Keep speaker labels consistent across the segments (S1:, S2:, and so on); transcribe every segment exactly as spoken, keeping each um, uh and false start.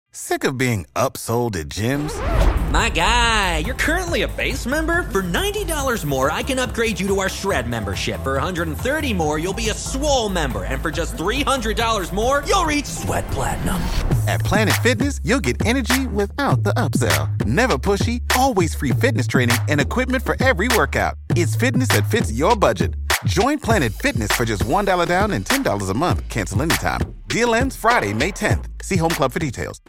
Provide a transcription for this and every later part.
S1: Sick of being upsold at gyms?
S2: My guy, you're currently a base member? For ninety dollars more, I can upgrade you to our Shred membership. For one hundred thirty dollars more, you'll be a Swole member. And for just three hundred dollars more, you'll reach Sweat Platinum.
S1: At Planet Fitness, you'll get energy without the upsell. Never pushy, always free fitness training and equipment for every workout. It's fitness that fits your budget. Join Planet Fitness for just one dollar down and ten dollars a month. Cancel anytime. Deal ends Friday, May tenth. See Home Club for details.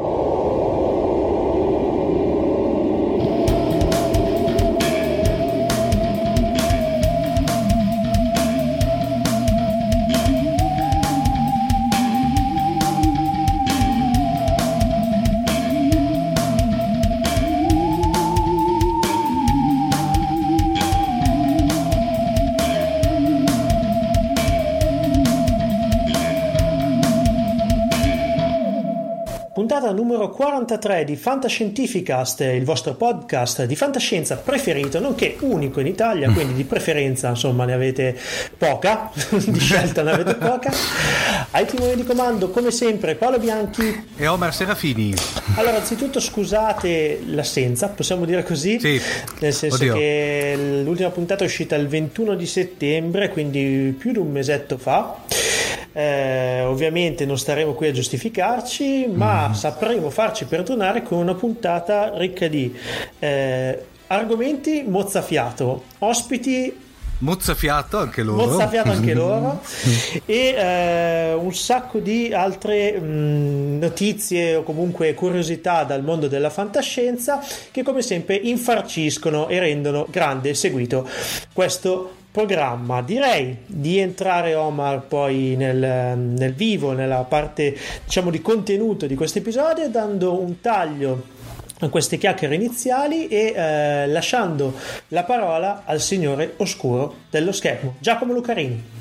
S3: Puntata numero quarantatré di Fantascientificast, il vostro podcast di fantascienza preferito, nonché unico in Italia, quindi di preferenza insomma ne avete poca, di scelta ne avete poca. Ai timoni di comando come sempre Paolo Bianchi
S4: e Omar Serafini.
S3: Allora, anzitutto scusate l'assenza, possiamo dire così?
S4: Sì.
S3: Nel senso
S4: Oddio.
S3: che l'ultima puntata è uscita il ventuno di settembre, quindi più di un mesetto fa. Eh, ovviamente non staremo qui a giustificarci, ma mm. sapremo farci perdonare con una puntata ricca di eh, argomenti mozzafiato, ospiti
S4: mozzafiato anche loro,
S3: mozzafiato anche loro e eh, un sacco di altre mh, notizie o comunque curiosità dal mondo della fantascienza che come sempre infarciscono e rendono grande e seguito questo programma. Direi di entrare, Omar, poi nel, nel vivo, nella parte diciamo di contenuto di questo episodio, dando un taglio a queste chiacchiere iniziali e eh, lasciando la parola al signore oscuro dello schermo, Giacomo Lucarini.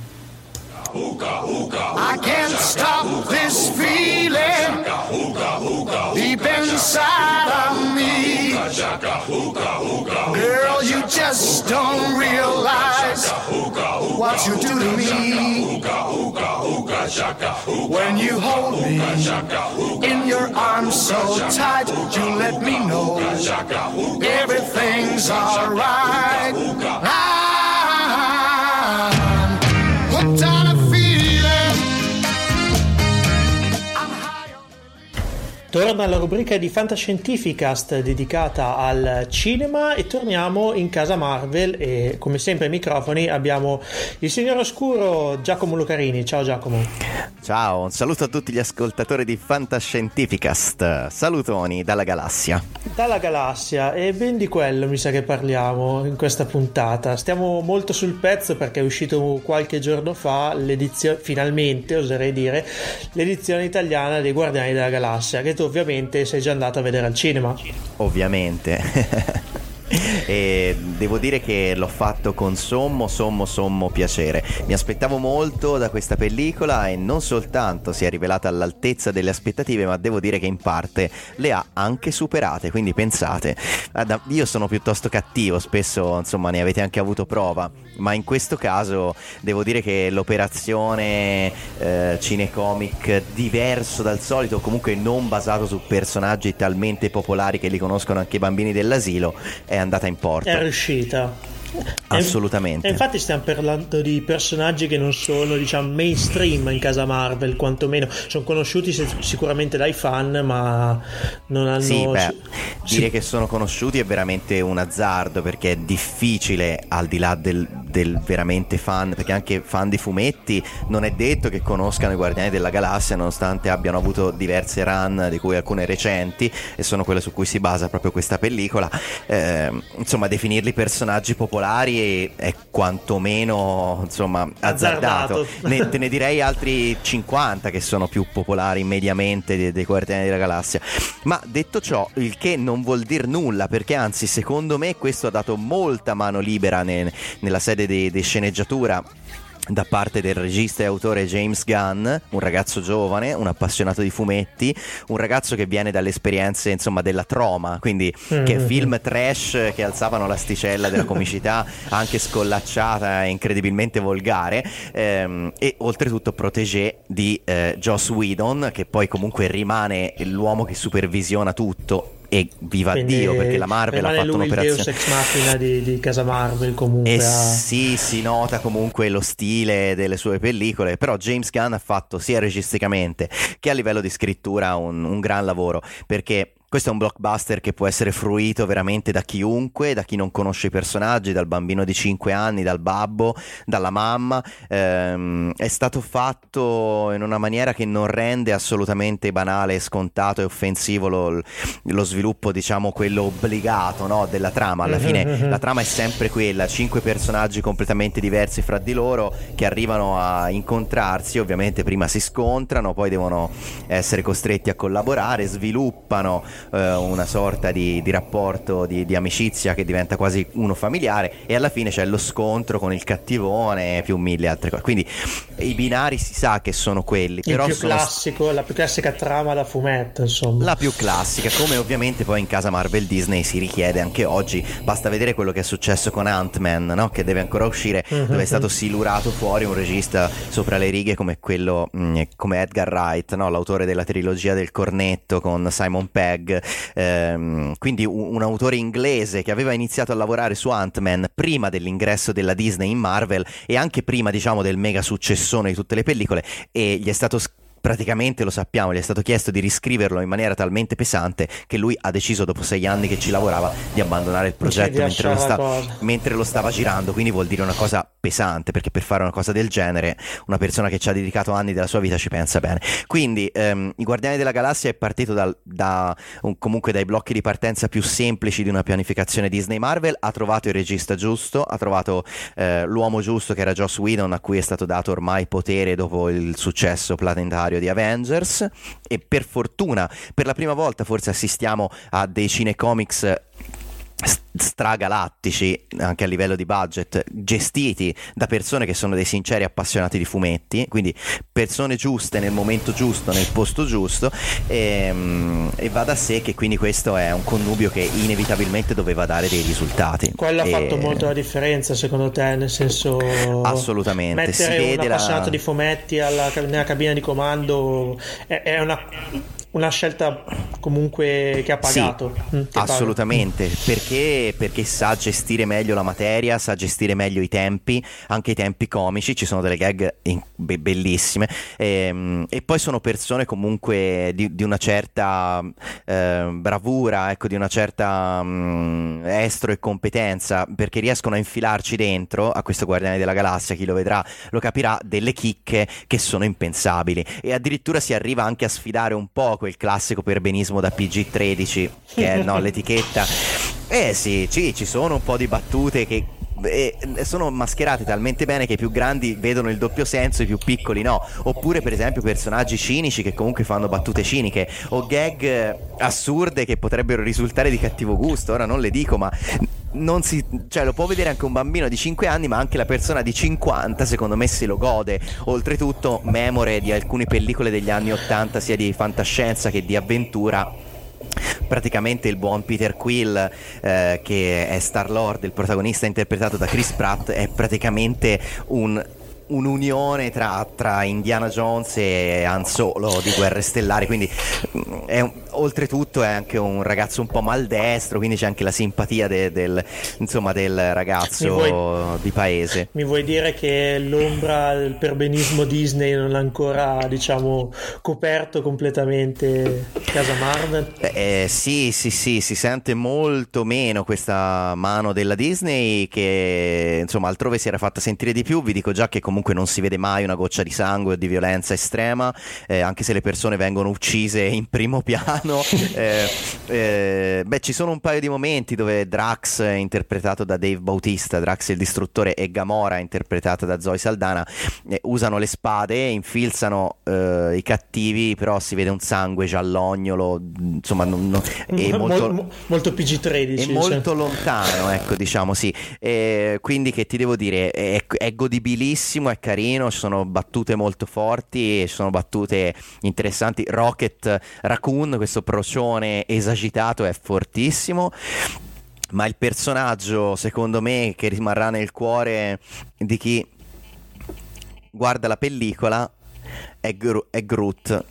S5: I can't stop this feeling deep inside of me. Girl, you just don't realize what you do to me. When you hold me in your arms so tight, you let me know everything's alright. I'm hooked on a
S3: Torna la rubrica di Fantascientificast dedicata al cinema e torniamo in casa Marvel e come sempre ai microfoni abbiamo il signor oscuro Giacomo Lucarini. Ciao Giacomo.
S6: Ciao, un saluto a tutti gli ascoltatori di Fantascientificast. Salutoni dalla galassia.
S3: Dalla galassia, e ben di quello mi sa che parliamo in questa puntata. Stiamo molto sul pezzo perché è uscito qualche giorno fa l'edizione, finalmente oserei dire, l'edizione italiana dei Guardiani della Galassia, che tu ovviamente sei già andato a vedere al cinema.
S6: Ovviamente. E devo dire che l'ho fatto con sommo sommo sommo piacere. Mi aspettavo molto da questa pellicola e non soltanto si è rivelata all'altezza delle aspettative, ma devo dire che in parte le ha anche superate. Quindi pensate, io sono piuttosto cattivo, spesso insomma ne avete anche avuto prova, ma in questo caso devo dire che l'operazione eh, cinecomic diverso dal solito, comunque non basato su personaggi talmente popolari che li conoscono anche i bambini dell'asilo, è andata in porto.
S3: È riuscita.
S6: Assolutamente.
S3: E infatti stiamo parlando di personaggi che non sono, diciamo, mainstream in casa Marvel, quantomeno sono conosciuti sicuramente dai fan, ma non hanno
S6: sì, beh,
S3: sì.
S6: dire che sono conosciuti è veramente un azzardo, perché è difficile, al di là del, del veramente fan, perché anche fan di fumetti non è detto che conoscano i Guardiani della Galassia, nonostante abbiano avuto diverse run, di cui alcune recenti, e sono quelle su cui si basa proprio questa pellicola. Eh, insomma, definirli personaggi popolari è quantomeno insomma azzardato, azzardato. Ne, te ne direi altri cinquanta che sono più popolari mediamente dei, dei Guardiani della Galassia. Ma detto ciò, il che non vuol dir nulla, perché anzi secondo me questo ha dato molta mano libera ne, nella sede di, di sceneggiatura da parte del regista e autore James Gunn, un ragazzo giovane, un appassionato di fumetti, un ragazzo che viene dalle esperienze, insomma, della Troma, quindi mm-hmm. che film trash che alzavano l'asticella della comicità, anche scollacciata e incredibilmente volgare, ehm, e oltretutto protégé di eh, Joss Whedon, che poi comunque rimane l'uomo che supervisiona tutto. E viva
S3: Quindi
S6: Dio, perché la Marvel ha fatto
S3: lui
S6: un'operazione,
S3: il Deus ex machina di, di casa Marvel comunque.
S6: E
S3: ha...
S6: sì, si nota comunque lo stile delle sue pellicole, però James Gunn ha fatto sia registicamente che a livello di scrittura un, un gran lavoro, perché questo è un blockbuster che può essere fruito veramente da chiunque, da chi non conosce i personaggi, dal bambino di cinque anni, dal babbo, dalla mamma. Ehm, è stato fatto in una maniera che non rende assolutamente banale, scontato e offensivo lo, lo sviluppo, diciamo, quello obbligato, no, della trama. Alla fine la trama è sempre quella, cinque personaggi completamente diversi fra di loro che arrivano a incontrarsi, ovviamente prima si scontrano, poi devono essere costretti a collaborare, sviluppano una sorta di, di rapporto di, di amicizia che diventa quasi uno familiare, e alla fine c'è lo scontro con il cattivone più mille altre cose. Quindi i binari si sa che sono quelli,
S3: il
S6: però
S3: più
S6: sono
S3: classico, la più classica trama da fumetto, insomma,
S6: la più classica, come ovviamente poi in casa Marvel Disney si richiede anche oggi. Basta vedere quello che è successo con Ant-Man, no? Che deve ancora uscire, mm-hmm. dove è stato silurato fuori un regista sopra le righe come quello mh, come Edgar Wright, no? L'autore della trilogia del cornetto con Simon Pegg. Ehm, quindi un, un autore inglese che aveva iniziato a lavorare su Ant-Man prima dell'ingresso della Disney in Marvel e anche prima, diciamo, del mega successone di tutte le pellicole, e gli è stato scritto, praticamente lo sappiamo, gli è stato chiesto di riscriverlo in maniera talmente pesante che lui ha deciso, dopo sei anni che ci lavorava, di abbandonare il progetto mentre lo, sta- mentre lo stava girando. Quindi vuol dire una cosa pesante, perché per fare una cosa del genere una persona che ci ha dedicato anni della sua vita ci pensa bene. Quindi ehm, i Guardiani della Galassia è partito dal, da un, comunque dai blocchi di partenza più semplici di una pianificazione Disney Marvel, ha trovato il regista giusto, ha trovato eh, l'uomo giusto, che era Joss Whedon, a cui è stato dato ormai potere dopo il successo planetario di Avengers, e per fortuna per la prima volta forse assistiamo a dei cinecomics stragalattici anche a livello di budget, gestiti da persone che sono dei sinceri appassionati di fumetti, quindi persone giuste nel momento giusto, nel posto giusto, e, e va da sé che quindi questo è un connubio che inevitabilmente doveva dare dei risultati.
S3: Quello
S6: e...
S3: ha fatto molto la differenza, secondo te? Nel senso,
S6: assolutamente,
S3: mettere
S6: si vede
S3: un appassionato
S6: la...
S3: di fumetti alla, nella cabina di comando è, è una una scelta comunque che ha pagato.
S6: Sì,
S3: mm, che
S6: assolutamente, paga. perché perché sa gestire meglio la materia, sa gestire meglio i tempi, anche i tempi comici, ci sono delle gag in, be- bellissime, e, e poi sono persone comunque di, di una certa eh, bravura, ecco, di una certa mh, estro e competenza, perché riescono a infilarci dentro a questo Guardiani della Galassia, chi lo vedrà lo capirà, delle chicche che sono impensabili, e addirittura si arriva anche a sfidare un po' quel classico perbenismo da P G tredici che è, no, l'etichetta. Eh sì, ci, ci sono un po' di battute che eh, sono mascherate talmente bene che i più grandi vedono il doppio senso, i più piccoli no. Oppure per esempio personaggi cinici che comunque fanno battute ciniche, o gag assurde che potrebbero risultare di cattivo gusto. Ora non le dico, ma non si, cioè lo può vedere anche un bambino di cinque anni, ma anche la persona di cinquanta secondo me se lo gode. Oltretutto memore di alcune pellicole degli anni ottanta, sia di fantascienza che di avventura. Praticamente il buon Peter Quill, eh, che è Star-Lord, il protagonista interpretato da Chris Pratt, è praticamente un un'unione tra, tra Indiana Jones e Han Solo di Guerre Stellari, quindi è un, oltretutto è anche un ragazzo un po' maldestro, quindi c'è anche la simpatia de, del, insomma, del ragazzo vuoi, di paese.
S3: Mi vuoi dire che l'ombra del perbenismo Disney non ha ancora, diciamo, coperto completamente casa Marvel?
S6: Eh, sì, sì, sì, si sente molto meno questa mano della Disney, che insomma altrove si era fatta sentire di più. Vi dico già che comunque non si vede mai una goccia di sangue o di violenza estrema, eh, anche se le persone vengono uccise in primo piano, eh, Eh, beh, ci sono un paio di momenti dove Drax, interpretato da Dave Bautista, Drax il distruttore, e Gamora, interpretata da Zoe Saldana, eh, usano le spade, infilzano eh, i cattivi, però si vede un sangue giallognolo, insomma, non, non, è molto,
S3: Mol, molto P G tredici,
S6: è molto
S3: cioè.
S6: lontano, ecco, diciamo, sì. E quindi che ti devo dire, è, è godibilissimo, è carino, ci sono battute molto forti, ci sono battute interessanti. Rocket Raccoon, questo procione esagerato, è fortissimo, ma il personaggio, secondo me, che rimarrà nel cuore di chi guarda la pellicola è, Gro- è Groot.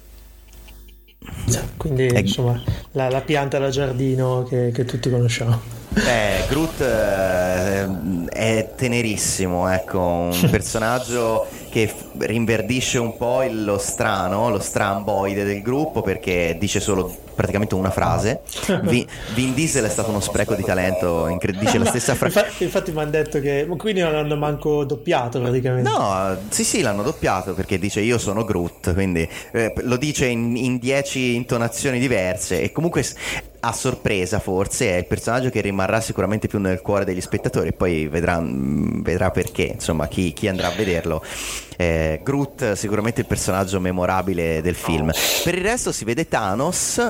S3: Quindi
S6: è...
S3: insomma la, la pianta da giardino che, che tutti conosciamo.
S6: Beh, Groot eh, è tenerissimo, ecco, un personaggio che f- rinverdisce un po' il, lo strano, lo stramboide del gruppo, perché dice solo praticamente una frase. Vin, Vin Diesel è stato uno spreco di talento, incred- dice la stessa frase.
S3: Infatti, infatti mi hanno detto che quindi non hanno manco doppiato praticamente.
S6: No, sì sì, l'hanno doppiato, perché dice io sono Groot, quindi eh, lo dice in, in dieci intonazioni diverse, e comunque a sorpresa forse è il personaggio che rimarrà sicuramente più nel cuore degli spettatori, e poi vedrà, vedrà perché, insomma, chi, chi andrà a vederlo. eh, Groot sicuramente il personaggio memorabile del film. Per il resto si vede Thanos,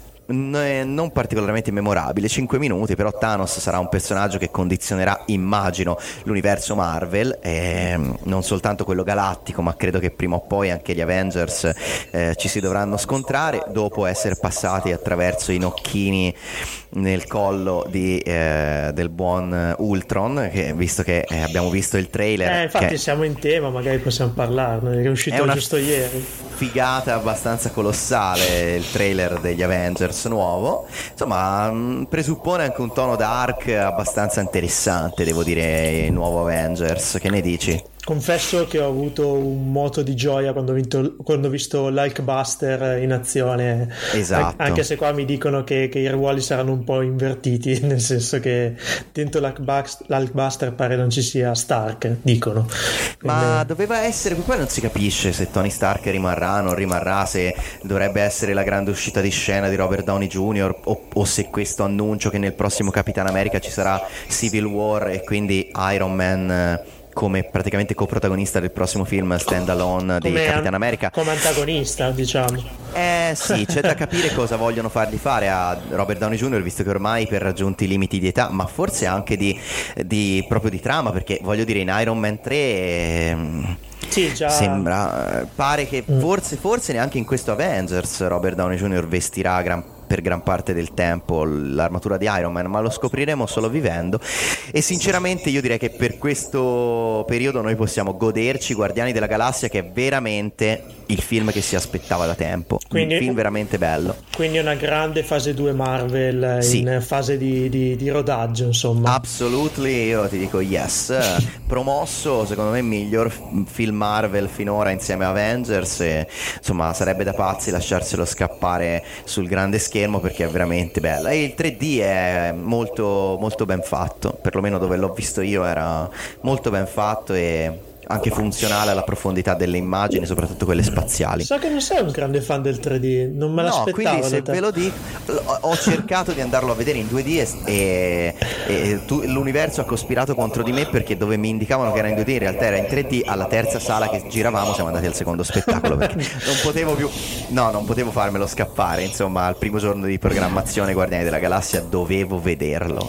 S6: non particolarmente memorabile, cinque minuti, però Thanos sarà un personaggio che condizionerà, immagino, l'universo Marvel, eh, non soltanto quello galattico, ma credo che prima o poi anche gli Avengers eh, ci si dovranno scontrare, dopo essere passati attraverso i nocchini nel collo di, eh, del buon Ultron, che visto che eh, abbiamo visto il trailer,
S3: eh, infatti
S6: che
S3: siamo in tema, magari possiamo parlarne, è uscito
S6: è una
S3: giusto ieri.
S6: figata abbastanza colossale il trailer degli Avengers nuovo, insomma mh, presuppone anche un tono dark abbastanza interessante, devo dire, il nuovo Avengers. Che ne dici?
S3: Confesso che ho avuto un moto di gioia quando ho, vinto, quando ho visto l'Hulkbuster in azione.
S6: Esatto.
S3: Anche se qua mi dicono che, che i ruoli saranno un po' invertiti, nel senso che dentro l'Hulkbuster pare non ci sia Stark, dicono. Quindi...
S6: Ma doveva essere, poi non si capisce se Tony Stark rimarrà, non rimarrà, se dovrebbe essere la grande uscita di scena di Robert Downey junior o, o se questo annuncio che nel prossimo Capitan America ci sarà Civil War e quindi Iron Man come praticamente coprotagonista del prossimo film standalone di Capitan an- America,
S3: come antagonista, diciamo.
S6: Eh sì, c'è da capire cosa vogliono fargli fare a Robert Downey junior, visto che ormai per raggiunti i limiti di età, ma forse anche di, di proprio di trama, perché voglio dire, in Iron Man tre eh,
S3: sì, già...
S6: sembra, pare che mm. forse forse neanche in questo Avengers Robert Downey junior vestirà gran per gran parte del tempo l'armatura di Iron Man, ma lo scopriremo solo vivendo. E sinceramente io direi che per questo periodo noi possiamo goderci Guardiani della Galassia, che è veramente il film che si aspettava da tempo. Quindi, un film veramente bello.
S3: Quindi una grande fase due Marvel, sì, in fase di, di, di rodaggio, insomma.
S6: Absolutely, io ti dico yes. Promosso, secondo me, miglior film Marvel finora insieme a Avengers, e insomma sarebbe da pazzi lasciarselo scappare sul grande schermo, perché è veramente bella. E il tre D è molto molto ben fatto, perlomeno dove l'ho visto io era molto ben fatto e anche funzionale alla profondità delle immagini, soprattutto quelle spaziali.
S3: So che non sei un grande fan del tre D, non me l'aspettavo.
S6: No, quindi se ve lo dico, ho cercato di andarlo a vedere in due D e, e tu, l'universo ha cospirato contro di me, perché dove mi indicavano che era in due D in realtà era in tre D. Alla terza sala che giravamo siamo andati al secondo spettacolo, perché non potevo più, no, non potevo farmelo scappare, insomma, al primo giorno di programmazione Guardiani della Galassia dovevo vederlo.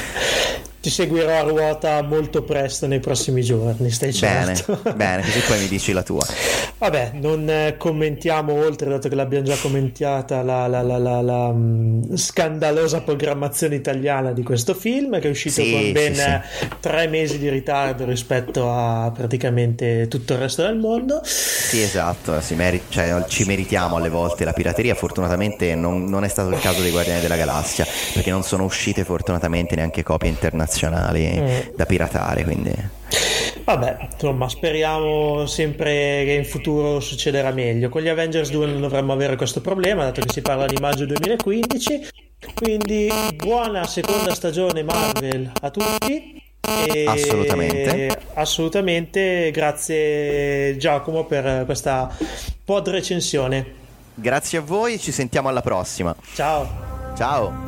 S3: Ti seguirò a ruota molto presto nei prossimi giorni, stai certo.
S6: Bene, bene, così poi mi dici la tua.
S3: Vabbè, non eh, commentiamo oltre, dato che l'abbiamo già commentata la, la, la, la, la um, scandalosa programmazione italiana di questo film, che è uscito
S6: sì,
S3: con ben
S6: sì, sì.
S3: tre mesi di ritardo rispetto a praticamente tutto il resto del mondo.
S6: Sì, esatto, si meri- cioè, ci meritiamo alle volte la pirateria. Fortunatamente non, non è stato il caso dei Guardiani della Galassia, perché non sono uscite fortunatamente neanche copie internazionali mm. da piratare, quindi
S3: vabbè, insomma, speriamo sempre che in futuro succederà meglio. Con gli Avengers due non dovremmo avere questo problema, dato che si parla di maggio duemilaquindici. Quindi buona seconda stagione Marvel a tutti. E
S6: assolutamente
S3: assolutamente grazie Giacomo per questa pod recensione.
S6: Grazie a voi, ci sentiamo alla prossima.
S3: Ciao.
S6: Ciao.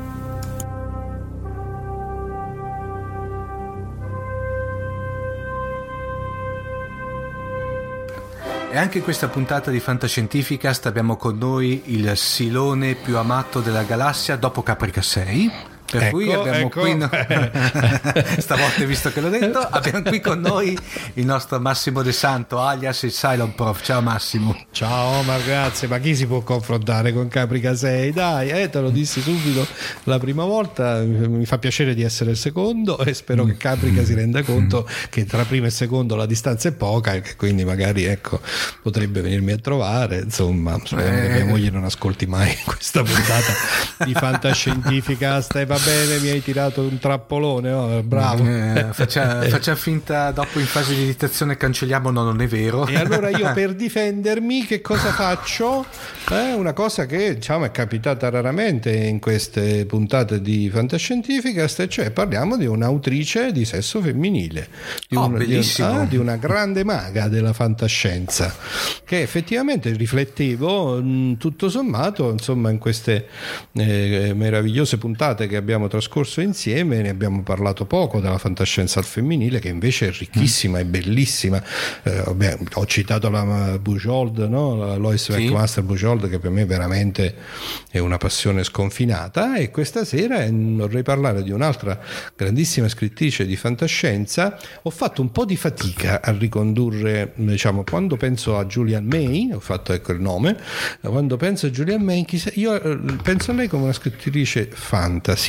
S4: E anche in questa puntata di Fantascientificast abbiamo con noi il silone più amato della galassia dopo Caprica sei. Per
S7: ecco,
S4: cui abbiamo
S7: ecco.
S4: qui no... stavolta, visto che l'ho detto, abbiamo qui con noi il nostro Massimo De Santo, alias il Cylon Prof. Ciao Massimo.
S7: Ciao, ma grazie, ma chi si può confrontare con Caprica sei? Dai, eh, te lo dissi subito la prima volta, mi fa piacere di essere il secondo e spero che Caprica si renda conto che tra primo e secondo la distanza è poca e che quindi magari ecco potrebbe venirmi a trovare, insomma, speriamo che mia moglie non ascolti mai questa puntata di Fantascientificast. E va bene, mi hai tirato un trappolone, oh, bravo.
S4: Eh, faccia, faccia finta dopo in fase di editazione cancelliamo, no, non è vero.
S7: E allora io per difendermi che cosa faccio? Eh, una cosa che diciamo è capitata raramente in queste puntate di Fantascientificast, cioè parliamo di un'autrice di sesso femminile, di,
S4: oh,
S7: un,
S4: bellissimo.
S7: Di, ah, di una grande maga della fantascienza, che effettivamente riflettevo mh, tutto sommato, insomma, in queste eh, meravigliose puntate che abbiamo trascorso insieme ne abbiamo parlato poco della fantascienza al femminile, che invece è ricchissima, mm. è bellissima. Eh, vabbè, ho citato la Bujold, no? La Lois Beckmaster sì. Bujold, che per me veramente è una passione sconfinata, e questa sera vorrei parlare di un'altra grandissima scrittrice di fantascienza. Ho fatto un po' di fatica a ricondurre, diciamo, quando penso a Julian May, ho fatto ecco il nome, quando penso a Julian May, io penso a lei come una scrittrice fantasy.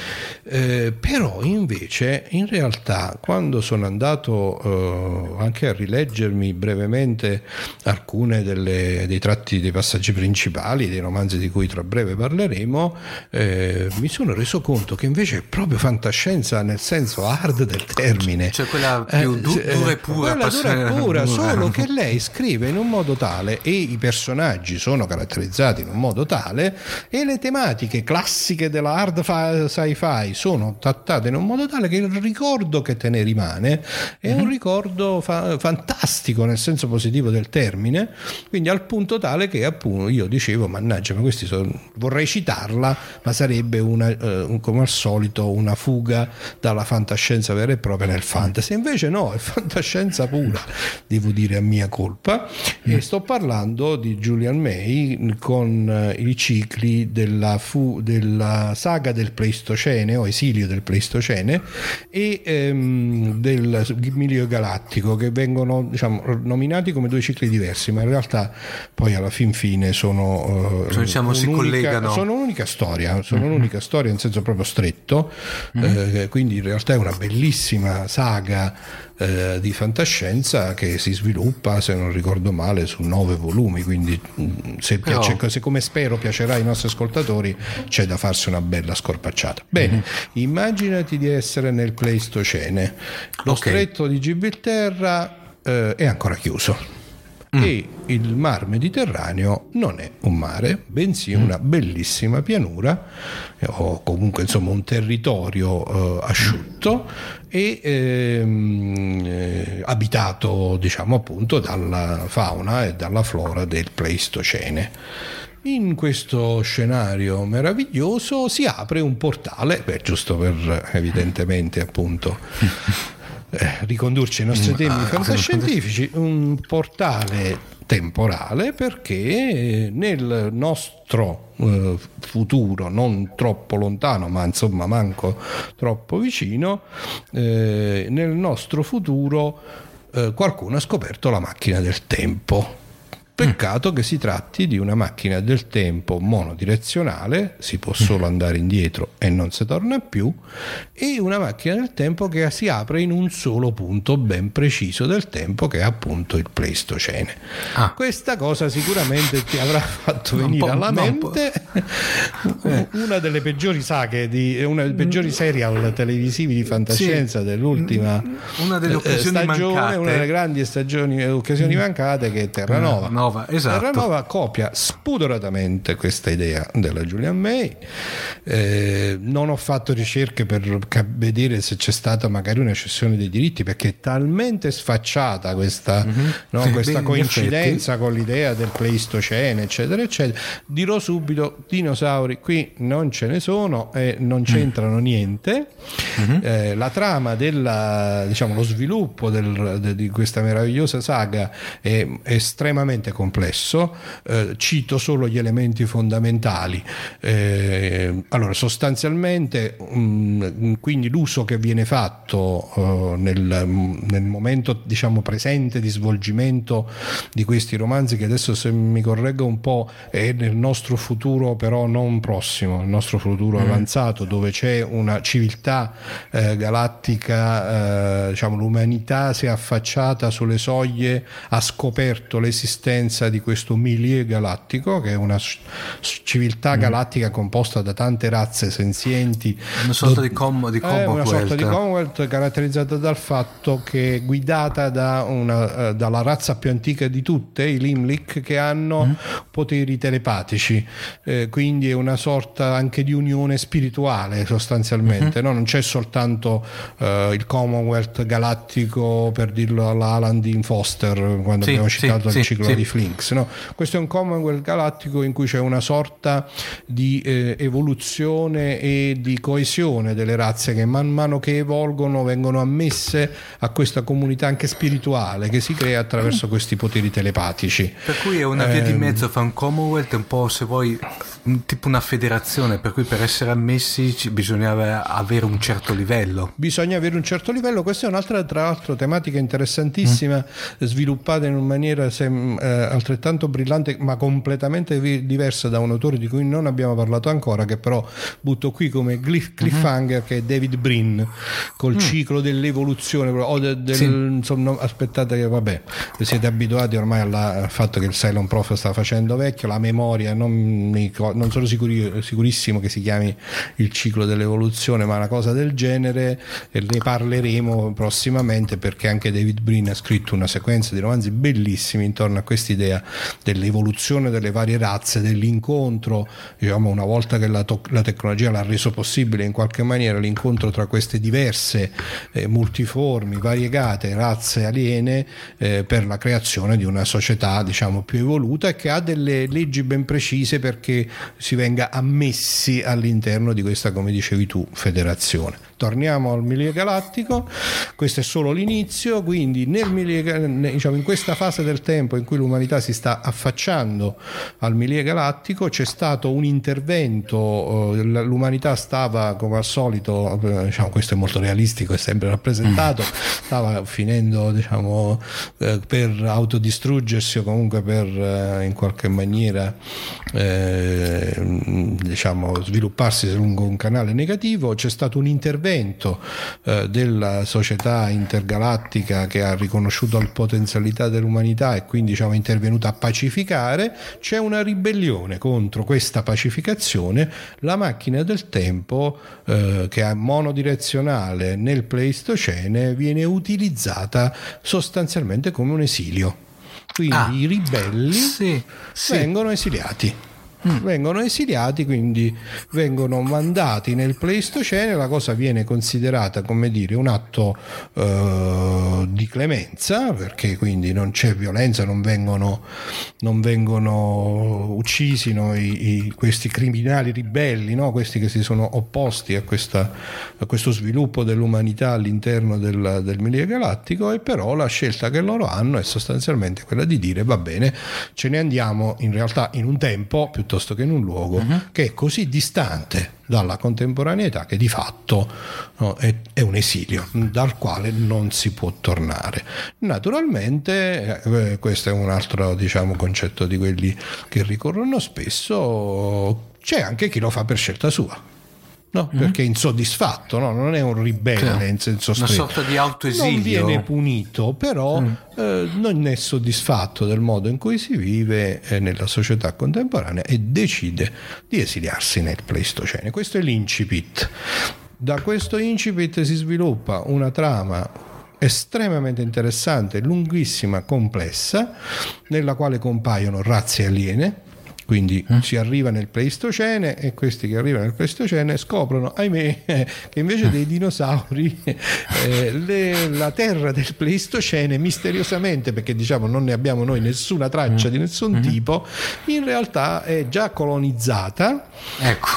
S7: Eh, però invece in realtà quando sono andato eh, anche a rileggermi brevemente alcune delle, dei tratti, dei passaggi principali dei romanzi di cui tra breve parleremo, eh, mi sono reso conto che invece è proprio fantascienza nel senso hard del termine,
S4: cioè quella più
S7: eh,
S4: du- dura e pura,
S7: quella dura e pura,
S4: dura.
S7: Solo che lei scrive in un modo tale e i personaggi sono caratterizzati in un modo tale e le tematiche classiche della hard fa- sci-fi sono trattate in un modo tale che il ricordo che te ne rimane è un ricordo fa- fantastico nel senso positivo del termine, quindi al punto tale che appunto io dicevo mannaggia, ma questi sono, vorrei citarla, ma sarebbe una, eh, come al solito una fuga dalla fantascienza vera e propria nel fantasy. Invece no, è fantascienza pura, devo dire a mia colpa, e sto parlando di Julian May con eh, i cicli della, fu- della saga del Pleistocene o esilio del Pleistocene e ehm, del Milio Galattico, che vengono diciamo nominati come due cicli diversi, ma in realtà poi alla fin fine sono,
S4: cioè, diciamo, si collegano,
S7: sono un'unica storia, sono mm-hmm. un'unica storia in senso proprio stretto, mm-hmm. eh, quindi in realtà è una bellissima saga eh, di fantascienza che si sviluppa, se non ricordo male, su nove volumi, quindi se, piace, oh. se come spero piacerà ai nostri ascoltatori c'è da farsi una bella scorpacciata. Bene, mm-hmm. immaginati di essere nel Pleistocene, lo okay. stretto di Gibilterra eh, è ancora chiuso mm. e il mar Mediterraneo non è un mare, bensì mm. una bellissima pianura o comunque insomma un territorio eh, asciutto e ehm, eh, abitato diciamo appunto dalla fauna e dalla flora del Pleistocene. In questo scenario meraviglioso si apre un portale, beh, giusto per evidentemente appunto eh, ricondurci ai nostri temi fantascientifici, un portale temporale, perché nel nostro eh, futuro non troppo lontano, ma insomma manco troppo vicino, eh, nel nostro futuro eh, qualcuno ha scoperto la macchina del tempo. Peccato che si tratti di una macchina del tempo monodirezionale, si può solo andare indietro e non si torna più, e una macchina del tempo che si apre in un solo punto ben preciso del tempo, che è appunto il Pleistocene. Ah. Questa cosa sicuramente ti avrà fatto venire alla mente una delle peggiori saghe, di, una delle peggiori serial televisivi di fantascienza sì. dell'ultima una delle occasioni stagione, mancate. Una delle grandi stagioni, occasioni mm. mancate, che è Terranova.
S4: No. Esatto.
S7: Terranova copia spudoratamente questa idea della Julian May Eh, non ho fatto ricerche per vedere se c'è stata magari una cessione dei diritti, perché è talmente sfacciata questa, mm-hmm. no,
S4: sì,
S7: questa
S4: beh,
S7: coincidenza con l'idea del Pleistocene, eccetera, eccetera. Dirò subito: dinosauri qui non ce ne sono e non c'entrano mm. niente. Mm-hmm. Eh, la trama della, diciamo, lo sviluppo del, de, di questa meravigliosa saga è estremamente complesso. Eh, cito solo gli elementi fondamentali. Eh, allora, sostanzialmente, mh, quindi l'uso che viene fatto uh, nel, nel momento, diciamo, presente di svolgimento di questi romanzi, che adesso, se mi correggo un po', è nel nostro futuro, però non prossimo, il nostro futuro mm. avanzato, dove c'è una civiltà eh, galattica, eh, diciamo, l'umanità si è affacciata sulle soglie, ha scoperto l'esistenza di questo milieu galattico, che è una civiltà mm. galattica composta da tante razze senzienti,
S4: una sorta do- di, com- di Commonwealth,
S7: una sorta di Commonwealth caratterizzata dal fatto che è guidata da una, uh, dalla razza più antica di tutte, i Limlic, che hanno mm. poteri telepatici, eh, quindi è una sorta anche di unione spirituale sostanzialmente, mm-hmm. no? Non c'è soltanto uh, il Commonwealth galattico, per dirlo alla Alan Dean Foster quando sì, abbiamo citato sì, il sì, ciclo sì. di Flinks, no? Questo è un Commonwealth galattico in cui c'è una sorta di eh, evoluzione e di coesione delle razze, che man mano che evolgono vengono ammesse a questa comunità anche spirituale che si crea attraverso questi poteri telepatici.
S4: Per cui è una via eh, di mezzo fra un Commonwealth e un po', se vuoi, tipo una federazione, per cui per essere ammessi bisognava avere un certo livello.
S7: Bisogna avere un certo livello. Questa è un'altra, tra l'altro, tematica interessantissima, mm. sviluppata in una maniera sem- eh, altrettanto brillante, ma completamente vi- diversa da un autore di cui non abbiamo parlato ancora, che però butto qui come cliff- cliffhanger, mm-hmm. che è David Brin, col mm. ciclo dell'evoluzione o de- del, sì. insomma, aspettate che vabbè, siete abituati ormai alla, al fatto che il Cylon Prof sta facendo vecchio, la memoria non, mi, non sono sicuri, sicurissimo che si chiami il ciclo dell'evoluzione, ma una cosa del genere, e ne parleremo prossimamente, perché anche David Brin ha scritto una sequenza di romanzi bellissimi intorno a quest'idea dell'evoluzione delle varie razze, dell'incontro, diciamo, una volta che la, to- la tecnologia l'ha reso possibile in qualche maniera, l'incontro tra queste diverse eh, multiformi, variegate razze aliene, eh, per la creazione di una società, diciamo, più evoluta, e che ha delle leggi ben precise perché si venga ammessi all'interno di questa, come dicevi tu, federazione. Torniamo al milieu galattico. Questo è solo l'inizio, quindi nel milieu, diciamo, in questa fase del tempo in cui l'umanità si sta affacciando al milieu galattico, c'è stato un intervento, l'umanità stava, come al solito, diciamo, questo è molto realistico, è sempre rappresentato, stava finendo, diciamo, per autodistruggersi o comunque per in qualche maniera eh, diciamo svilupparsi lungo un canale negativo. C'è stato un intervento eh, della società intergalattica che ha riconosciuto la potenzialità dell'umanità e quindi, diciamo, è intervenuta a pacificare. C'è una ribellione contro questa pacificazione. La macchina del tempo, eh, che è monodirezionale nel Pleistocene, viene utilizzata sostanzialmente come un esilio, quindi ah, i ribelli sì, vengono sì. esiliati Mm. vengono esiliati, quindi vengono mandati nel Pleistocene. La cosa viene considerata, come dire, un atto eh, di clemenza, perché quindi non c'è violenza, non vengono, non vengono uccisi no, i, i, questi criminali ribelli, no, questi che si sono opposti a, questa, a questo sviluppo dell'umanità all'interno del, del milieu galattico. E però la scelta che loro hanno è sostanzialmente quella di dire: va bene, ce ne andiamo in realtà in un tempo piuttosto che in un luogo uh-huh. che è così distante dalla contemporaneità che di fatto no, è, è un esilio dal quale non si può tornare. Naturalmente eh, questo è un altro, diciamo, concetto di quelli che ricorrono spesso. C'è anche chi lo fa per scelta sua, no? Mm-hmm. Perché è insoddisfatto, no? Non è un ribelle sì. in senso stretto, una sorta di autoesilio, non viene punito, però mm. eh, non è soddisfatto del modo in cui si vive eh, nella società contemporanea e decide di esiliarsi nel Pleistocene. Questo è l'incipit. Da questo incipit si sviluppa una trama estremamente interessante, lunghissima, complessa, nella quale compaiono razze aliene, quindi mm. si arriva nel Pleistocene e questi che arrivano nel Pleistocene scoprono, ahimè, che invece dei dinosauri eh, le, la terra del Pleistocene misteriosamente, perché diciamo non ne abbiamo noi nessuna traccia mm. di nessun mm-hmm. tipo, in realtà è già colonizzata, ecco,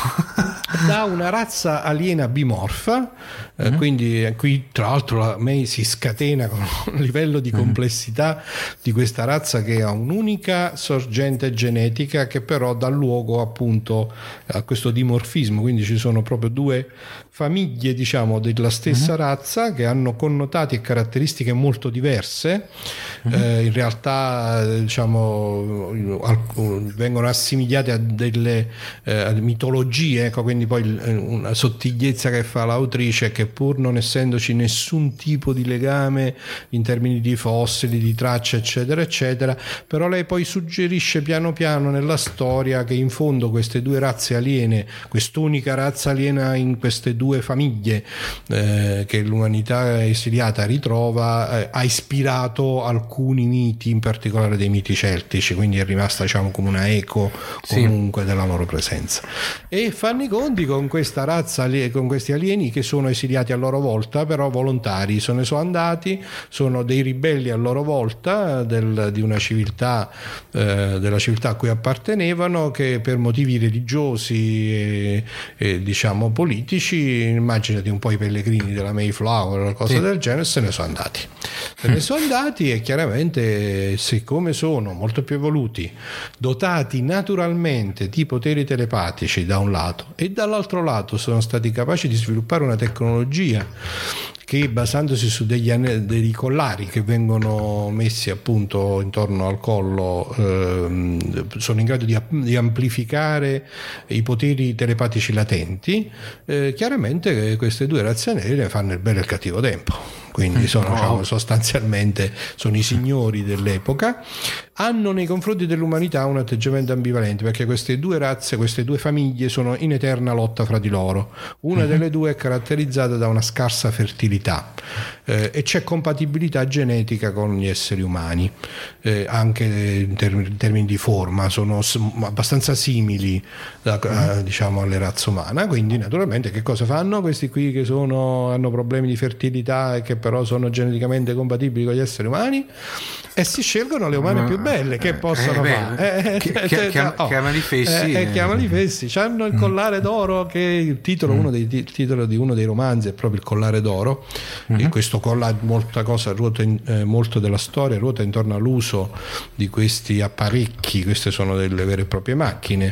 S7: da una razza aliena bimorfa, eh, mm-hmm. quindi qui tra l'altro a me si scatena con un livello di complessità mm-hmm. di questa razza che ha un'unica sorgente genetica che però dà luogo appunto a questo dimorfismo, quindi ci sono proprio due famiglie diciamo della stessa mm-hmm. razza che hanno connotati e caratteristiche molto diverse. Mm-hmm. eh, in realtà diciamo vengono assimiliate a delle eh, mitologie, ecco, quindi poi una sottigliezza che fa l'autrice è che pur non essendoci nessun tipo di legame in termini di fossili, di tracce eccetera eccetera, però lei poi suggerisce piano piano nella storia che in fondo queste due razze aliene, quest'unica razza aliena in queste due famiglie eh, che l'umanità esiliata ritrova, eh, ha ispirato alcuni miti, in particolare dei miti celtici, quindi è rimasta diciamo come una eco comunque sì. della loro presenza, e fanno i conti con questa razza, con questi alieni che sono esiliati a loro volta, però volontari, se ne sono andati, sono dei ribelli a loro volta del, di una civiltà eh, della civiltà a cui appartenevano, che per motivi religiosi e, e diciamo politici, immaginati un po' i pellegrini della Mayflower o cosa sì. del genere, se ne sono andati se ne sono andati e chiaramente, siccome sono molto più evoluti, dotati naturalmente di poteri telepatici da un lato e dall'altro lato sono stati capaci di sviluppare una tecnologia che, basandosi su degli ane- dei collari che vengono messi appunto intorno al collo, ehm, sono in grado di, di amplificare i poteri telepatici latenti, eh, chiaramente queste due razze nere fanno il bel e il cattivo tempo. Quindi sono, diciamo, sostanzialmente sono i signori dell'epoca, hanno nei confronti dell'umanità un atteggiamento ambivalente, perché queste due razze, queste due famiglie sono in eterna lotta fra di loro. Una uh-huh. delle due è caratterizzata da una scarsa fertilità eh, e c'è compatibilità genetica con gli esseri umani, eh, anche in, term- in termini di forma sono s- abbastanza simili da, uh-huh. a, diciamo alle razze umane. Quindi naturalmente che cosa fanno questi qui che sono, hanno problemi di fertilità e che però sono geneticamente compatibili con gli esseri umani, e si scelgono le umane più belle che possono eh, fare. Eh,
S4: eh, eh, chiam- oh, chiamali fessi.
S7: Eh, eh, chiamali fessi. C'hanno il collare d'oro, che il titolo, mm. uno dei il titolo di uno dei romanzi è proprio il collare d'oro. Mm-hmm. E questo collare, molta cosa ruota in, eh, molto della storia ruota intorno all'uso di questi apparecchi. Queste sono delle vere e proprie macchine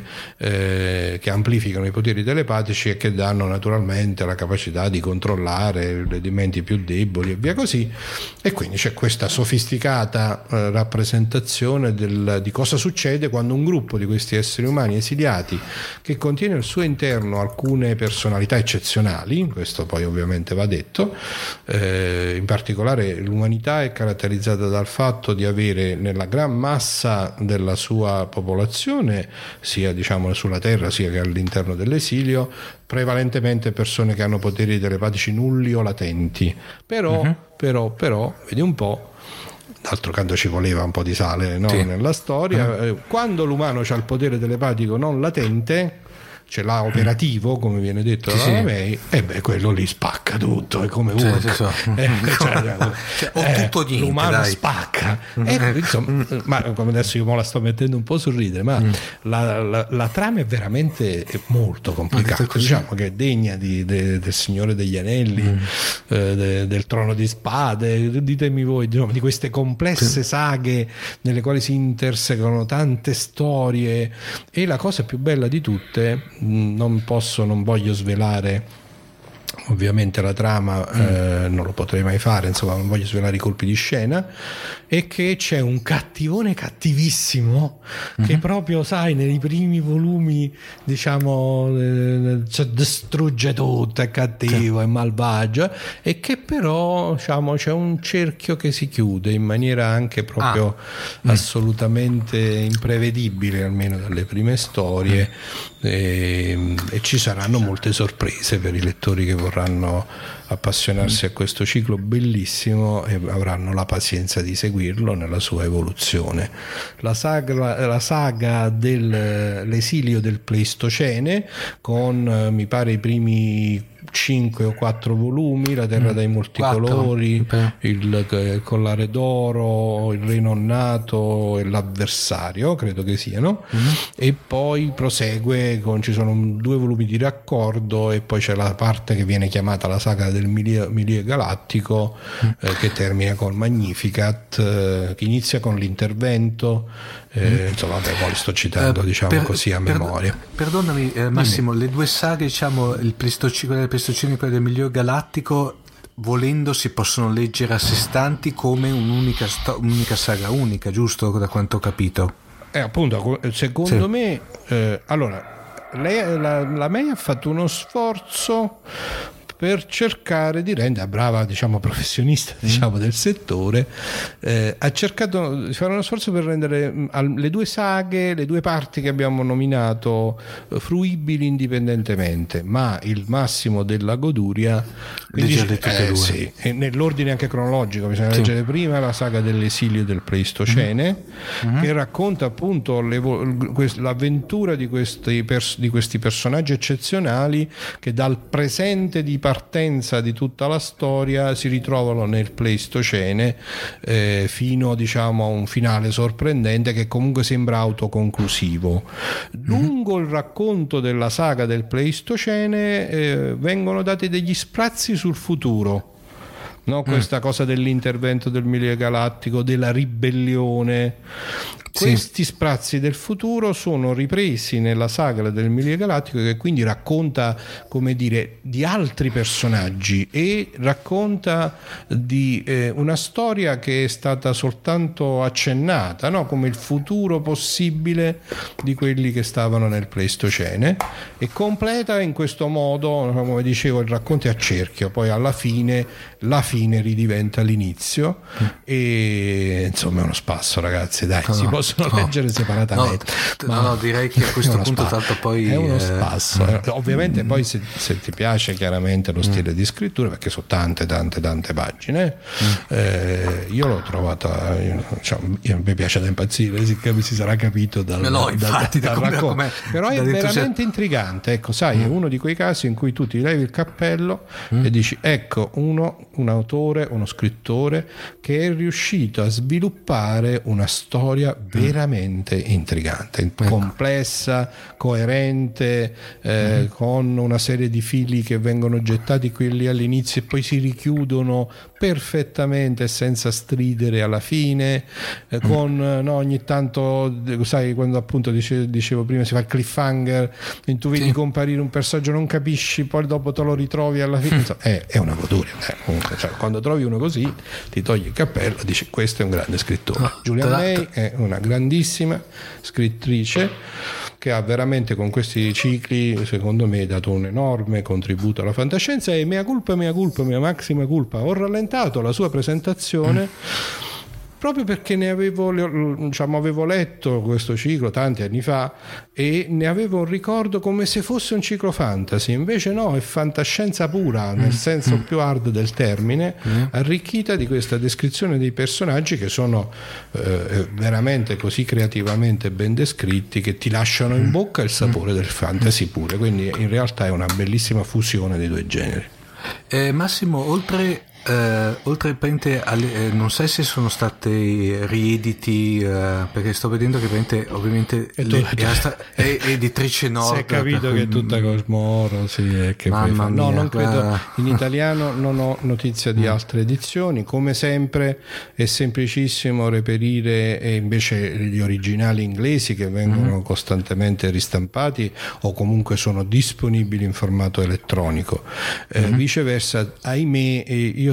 S7: eh, che amplificano i poteri telepatici e che danno naturalmente la capacità di controllare le menti più deboli e via così. E quindi c'è questa sofisticata eh, rappresentazione del, di cosa succede quando un gruppo di questi esseri umani esiliati, che contiene al suo interno alcune personalità eccezionali, questo poi ovviamente va detto, eh, in particolare l'umanità è caratterizzata dal fatto di avere nella gran massa della sua popolazione, sia diciamo sulla terra sia che all'interno dell'esilio, prevalentemente persone che hanno poteri telepatici nulli o latenti, però, uh-huh. però, però, vedi un po', d'altro canto ci voleva un po' di sale, no? Sì. Nella storia, uh-huh. eh, quando l'umano ha il potere telepatico non latente, ce l'ha operativo, come viene detto
S4: sì,
S7: da
S4: sì.
S7: me, e beh, quello lì spacca tutto, è come uno
S4: sì, sì, sì.
S7: eh, cioè,
S4: cioè, o
S7: eh,
S4: tutto niente,
S7: l'umano
S4: dai.
S7: spacca eh, insomma, ma come adesso io mo la sto mettendo un po' sul ridere, ma mm. la, la, la trama è veramente molto complicata, diciamo che è degna di, de, del Signore degli Anelli, mm. eh, de, del Trono di Spade, ditemi voi, diciamo, di queste complesse saghe nelle quali si intersecano tante storie. E la cosa più bella di tutte, non posso, non voglio svelare ovviamente la trama, mm. eh, non lo potrei mai fare, insomma non voglio svelare i colpi di scena, è che c'è un cattivone cattivissimo mm-hmm. che proprio, sai, nei primi volumi, diciamo, eh, cioè, distrugge tutto, è cattivo, sì. è malvagio, e che però diciamo c'è un cerchio che si chiude in maniera anche proprio ah. assolutamente imprevedibile, almeno dalle prime storie, mm. e, e ci saranno molte sorprese per i lettori che vorranno appassionarsi a questo ciclo bellissimo e avranno la pazienza di seguirlo nella sua evoluzione. La saga, la saga dell'esilio del Pleistocene, con mi pare i primi cinque o quattro volumi, La terra dai molti quattro. colori, il collare d'oro, il re non nato e l'avversario, credo che siano, mm-hmm. e poi prosegue con, ci sono due volumi di raccordo, e poi c'è la parte che viene chiamata la saga del Milie, Milie Galattico, mm. eh, che termina col Magnificat, eh, che inizia con l'intervento. Eh, insomma, vabbè, poi li sto citando, eh, diciamo per, così a per, memoria.
S4: Perdonami, eh, Massimo, Dimmi. Le due saghe, diciamo, il Pleistocene, quella del Pleistocene e quella del Miglio Galattico, volendo si possono leggere a sé stanti come un'unica, sto- un'unica saga unica, giusto? Da quanto ho capito.
S7: Eh, appunto, secondo sì. me, eh, allora, lei, la, la May ha fatto uno sforzo per cercare di rendere, brava diciamo professionista diciamo del settore, eh, ha cercato di fare uno sforzo per rendere le due saghe, le due parti che abbiamo nominato, fruibili indipendentemente, ma il massimo della goduria, quindi, eh, sì, nell'ordine anche cronologico. Bisogna sì. leggere prima la saga dell'esilio del Pleistocene, mm-hmm. che racconta appunto l'avventura di questi, pers- di questi personaggi eccezionali che dal presente di partenza di tutta la storia si ritrovano nel Pleistocene, eh, fino diciamo a un finale sorprendente che comunque sembra autoconclusivo. Lungo il racconto della saga del Pleistocene eh, vengono dati degli sprazzi sul futuro. No, questa mm. cosa dell'intervento del Milie Galattico, della ribellione, questi sì. sprazzi del futuro sono ripresi nella saga del Milie Galattico, che quindi racconta, come dire, di altri personaggi e racconta di eh, una storia che è stata soltanto accennata, no? Come il futuro possibile di quelli che stavano nel Pleistocene, e completa in questo modo, come dicevo, il racconto è a cerchio, poi alla fine la fine ridiventa l'inizio, mm. e insomma è uno spasso, ragazzi, dai, no, si possono no, leggere separatamente,
S4: no, ma no, direi che a questo punto spasso. tanto poi
S7: è uno spasso, eh, ovviamente mm. poi se, se ti piace chiaramente lo stile mm. di scrittura, perché sono tante tante tante pagine, mm. eh, io l'ho trovata, diciamo, io, mi piace da impazzire, si, si sarà capito dal,
S4: no, infatti,
S7: dal, dal racconto, però è veramente intrigante, ecco, sai, mm. è uno di quei casi in cui tu ti levi il cappello mm. e dici, ecco uno un autore, uno scrittore che è riuscito a sviluppare una storia veramente intrigante, ecco. complessa, coerente, eh, mm. con una serie di fili che vengono gettati quelli all'inizio e poi si richiudono perfettamente senza stridere alla fine, eh, mm. con no, ogni tanto, sai, quando appunto dicevo, dicevo prima, si fa il cliffhanger e tu vedi sì. comparire un personaggio, non capisci, poi dopo te lo ritrovi alla fine, insomma, è, è una goduria, eh. Cioè, quando trovi uno così ti togli il cappello e dici questo è un grande scrittore. No, Julian May è una grandissima scrittrice che ha veramente con questi cicli secondo me dato un enorme contributo alla fantascienza, e mea culpa, mea culpa, mia massima culpa, ho rallentato la sua presentazione mm. proprio perché ne avevo, diciamo, avevo letto questo ciclo tanti anni fa e ne avevo un ricordo come se fosse un ciclo fantasy, invece no, è fantascienza pura nel senso mm. più hard del termine, mm. arricchita di questa descrizione dei personaggi che sono eh, veramente così creativamente ben descritti che ti lasciano in bocca il sapore mm. del fantasy pure, quindi in realtà è una bellissima fusione dei due generi.
S4: eh, Massimo, oltre Uh, oltre alle, eh, non sai se sono stati riediti, uh, perché sto vedendo che ovviamente
S7: e le,
S4: è, sta, è editrice Nord.
S7: Si è capito che è tutta Cosmoro, sì, è che
S4: mamma mia,
S7: no, non credo, in italiano non ho notizia di altre edizioni, come sempre è semplicissimo reperire e invece gli originali inglesi che vengono mm-hmm. costantemente ristampati o comunque sono disponibili in formato elettronico, eh, mm-hmm. viceversa, ahimè, io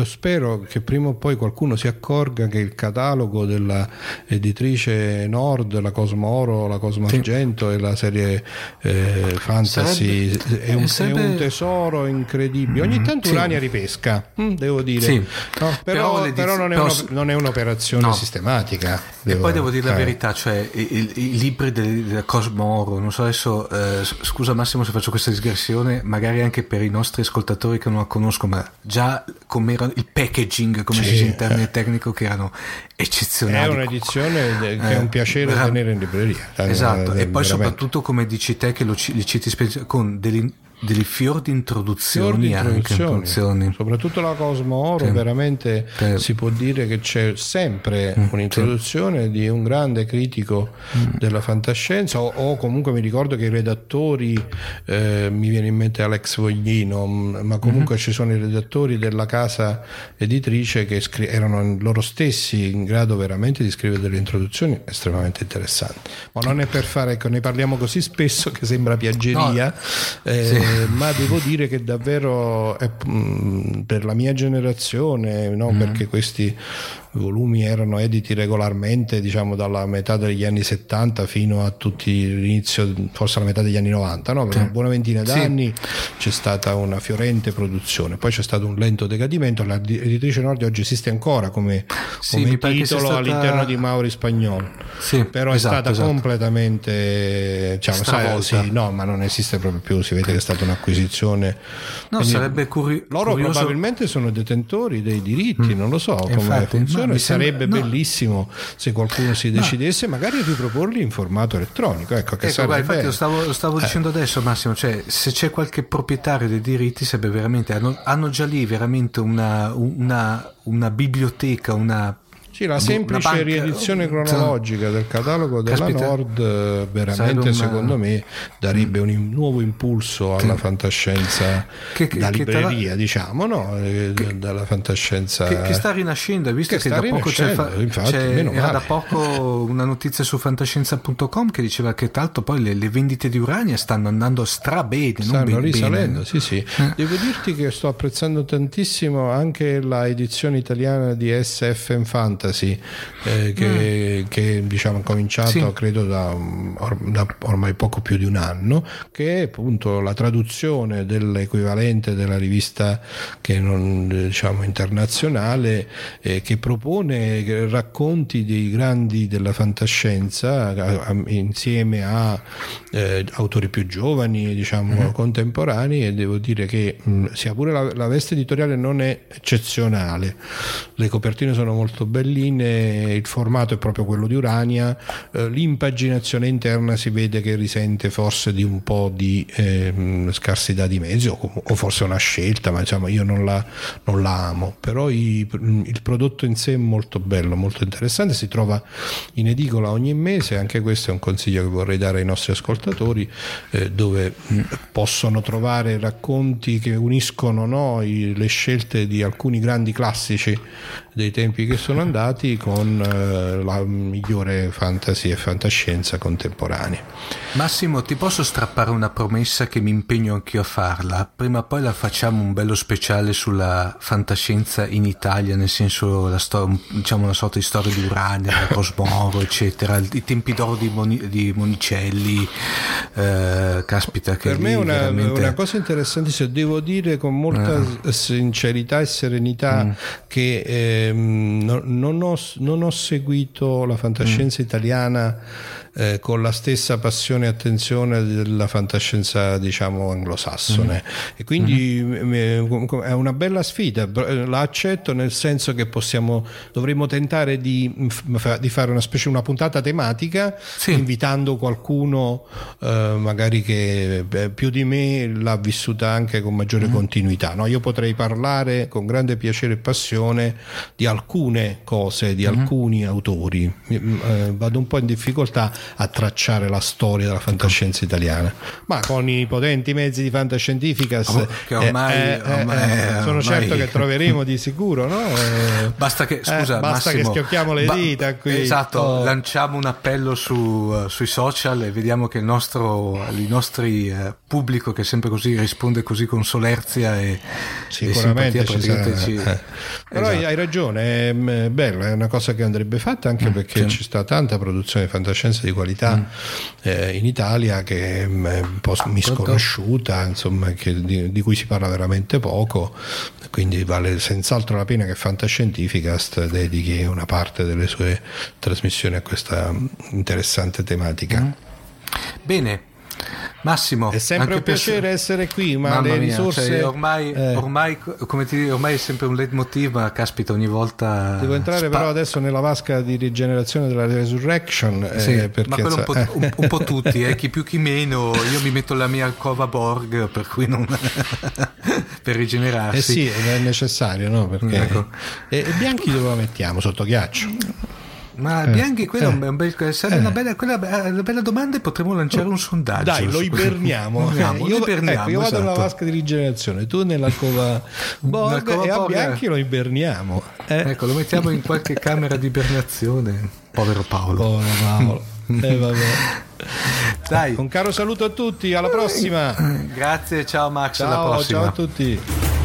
S7: io spero che prima o poi qualcuno si accorga che il catalogo della editrice Nord, la Cosmo Oro, la Cosmo sì. Argento e la serie eh, Fantasy sarebbe, è, un, sarebbe... è un tesoro incredibile. Ogni tanto sì. Urania ripesca, mm, devo dire, sì. no, però, però, però, non, è però... non è un'operazione no. sistematica.
S4: Devo... E poi devo dire la verità, cioè i, i libri della Cosmo Oro, non so adesso, eh, scusa Massimo se faccio questa digressione, magari anche per i nostri ascoltatori che non la conoscono, ma già com'era il packaging, come sì, si dice in termini tecnico, che erano eccezionali.
S7: È un'edizione che è un piacere eh, tenere in libreria.
S4: Esatto,
S7: eh,
S4: e poi
S7: veramente.
S4: Soprattutto come dici te che lo, li citi spe- con degli degli fior di introduzioni,
S7: fior di introduzioni.
S4: Anche
S7: soprattutto la Cosmo Oro, sì. veramente sì. si può dire che c'è sempre mm, un'introduzione sì. di un grande critico mm. della fantascienza, o, o comunque mi ricordo che i redattori, eh, mi viene in mente Alex Voglino, ma comunque mm-hmm. ci sono i redattori della casa editrice che scri- erano loro stessi in grado veramente di scrivere delle introduzioni estremamente interessanti. Ma non è per fare, ecco, ne parliamo così spesso che sembra piaggeria, no. eh, sì. ma devo dire che davvero è, mh, per la mia generazione, no? mm. perché questi volumi erano editi regolarmente, diciamo dalla metà degli anni settanta fino a tutti l'inizio, forse alla metà degli anni novanta, no? Per una buona ventina d'anni sì. c'è stata una fiorente produzione, poi c'è stato un lento decadimento. L'editrice Nord oggi esiste ancora come,
S4: sì,
S7: come titolo stata... all'interno di Mauri Spagnolo,
S4: sì,
S7: però è
S4: esatto,
S7: stata
S4: esatto.
S7: completamente, diciamo, sai, sì, no, ma non esiste proprio più, si vede che è stata un'acquisizione.
S4: No,
S7: quindi
S4: sarebbe curi-
S7: loro
S4: curioso...
S7: probabilmente sono detentori dei diritti, mm. non lo so come
S4: Infatti,
S7: funziona. Mi sarebbe
S4: sembra...
S7: bellissimo no. se qualcuno si decidesse no. magari a riproporli in formato elettronico, ecco, che
S4: ecco,
S7: sarebbe...
S4: infatti lo stavo, lo stavo eh. dicendo adesso Massimo, cioè se c'è qualche proprietario dei diritti sarebbe veramente, hanno, hanno già lì veramente una, una, una biblioteca, una
S7: Sì, la semplice banca, riedizione cronologica del catalogo della Caspita, Nord veramente una... secondo me darebbe un in, nuovo impulso alla che, fantascienza che, che, da libreria, che diciamo, no? Che, dalla fantascienza
S4: che, che sta rinascendo, visto che, che da poco c'è, fa, infatti, c'è era da poco una notizia su fantascienza punto com che diceva che tra l'altro poi le, le vendite di Urania stanno andando strabene,
S7: stanno
S4: non ben,
S7: risalendo,
S4: bene.
S7: sì sì. Eh. Devo dirti che sto apprezzando tantissimo anche la edizione italiana di S F M Fantasy, Eh, che, mm. che diciamo ha cominciato sì. credo da, or, da ormai poco più di un anno, che è appunto la traduzione dell'equivalente della rivista che non diciamo internazionale, eh, che propone racconti dei grandi della fantascienza a, a, insieme a eh, autori più giovani, diciamo mm. contemporanei, e devo dire che mh, sia pure la, la veste editoriale non è eccezionale, le copertine sono molto belline, il formato è proprio quello di Urania, eh, l'impaginazione interna si vede che risente forse di un po' di eh, scarsità di mezzi, o, o forse una scelta, ma diciamo io non la, non la amo, però i, il prodotto in sé è molto bello, molto interessante, si trova in edicola ogni mese, anche questo è un consiglio che vorrei dare ai nostri ascoltatori, eh, dove mh, possono trovare racconti che uniscono, no, i, le scelte di alcuni grandi classici dei tempi che sono andati con eh, la migliore fantasy e fantascienza contemporanea.
S4: Massimo, ti posso strappare una promessa che mi impegno anch'io a farla? Prima o poi la facciamo un bello speciale sulla fantascienza in Italia, nel senso la storia, diciamo una sorta di storia di Urania, Cosmo Oro, eccetera, i tempi d'oro di, Moni, di Monicelli, eh, caspita che
S7: per me è una,
S4: veramente...
S7: una cosa interessante, se devo dire con molta eh. sincerità e serenità mm. che eh, non, non ho non ho seguito la fantascienza mm. italiana eh, con la stessa passione e attenzione della fantascienza, diciamo, anglosassone, mm. e quindi mm. è una bella sfida, la accetto, nel senso che possiamo dovremmo tentare di, di fare una specie una puntata tematica, sì. invitando qualcuno eh, magari che beh, più di me l'ha vissuta anche con maggiore mm. continuità, no? Io potrei parlare con grande piacere e passione di alcune cose cose di alcuni autori. Eh, vado un po' in difficoltà a tracciare la storia della fantascienza italiana, ma con i potenti mezzi di Fantascientificast
S4: oh, che ormai,
S7: eh, eh,
S4: ormai,
S7: eh, sono
S4: ormai...
S7: certo che troveremo di sicuro, no? Eh,
S4: basta che scusa
S7: eh, basta
S4: Massimo,
S7: che schiocchiamo le
S4: ba-
S7: dita qui.
S4: Esatto,
S7: oh.
S4: lanciamo un appello su, uh, sui social e vediamo che il nostro il nostri uh, pubblico, che sempre così risponde così con solerzia e
S7: sicuramente
S4: e
S7: ci sarà.
S4: ci...
S7: Eh. Però
S4: esatto.
S7: hai ragione, è bello, è una cosa che andrebbe fatta anche perché
S4: sì.
S7: ci sta tanta produzione di fantascienza di qualità mm. eh, in Italia che è un po' misconosciuta, insomma, che, di, di cui si parla veramente poco, quindi vale senz'altro la pena che Fantascientificast dedichi una parte delle sue trasmissioni a questa interessante tematica.
S4: Mm. Bene, Massimo,
S7: è sempre un piacere per... essere qui, ma
S4: Mamma
S7: le
S4: mia,
S7: risorse
S4: cioè, ormai,
S7: eh.
S4: ormai, come ti dico, ormai è sempre un leitmotiv, ma caspita, ogni volta
S7: devo entrare spa... però adesso nella vasca di rigenerazione della Resurrection,
S4: sì,
S7: eh, perché
S4: ma quello un po',
S7: eh.
S4: un, un po' tutti, eh, chi più chi meno. Io mi metto la mia alcova Borg, per cui non per rigenerarsi.
S7: Eh sì, è necessario, no? Perché
S4: ecco.
S7: e, e Bianchi dove la mettiamo? Sotto ghiaccio?
S4: Ma
S7: eh,
S4: Bianchi, quello
S7: eh,
S4: è un bel, sarebbe
S7: eh.
S4: una, bella, quella, una bella domanda, e potremmo lanciare un sondaggio.
S7: Dai, lo iberniamo.
S4: Andiamo,
S7: io,
S4: lo iberniamo,
S7: ecco, io vado
S4: esatto.
S7: nella vasca di rigenerazione, tu nella cova Borg, e a Bianchi lo iberniamo. Eh?
S4: Ecco, lo mettiamo in qualche camera di ibernazione. Povero Paolo.
S7: Povero Paolo. Eh, vabbè.
S4: Dai.
S7: Un caro saluto a tutti, alla prossima.
S4: Grazie, ciao Max,
S7: ciao,
S4: alla prossima.
S7: Ciao a tutti.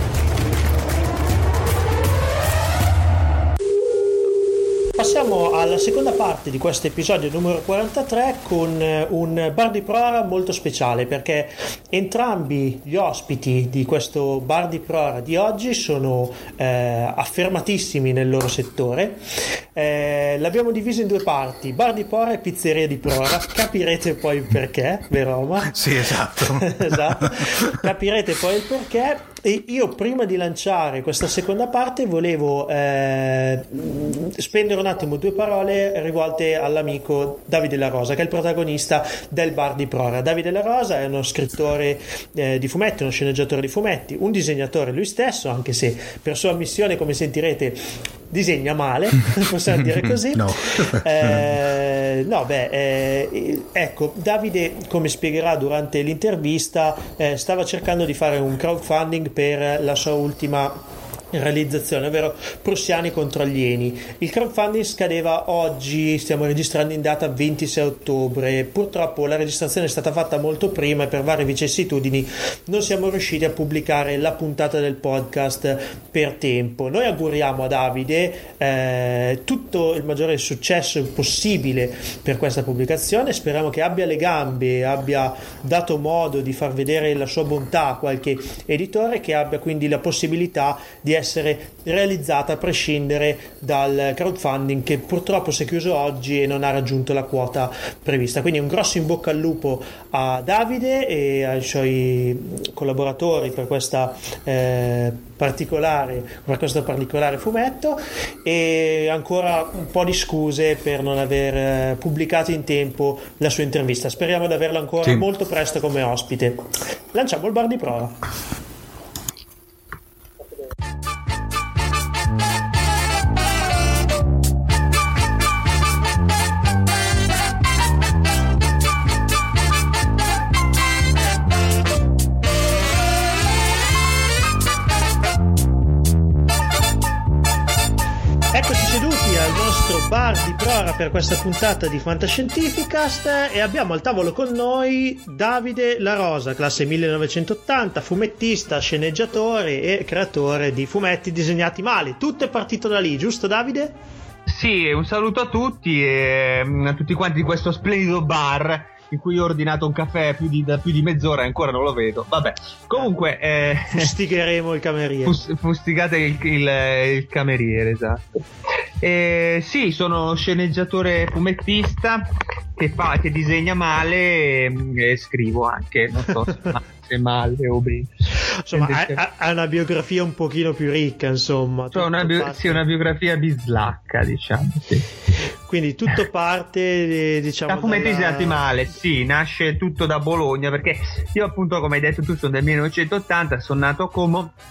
S3: Passiamo alla seconda parte di questo episodio numero quarantatré con un bar di prora molto speciale, perché entrambi gli ospiti di questo bar di prora di oggi sono eh, affermatissimi nel loro settore. Eh, l'abbiamo diviso in due parti: bar di prora e pizzeria di prora. Capirete poi il perché, vero Omar?
S4: Sì, esatto.
S3: Esatto. Capirete poi il perché. E io, prima di lanciare questa seconda parte, volevo eh, spendere un attimo due parole rivolte all'amico Davide La Rosa, che è il protagonista del bar di prora. Davide La Rosa è uno scrittore eh, di fumetti, uno sceneggiatore di fumetti, un disegnatore lui stesso, anche se per sua missione, come sentirete, disegna male, possiamo dire così.
S4: No,
S3: eh, no beh, eh, ecco, Davide, come spiegherà durante l'intervista, eh, stava cercando di fare un crowdfunding per la sua ultima realizzazione, ovvero Prussiani contro alieni. Il crowdfunding scadeva oggi, stiamo registrando in data ventisei ottobre. Purtroppo la registrazione è stata fatta molto prima e per varie vicissitudini non siamo riusciti a pubblicare la puntata del podcast per tempo. Noi auguriamo a Davide eh, tutto il maggiore successo possibile per questa pubblicazione. Speriamo che abbia le gambe, abbia dato modo di far vedere la sua bontà a qualche editore, che abbia quindi la possibilità di essere realizzata a prescindere dal crowdfunding, che purtroppo si è chiuso oggi e non ha raggiunto la quota prevista. Quindi un grosso in bocca al lupo a Davide e ai suoi collaboratori per questa eh, particolare per questo particolare fumetto, e ancora un po' di scuse per non aver pubblicato in tempo la sua intervista. Speriamo di averla ancora sì. molto presto come ospite. Lanciamo il bar di prova. Bar di prora per questa puntata di Fantascientificast, e abbiamo al tavolo con noi Davide La Rosa, classe millenovecentottanta, fumettista, sceneggiatore e creatore di fumetti disegnati male. Tutto è partito da lì, giusto Davide?
S8: Sì, un saluto a tutti e a tutti quanti di questo splendido bar in cui ho ordinato un caffè più di, da più di mezz'ora e ancora non lo vedo. Vabbè, comunque eh,
S3: fustigheremo il cameriere.
S8: Fus, fustigate il, il, il cameriere, esatto. Eh, sì, sono sceneggiatore fumettista che fa, che disegna male e, e scrivo anche, non so se male o bene.
S3: Insomma, ha, ha una biografia un pochino più ricca, insomma.
S8: Cioè una, bio, sì, una biografia bislacca, diciamo, sì.
S3: Quindi tutto parte, diciamo,
S8: da fumetti
S3: dalla...
S8: disegnati male, sì, nasce tutto da Bologna, perché io appunto, come hai detto tu, sono del millenovecentottanta, sono nato a Como,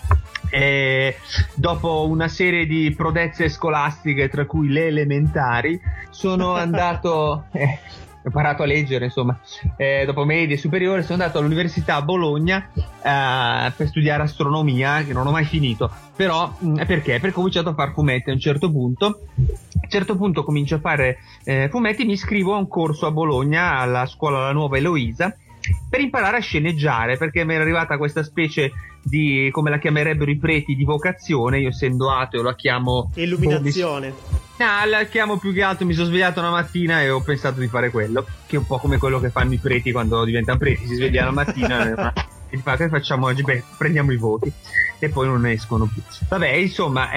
S8: E dopo una serie di prodezze scolastiche, tra cui le elementari, sono andato eh, ho imparato a leggere, insomma, eh, dopo medie e superiori sono andato all'università a Bologna eh, per studiare astronomia, che non ho mai finito. Però mh, perché? Perché ho cominciato a fare fumetti a un certo punto. A un certo punto comincio a fare eh, fumetti, mi iscrivo a un corso a Bologna alla scuola La Nuova Eloisa per imparare a sceneggiare, perché mi era arrivata questa specie di, come la chiamerebbero i preti, di vocazione. Io essendo ateo la chiamo
S3: illuminazione.
S8: No, la chiamo più che altro, mi sono svegliato una mattina e ho pensato di fare quello, che è un po' come quello che fanno i preti quando diventano preti, si svegliano la mattina e ti fa, che facciamo oggi? Beh, prendiamo i voti e poi non ne escono più. Vabbè, insomma,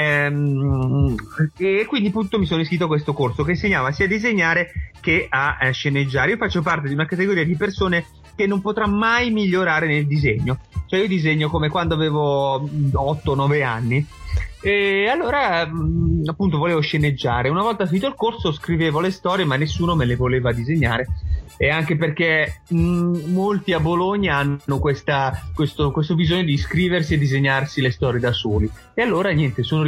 S8: ehm, e quindi appunto mi sono iscritto a questo corso che insegnava sia a disegnare che a eh, sceneggiare. Io faccio parte di una categoria di persone che non potrà mai migliorare nel disegno. Cioè io disegno come quando avevo otto nove anni. E allora mh, appunto volevo sceneggiare. Una volta finito il corso scrivevo le storie, ma nessuno me le voleva disegnare. E anche perché mh, molti a Bologna hanno questa, questo, questo bisogno di iscriversi e disegnarsi le storie da soli. E allora niente, sono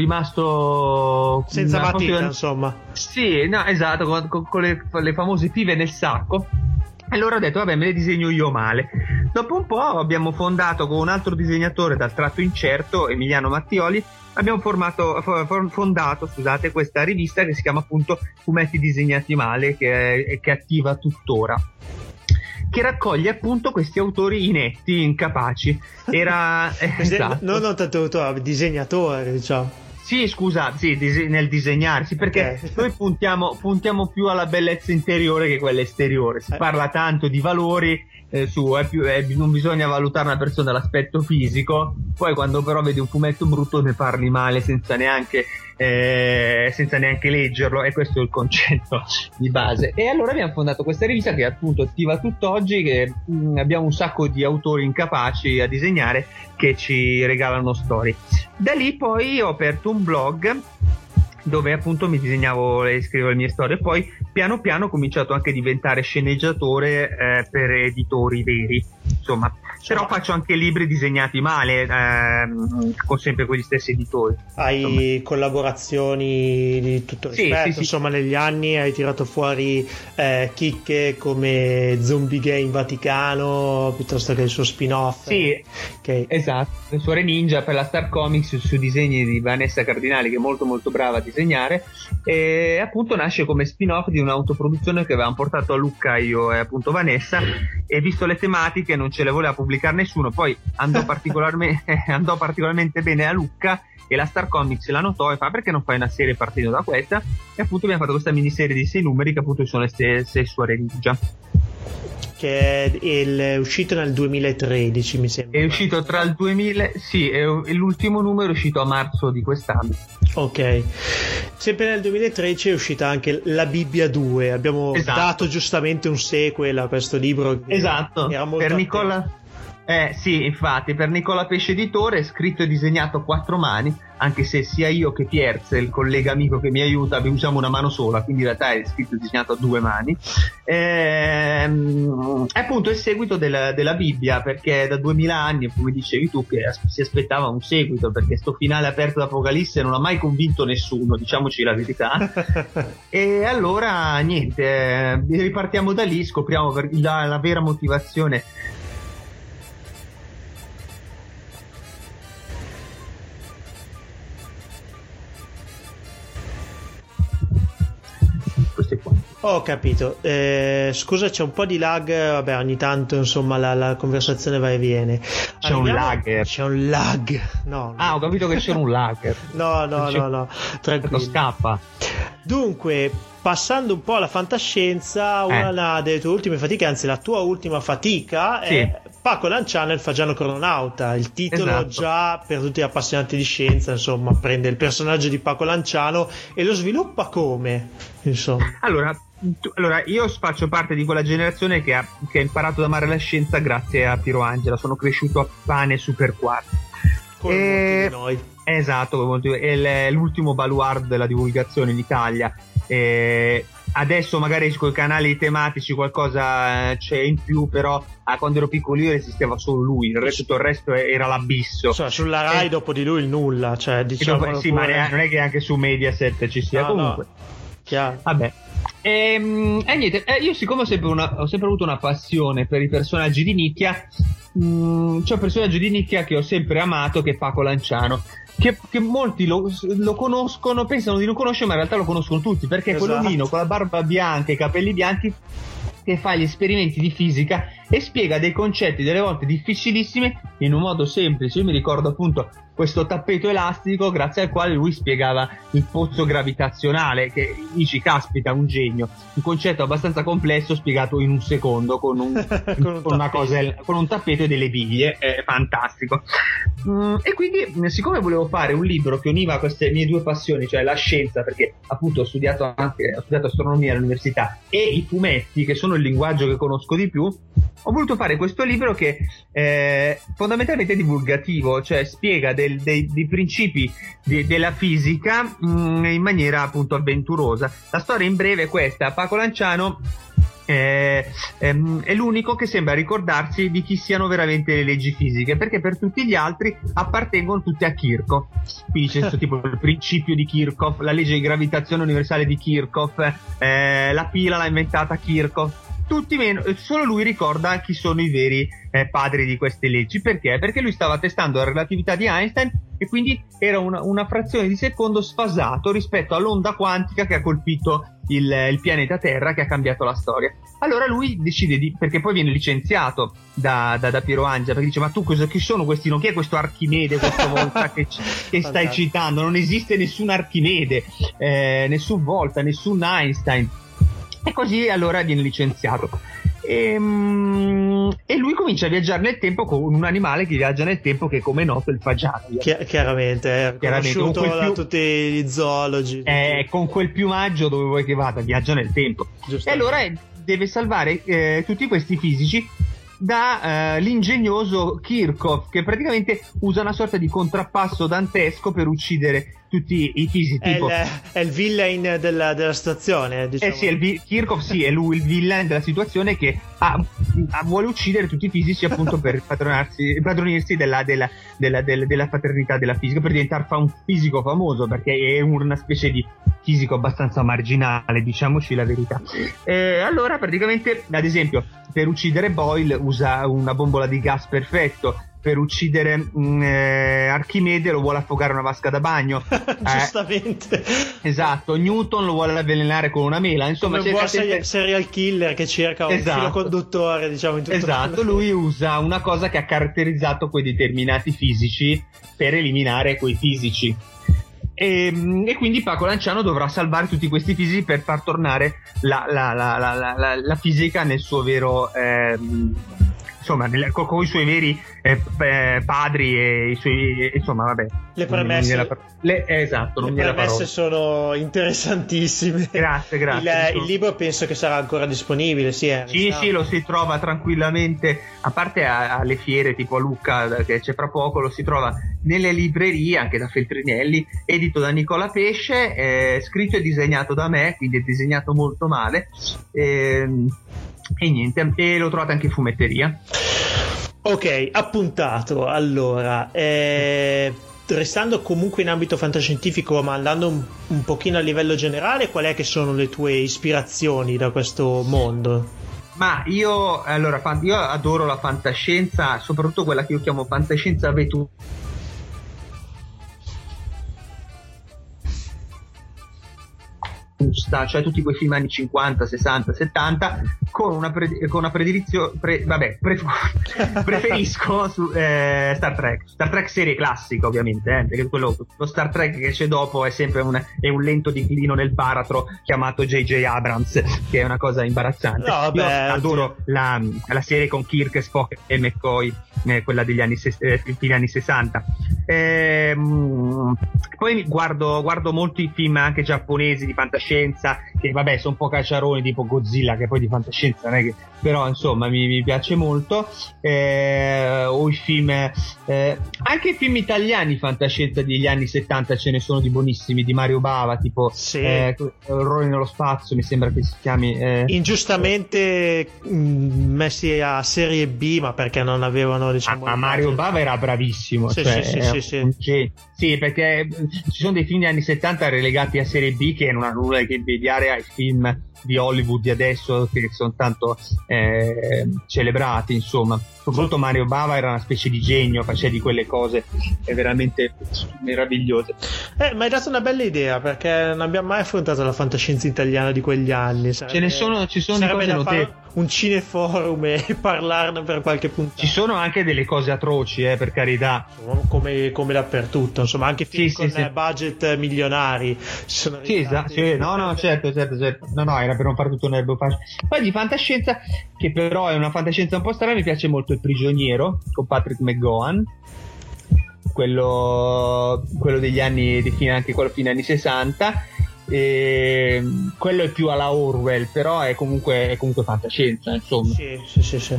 S8: rimasto
S3: senza matita,
S8: cosa...
S3: insomma.
S8: Sì, no, esatto, con, con, con le, le famose pive nel sacco. E allora ho detto, vabbè, me le disegno io male. Dopo un po' abbiamo fondato con un altro disegnatore dal tratto incerto, Emiliano Mattioli, abbiamo formato, fondato scusate, questa rivista che si chiama appunto Fumetti Disegnati Male, che è, che è attiva tuttora, che raccoglie appunto questi autori inetti, incapaci. Era esatto.
S3: Non, non tanto autore, disegnatore, diciamo.
S8: Sì, scusa, sì, dis- nel disegnare, sì, perché okay. Noi puntiamo, puntiamo più alla bellezza interiore che quella esteriore. Si eh. parla tanto di valori, eh, su, è più, è, non bisogna valutare una persona dall'aspetto fisico, poi quando però vedi un fumetto brutto ne parli male senza neanche, eh, senza neanche leggerlo, e questo è il concetto di base. E allora abbiamo fondato questa rivista che è appunto attiva tutt'oggi, che mh, abbiamo un sacco di autori incapaci a disegnare che ci regalano storie. Da lì poi ho aperto un blog dove appunto mi disegnavo e scrivevo le mie storie, poi piano piano ho cominciato anche a diventare sceneggiatore eh, per editori veri, insomma. Però faccio anche libri disegnati male, ehm, con sempre quegli stessi editori.
S3: Hai insomma. Collaborazioni di tutto rispetto, sì, sì, sì. Insomma negli anni hai tirato fuori eh, chicche come Zombie Game Vaticano, piuttosto che il suo spin-off.
S8: Sì,
S3: che...
S8: esatto, le Suore Ninja per la Star Comics, su disegni di Vanessa Cardinali, che è molto molto brava a disegnare, e appunto nasce come spin-off di un'autoproduzione che avevamo portato a Lucca io e appunto Vanessa, e visto le tematiche non ce le voleva pubblicare nessuno, poi andò particolarmente andò particolarmente bene a Lucca e la Star Comics la notò e fa: perché non fai una serie partendo da questa? E appunto abbiamo fatto questa miniserie di sei numeri che appunto sono le sei, sei Suore Ninja,
S3: che è, il, è uscito nel duemilatredici, mi sembra.
S8: È uscito tra il duemila, sì, è, è l'ultimo numero è uscito a marzo di quest'anno.
S3: Ok, sempre nel duemilatredici è uscita anche La Bibbia due. Abbiamo esatto. dato giustamente un sequel a questo libro.
S8: Esatto,
S3: era molto
S8: per Nicola. Eh sì, infatti, per Nicola Pesce Editore, scritto e disegnato a quattro mani, anche se sia io che Pierz, il collega amico che mi aiuta, usiamo una mano sola, quindi in realtà è scritto e disegnato a due mani. Ehm, è appunto il seguito della, della Bibbia, perché da duemila anni, come dicevi tu, che si aspettava un seguito, perché sto finale aperto d'Apocalisse non ha mai convinto nessuno, diciamoci la verità. E allora niente, ripartiamo da lì, scopriamo per, la, la vera motivazione.
S3: Ho capito, eh, scusa, c'è un po' di lag, vabbè, ogni tanto insomma la, la conversazione va e viene.
S8: C'è Arriviamo... un lag.
S3: C'è un lag. No,
S8: ah,
S3: no.
S8: ho capito che c'è un lag.
S3: no, no, no, no, tranquillo.
S8: Scappa.
S3: Dunque, passando un po' alla fantascienza, una eh. delle tue ultime fatiche, anzi la tua ultima fatica sì. è Paco Lanciano e il Fagiano Crononauta. Il titolo esatto. già per tutti gli appassionati di scienza, insomma, prende il personaggio di Paco Lanciano e lo sviluppa come? Insomma.
S8: Allora, tu, allora io faccio parte di quella generazione che ha, che ha imparato ad amare la scienza grazie a Piero Angela. Sono cresciuto a pane super quarti.
S3: Come e... molti di noi.
S8: Esatto, è l'ultimo baluardo della divulgazione in Italia. E adesso magari con i canali tematici qualcosa eh, c'è in più, però ah, quando ero piccolino esisteva solo lui, il resto, tutto il resto era l'abisso.
S3: Cioè, sulla Rai eh, dopo di lui il nulla, cioè diciamo.
S8: Sì, pure... ma non è che anche su Mediaset ci sia, no, comunque.
S3: No. Chiaro.
S8: Vabbè. E, e niente, eh, io siccome ho sempre, una, ho sempre avuto una passione per i personaggi di nicchia, mh, c'è un personaggio di nicchia che ho sempre amato, che è Paco Lanciano, che, che molti lo, lo conoscono, pensano di non conoscere, ma in realtà lo conoscono tutti, perché è
S3: esatto.
S8: Quell'omino con la barba bianca e i capelli bianchi che fa gli esperimenti di fisica e spiega dei concetti delle volte difficilissimi in un modo semplice. Io mi ricordo appunto questo tappeto elastico grazie al quale lui spiegava il pozzo gravitazionale, che dici caspita, un genio, un concetto abbastanza complesso spiegato in un secondo con un, con un, con una cosa, con un tappeto e delle biglie, è fantastico. Mm, e quindi siccome volevo fare un libro che univa queste mie due passioni, cioè la scienza, perché appunto ho studiato anche ho studiato astronomia all'università, e i fumetti, che sono il linguaggio che conosco di più, ho voluto fare questo libro che è fondamentalmente divulgativo, cioè spiega del, dei, dei principi di, della fisica mh, in maniera appunto avventurosa. La storia in breve è questa: Paco Lanciano è, è, è l'unico che sembra ricordarsi di chi siano veramente le leggi fisiche, perché per tutti gli altri appartengono tutte a Kirchhoff. Quindi c'è questo tipo il principio di Kirchhoff, la legge di gravitazione universale di Kirchhoff, eh, la pila l'ha inventata Kirchhoff. Tutti meno, solo lui ricorda chi sono i veri eh, padri di queste leggi. Perché? Perché lui stava testando la relatività di Einstein e quindi era una, una frazione di secondo sfasato rispetto all'onda quantica che ha colpito il, il pianeta Terra, che ha cambiato la storia. Allora lui decide di, perché poi viene licenziato da, da, da Piero Angela, perché dice: ma tu cosa, chi sono questi? Non chi è questo Archimede questa volta che, che stai citando? Non esiste nessun Archimede, eh, nessun Volta, nessun Einstein. E così allora viene licenziato. E, e lui comincia a viaggiare nel tempo con un animale che viaggia nel tempo, che come è noto è il fagiano.
S3: Chi- chiaramente, è
S8: chiaramente
S3: conosciuto da
S8: più...
S3: tutti gli zoologi.
S8: Eh, con quel piumaggio dove vuoi che vada, viaggia nel tempo. E allora deve salvare eh, tutti questi fisici da eh, l'ingegnoso Kirchhoff, che praticamente usa una sorta di contrappasso dantesco per uccidere tutti i fisici.
S3: È,
S8: tipo...
S3: il, è il villain della, della situazione, diciamo.
S8: Eh sì, il vi- Kirchhoff sì, è lui il villain della situazione, che ha, ha, vuole uccidere tutti i fisici appunto per padronarsi, padronirsi della, della, della, della, della paternità della fisica, per diventare fa un fisico famoso, perché è una specie di fisico abbastanza marginale, diciamoci la verità. Eh, allora praticamente, ad esempio, per uccidere Boyle usa una bombola di gas perfetto. Per uccidere mh, eh, Archimede lo vuole affogare una vasca da bagno.
S3: Giustamente.
S8: Eh, esatto. Newton lo vuole avvelenare con una mela. Insomma,
S3: come un buon
S8: sempre...
S3: serial killer che cerca un
S8: esatto.
S3: filo conduttore, diciamo, in tutto.
S8: Esatto. Lui usa una cosa che ha caratterizzato quei determinati fisici per eliminare quei fisici. E, e quindi Paco Lanciano dovrà salvare tutti questi fisici per far tornare la, la, la, la, la, la, la fisica nel suo vero... Ehm, insomma, nel, con, con i suoi veri eh, eh, padri e i suoi, insomma, vabbè.
S3: Le premesse.
S8: La, le, eh, esatto, non
S3: le premesse sono interessantissime.
S8: Grazie, grazie.
S3: Il, il libro penso che sarà ancora disponibile, sì. È
S8: sì, sì, lo si trova tranquillamente, a parte alle fiere tipo a Lucca, che c'è fra poco, lo si trova nelle librerie, anche da Feltrinelli, edito da Nicola Pesce, eh, scritto e disegnato da me, quindi è disegnato molto male. Eh, E niente, e lo trovate anche in fumetteria.
S3: Ok, appuntato. Allora, eh, restando comunque in ambito fantascientifico, ma andando un, un pochino a livello generale, qual è che sono le tue ispirazioni da questo mondo?
S8: Ma io, allora, io adoro la fantascienza, soprattutto quella che io chiamo fantascienza vetusta. Cioè tutti quei film anni cinquanta, sessanta, settanta con una, pre- con una predilizione pre- vabbè pre- preferisco su, eh, Star Trek Star Trek serie classica, ovviamente, eh, perché quello, lo Star Trek che c'è dopo è sempre un, è un lento declino nel baratro chiamato J J Abrams, che è una cosa imbarazzante.
S3: No,
S8: io
S3: beh,
S8: adoro la, la serie con Kirk, Spock e McCoy, eh, quella degli anni, eh, degli anni sessanta. Ehm, poi guardo, guardo molto i film anche giapponesi di fantascienza, che vabbè sono un po' cacciaroni, tipo Godzilla, che poi di fantascienza non è che, però insomma mi, mi piace molto. Eh, o i film, eh, anche i film italiani fantascienza degli anni settanta ce ne sono di buonissimi, di Mario Bava, tipo
S3: sì.
S8: eh, Orrore nello spazio, mi sembra che si chiami, eh.
S3: ingiustamente mh, messi a serie B, ma perché non avevano, diciamo,
S8: ma Mario Bava era bravissimo,
S3: sì,
S8: cioè,
S3: sì, sì, sì,
S8: sì. Sì, perché ci sono dei film degli anni settanta relegati a serie B che non hanno nulla a che invidiare ai film di Hollywood di adesso, che sono tanto eh, celebrati, insomma. Soprattutto Mario Bava era una specie di genio, faceva di quelle cose veramente meravigliose.
S3: Eh, ma hai dato una bella idea, perché non abbiamo mai affrontato la fantascienza italiana di quegli anni.
S8: Sarebbe, Ce ne sono, ci sono cose
S3: da
S8: notevoli.
S3: fare un cineforum e parlarne per qualche puntata.
S8: Ci sono anche delle cose atroci, eh, per carità,
S3: come, come dappertutto, insomma, anche film
S8: sì,
S3: con
S8: sì, sì.
S3: budget milionari sono
S8: sì, esatto, sì, no no certo certo certo no no era per non fare tutto un erbo facile. Poi di fantascienza, che però è una fantascienza un po' strana, mi piace molto Il prigioniero con Patrick McGowan, quello quello degli anni di fine, anche quello fine anni sessanta. E quello è più alla Orwell, però è comunque è comunque fantascienza, insomma.
S3: Sì, sì, sì, sì.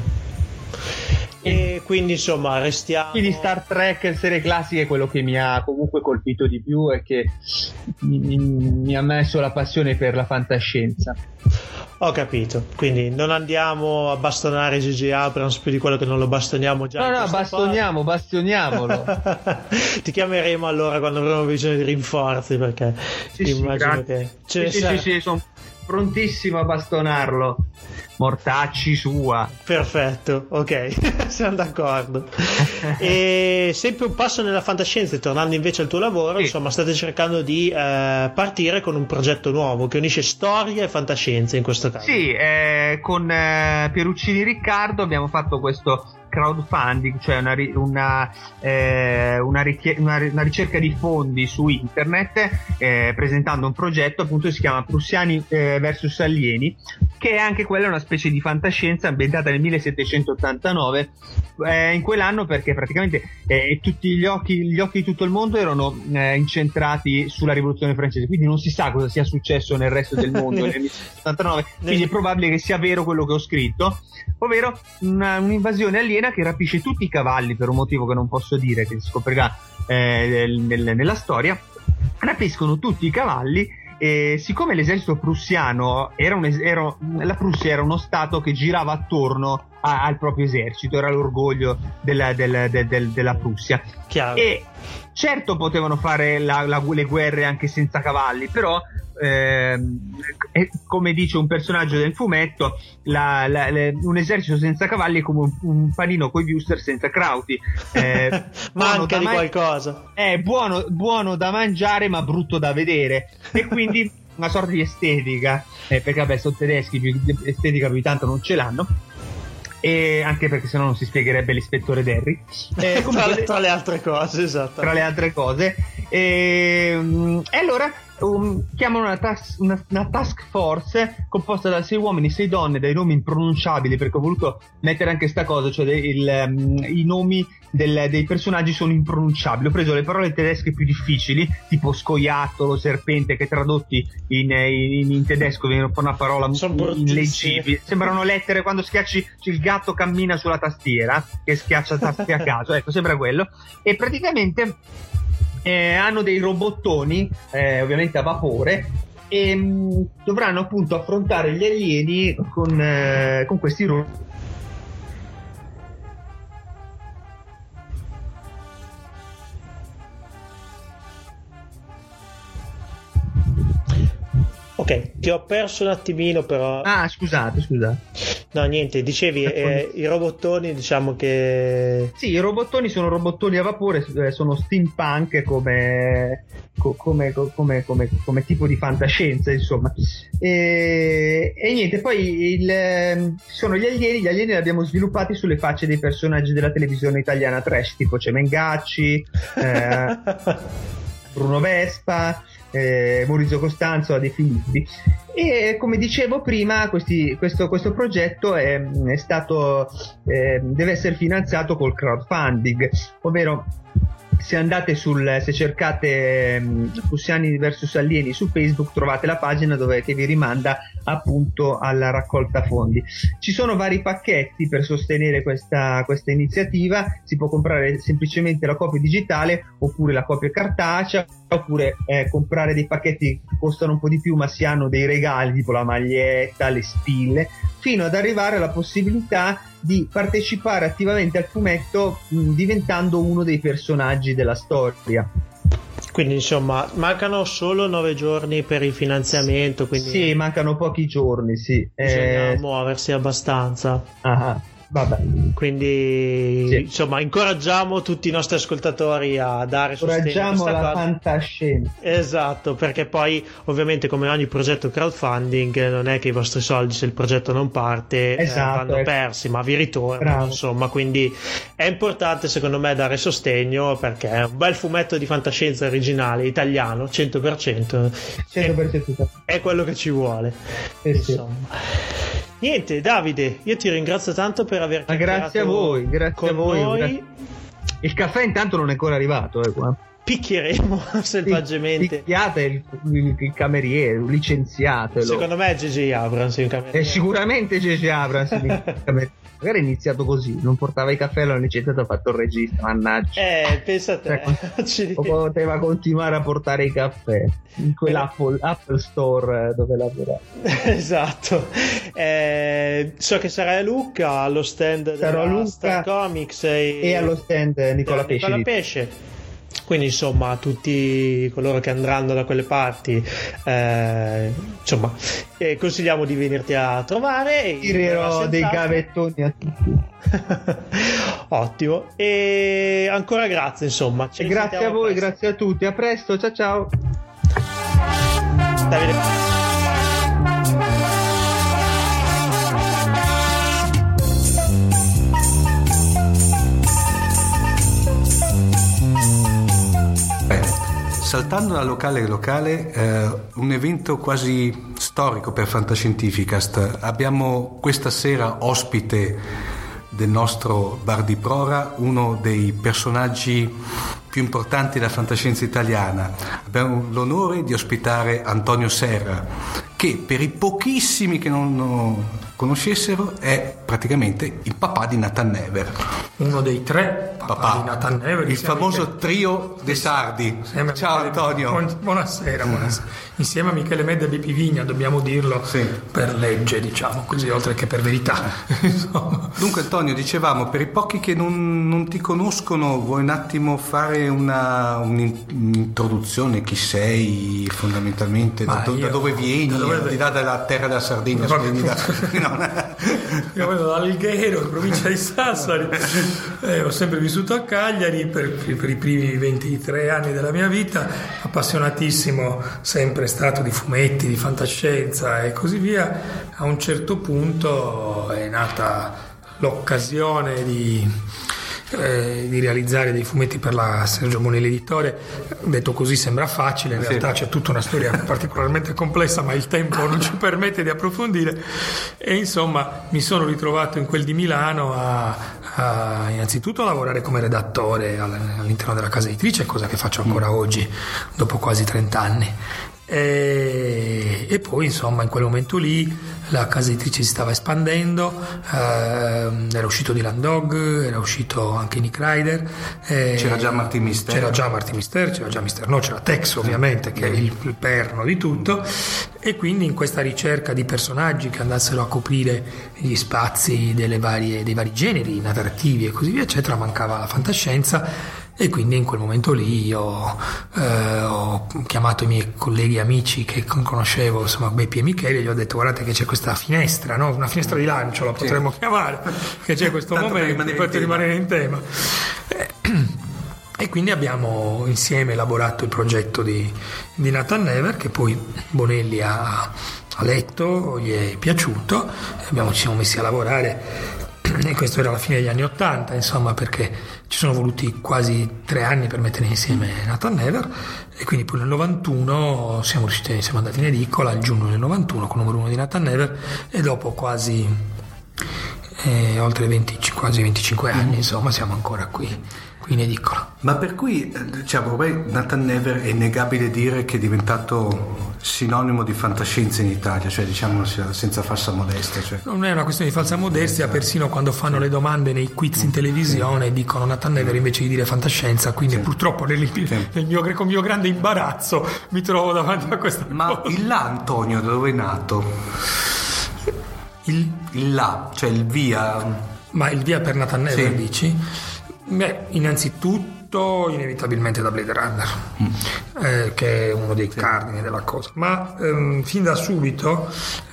S3: E quindi insomma restiamo.
S8: Quindi Star Trek serie classica è quello che mi ha comunque colpito di più e che mi, mi, mi ha messo la passione per la fantascienza.
S3: Ho capito, quindi non andiamo a bastonare J J Abrams più di quello che non lo bastoniamo già.
S8: No, no, bastoniamo, parte. bastoniamolo.
S3: Ti chiameremo allora quando avremo bisogno di rinforzi, perché
S8: sì,
S3: immagino
S8: sì,
S3: che ce
S8: sì, sì, sì, sì, sono prontissimo a bastonarlo. Mortacci sua.
S3: Perfetto, ok, siamo d'accordo. E sempre un passo nella fantascienza, tornando invece al tuo lavoro, sì. Insomma, state cercando di eh, partire con un progetto nuovo che unisce storia e fantascienza in questo caso.
S8: Sì, eh, con eh, Pieruccini Riccardo abbiamo fatto questo crowdfunding, cioè una, una, eh, una, richie- una, una ricerca di fondi su internet, eh, presentando un progetto appunto che si chiama Prussiani eh, versus Alieni, che è anche quella una specie di fantascienza ambientata nel millesettecentottantanove, eh, in quell'anno, perché praticamente eh, tutti gli occhi, gli occhi di tutto il mondo erano eh, incentrati sulla rivoluzione francese, quindi non si sa cosa sia successo nel resto del mondo nel millesettecentottantanove, quindi è probabile che sia vero quello che ho scritto, ovvero una, un'invasione aliena che rapisce tutti i cavalli per un motivo che non posso dire, che si scoprirà eh, nel, nella storia. Rapiscono tutti i cavalli. E siccome l'esercito prussiano era, un es- era la Prussia era uno stato che girava attorno a- al proprio esercito, era l'orgoglio della, del, del, del, della Prussia.
S3: Chiaro.
S8: E certo potevano fare la, la, le guerre anche senza cavalli, però ehm, come dice un personaggio del fumetto, la, la, le, un esercito senza cavalli è come un, un panino coi wuster senza crauti. Eh,
S3: manca di
S8: man-
S3: qualcosa.
S8: È buono, buono da mangiare ma brutto da vedere, e quindi una sorta di estetica, eh, perché vabbè sono tedeschi, più estetica più di tanto non ce l'hanno, e anche perché sennò non si spiegherebbe l'ispettore Derry, eh,
S3: tra, le, tra le altre cose, esatto.
S8: Tra le altre cose, e, e allora um, chiamano una, tas- una, una task force composta da sei uomini, sei donne, dai nomi impronunciabili, perché ho voluto mettere anche sta cosa, cioè dei, il, um, i nomi del, dei personaggi sono impronunciabili. Ho preso le parole tedesche più difficili, tipo scoiattolo, serpente, che tradotti in, in, in tedesco vengono una parola illeggibile, sembrano lettere quando schiacci il gatto cammina sulla tastiera che schiaccia tasti a caso, ecco, sembra quello. E praticamente eh, hanno dei robottoni, eh, ovviamente a vapore, e mh, dovranno appunto affrontare gli alieni con, eh, con questi robottoni.
S3: Ok, ti ho perso un attimino, però.
S8: Ah, scusate, scusate.
S3: No, niente, dicevi eh, i robottoni, diciamo che.
S8: Sì, i robottoni sono robottoni a vapore, sono steampunk come, come, come, come, come tipo di fantascienza, insomma. E, e niente, poi il, sono gli alieni, gli alieni li abbiamo sviluppati sulle facce dei personaggi della televisione italiana trash, tipo Cemengacci, eh, Bruno Vespa, Eh, Maurizio Costanzo, a definirli. E come dicevo prima, questi, questo, questo progetto è, è stato eh, deve essere finanziato col crowdfunding, ovvero se andate sul se cercate um, Fussiani versus Alieni su Facebook, trovate la pagina dove che vi rimanda appunto alla raccolta fondi. Ci sono vari pacchetti per sostenere questa, questa iniziativa. Si può comprare semplicemente la copia digitale oppure la copia cartacea, oppure eh, comprare dei pacchetti che costano un po' di più ma si hanno dei regali tipo la maglietta, le spille, fino ad arrivare alla possibilità di partecipare attivamente al fumetto mh, diventando uno dei personaggi della storia.
S3: Quindi insomma mancano solo nove giorni per il finanziamento, quindi
S8: sì, mancano pochi giorni, sì.
S3: Bisogna
S8: eh...
S3: muoversi abbastanza.
S8: Ah, vabbè.
S3: Quindi
S8: sì.
S3: insomma incoraggiamo tutti i nostri ascoltatori a dare sostegno a
S8: incoraggiamo
S3: questa
S8: la
S3: cosa.
S8: fantascienza.
S3: Esatto, perché poi ovviamente come ogni progetto crowdfunding non è che i vostri soldi, se il progetto non parte,
S8: esatto,
S3: eh, vanno
S8: ecco.
S3: persi, ma vi ritornano. Bravo. Insomma, quindi è importante secondo me dare sostegno, perché è un bel fumetto di fantascienza originale italiano cento per cento,
S8: cento per cento
S3: è, è quello che ci vuole.
S8: Eh sì.
S3: Insomma. Niente, Davide, io ti ringrazio tanto per aver
S8: Ma grazie a voi, grazie a voi.
S3: noi.
S8: Grazie. Il caffè intanto non è ancora arrivato, eh, qua.
S3: Picchieremo selvaggiamente.
S8: Picchiate il, il, il cameriere, licenziatelo.
S3: Secondo me è J J Abrams il cameriere.
S8: È sicuramente J J Abrams il cameriere. Magari è iniziato così, non portava i caffè, l'hanno licenziato, ha fatto il regista, mannaggia.
S3: Eh, pensa a te.
S8: Cioè, poteva continuare a portare i caffè in quell'Apple Apple Store dove lavorava.
S3: Esatto. Eh, so che sarai a Lucca allo stand
S8: Sarò
S3: della
S8: Lucca
S3: Star Comics e,
S8: e allo stand Nicola Pesce.
S3: Nicola Pesce. Quindi insomma tutti coloro che andranno da quelle parti eh, insomma eh, consigliamo di venirti a trovare e
S8: tirerò dei gavettoni a tutti.
S3: Ottimo, e ancora grazie insomma.
S8: E grazie a voi, presto. Grazie a tutti, a presto, ciao ciao.
S3: Davide.
S4: Saltando da locale a locale, eh, un evento quasi storico per Fantascientificast. Abbiamo questa sera ospite del nostro Bar di Prora uno dei personaggi più importanti della fantascienza italiana. Abbiamo l'onore di ospitare Antonio Serra, che per i pochissimi che non lo conoscessero è praticamente il papà di Nathan Never.
S9: Uno dei tre papà, papà di Nathan Never.
S4: Il famoso Michele... trio dei sardi. Ciao Michele... Antonio.
S9: Buon... Buonasera, buonasera. Insieme a Michele Medda e Beppi Vigna, dobbiamo dirlo, sì, per legge, diciamo così, oltre che per verità.
S4: Dunque Antonio, dicevamo, per i pochi che non, non ti conoscono, vuoi un attimo fare una, un'introduzione? Chi sei fondamentalmente? Da, io, da dove vieni? Da dove... Al di là della terra della Sardegna.
S9: Io vengo da Alghero, in provincia di Sassari. Eh, ho sempre vissuto a Cagliari per, per i primi ventitré anni della mia vita, appassionatissimo sempre stato di fumetti, di fantascienza e così via. A un certo punto è nata l'occasione di, eh, di realizzare dei fumetti per la Sergio Bonelli Editore. Detto così sembra facile, in realtà c'è tutta una storia particolarmente complessa, ma il tempo non ci permette di approfondire. E insomma mi sono ritrovato in quel di Milano a, a innanzitutto a lavorare come redattore all'interno della casa editrice, cosa che faccio ancora oggi dopo quasi trenta anni. E, e poi insomma in quel momento lì la casa editrice si stava espandendo, eh, era uscito Dylan Dog, era uscito anche Nick Ryder, eh,
S4: c'era già Martin Mister
S9: c'era già Martin Mister, c'era già Mister No, c'era Tex ovviamente, che è il, il perno di tutto, e quindi in questa ricerca di personaggi che andassero a coprire gli spazi delle varie, dei vari generi narrativi e così via eccetera, mancava la fantascienza. E quindi in quel momento lì io eh, ho chiamato i miei colleghi amici che conoscevo, insomma Beppi e Michele, e gli ho detto: guardate che c'è questa finestra, no? Una finestra di lancio la potremmo sì. chiamare, che c'è questo tanto momento per, per rimanere in tema. E quindi abbiamo insieme elaborato il progetto di, di Nathan Never, che poi Bonelli ha, ha letto, gli è piaciuto, e abbiamo, ci siamo messi a lavorare. E questo era la fine degli anni ottanta, insomma, perché ci sono voluti quasi tre anni per mettere insieme Nathan Never, e quindi poi nel novantuno siamo riusciti, siamo andati in edicola il giugno del novantuno con il numero uno di Nathan Never, e dopo quasi eh, oltre venti, quasi venticinque anni, insomma siamo ancora qui, qui in edicola.
S4: Ma per cui, diciamo, ormai Nathan Never è innegabile dire che è diventato sinonimo di fantascienza in Italia, cioè diciamo senza falsa modestia. Cioè.
S9: Non è una questione di falsa modestia, persino quando fanno le domande nei quiz in televisione dicono Nathan Never invece di dire fantascienza, quindi sì. purtroppo nel, nel mio, con mio grande imbarazzo mi trovo davanti a questa
S4: Ma cosa. Il là, Antonio, da dove è nato? Il, il là, cioè il via.
S9: Ma il via per Nathan Never, sì. dici? Beh, innanzitutto inevitabilmente da Blade Runner, mm. eh, che è uno dei sì. cardini della cosa, ma ehm, fin da subito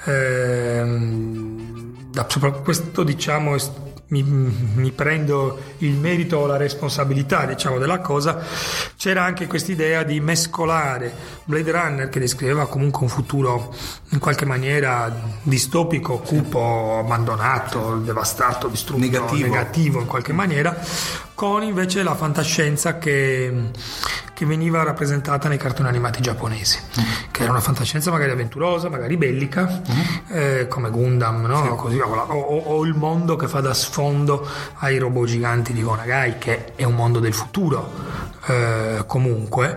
S9: ehm, da, questo diciamo mi, mi prendo il merito o la responsabilità diciamo della cosa. C'era anche quest'idea di mescolare Blade Runner, che descriveva comunque un futuro in qualche maniera distopico, cupo, abbandonato, devastato, distrutto, negativo, negativo in qualche maniera, con invece la fantascienza che, che veniva rappresentata nei cartoni animati giapponesi, mm. che era una fantascienza magari avventurosa, magari bellica, mm. eh, come Gundam, no? Sì. Così, o, o, o il mondo che fa da sfondo ai robot giganti di Go Nagai, che è un mondo del futuro, eh, comunque,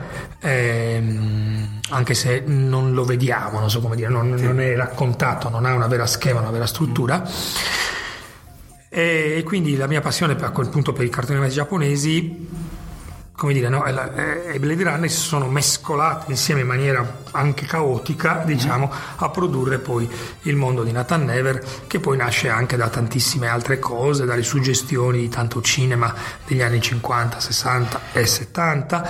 S9: ehm, anche se non lo vediamo, non so come dire, non, sì. non è raccontato, non ha una vera schema, una vera struttura. Mm. E quindi la mia passione a quel punto per i cartoni animati giapponesi, come dire, no, e Blade Runner si sono mescolati insieme in maniera anche caotica, diciamo, a produrre poi il mondo di Nathan Never, che poi nasce anche da tantissime altre cose, dalle suggestioni di tanto cinema degli anni cinquanta, sessanta e settanta.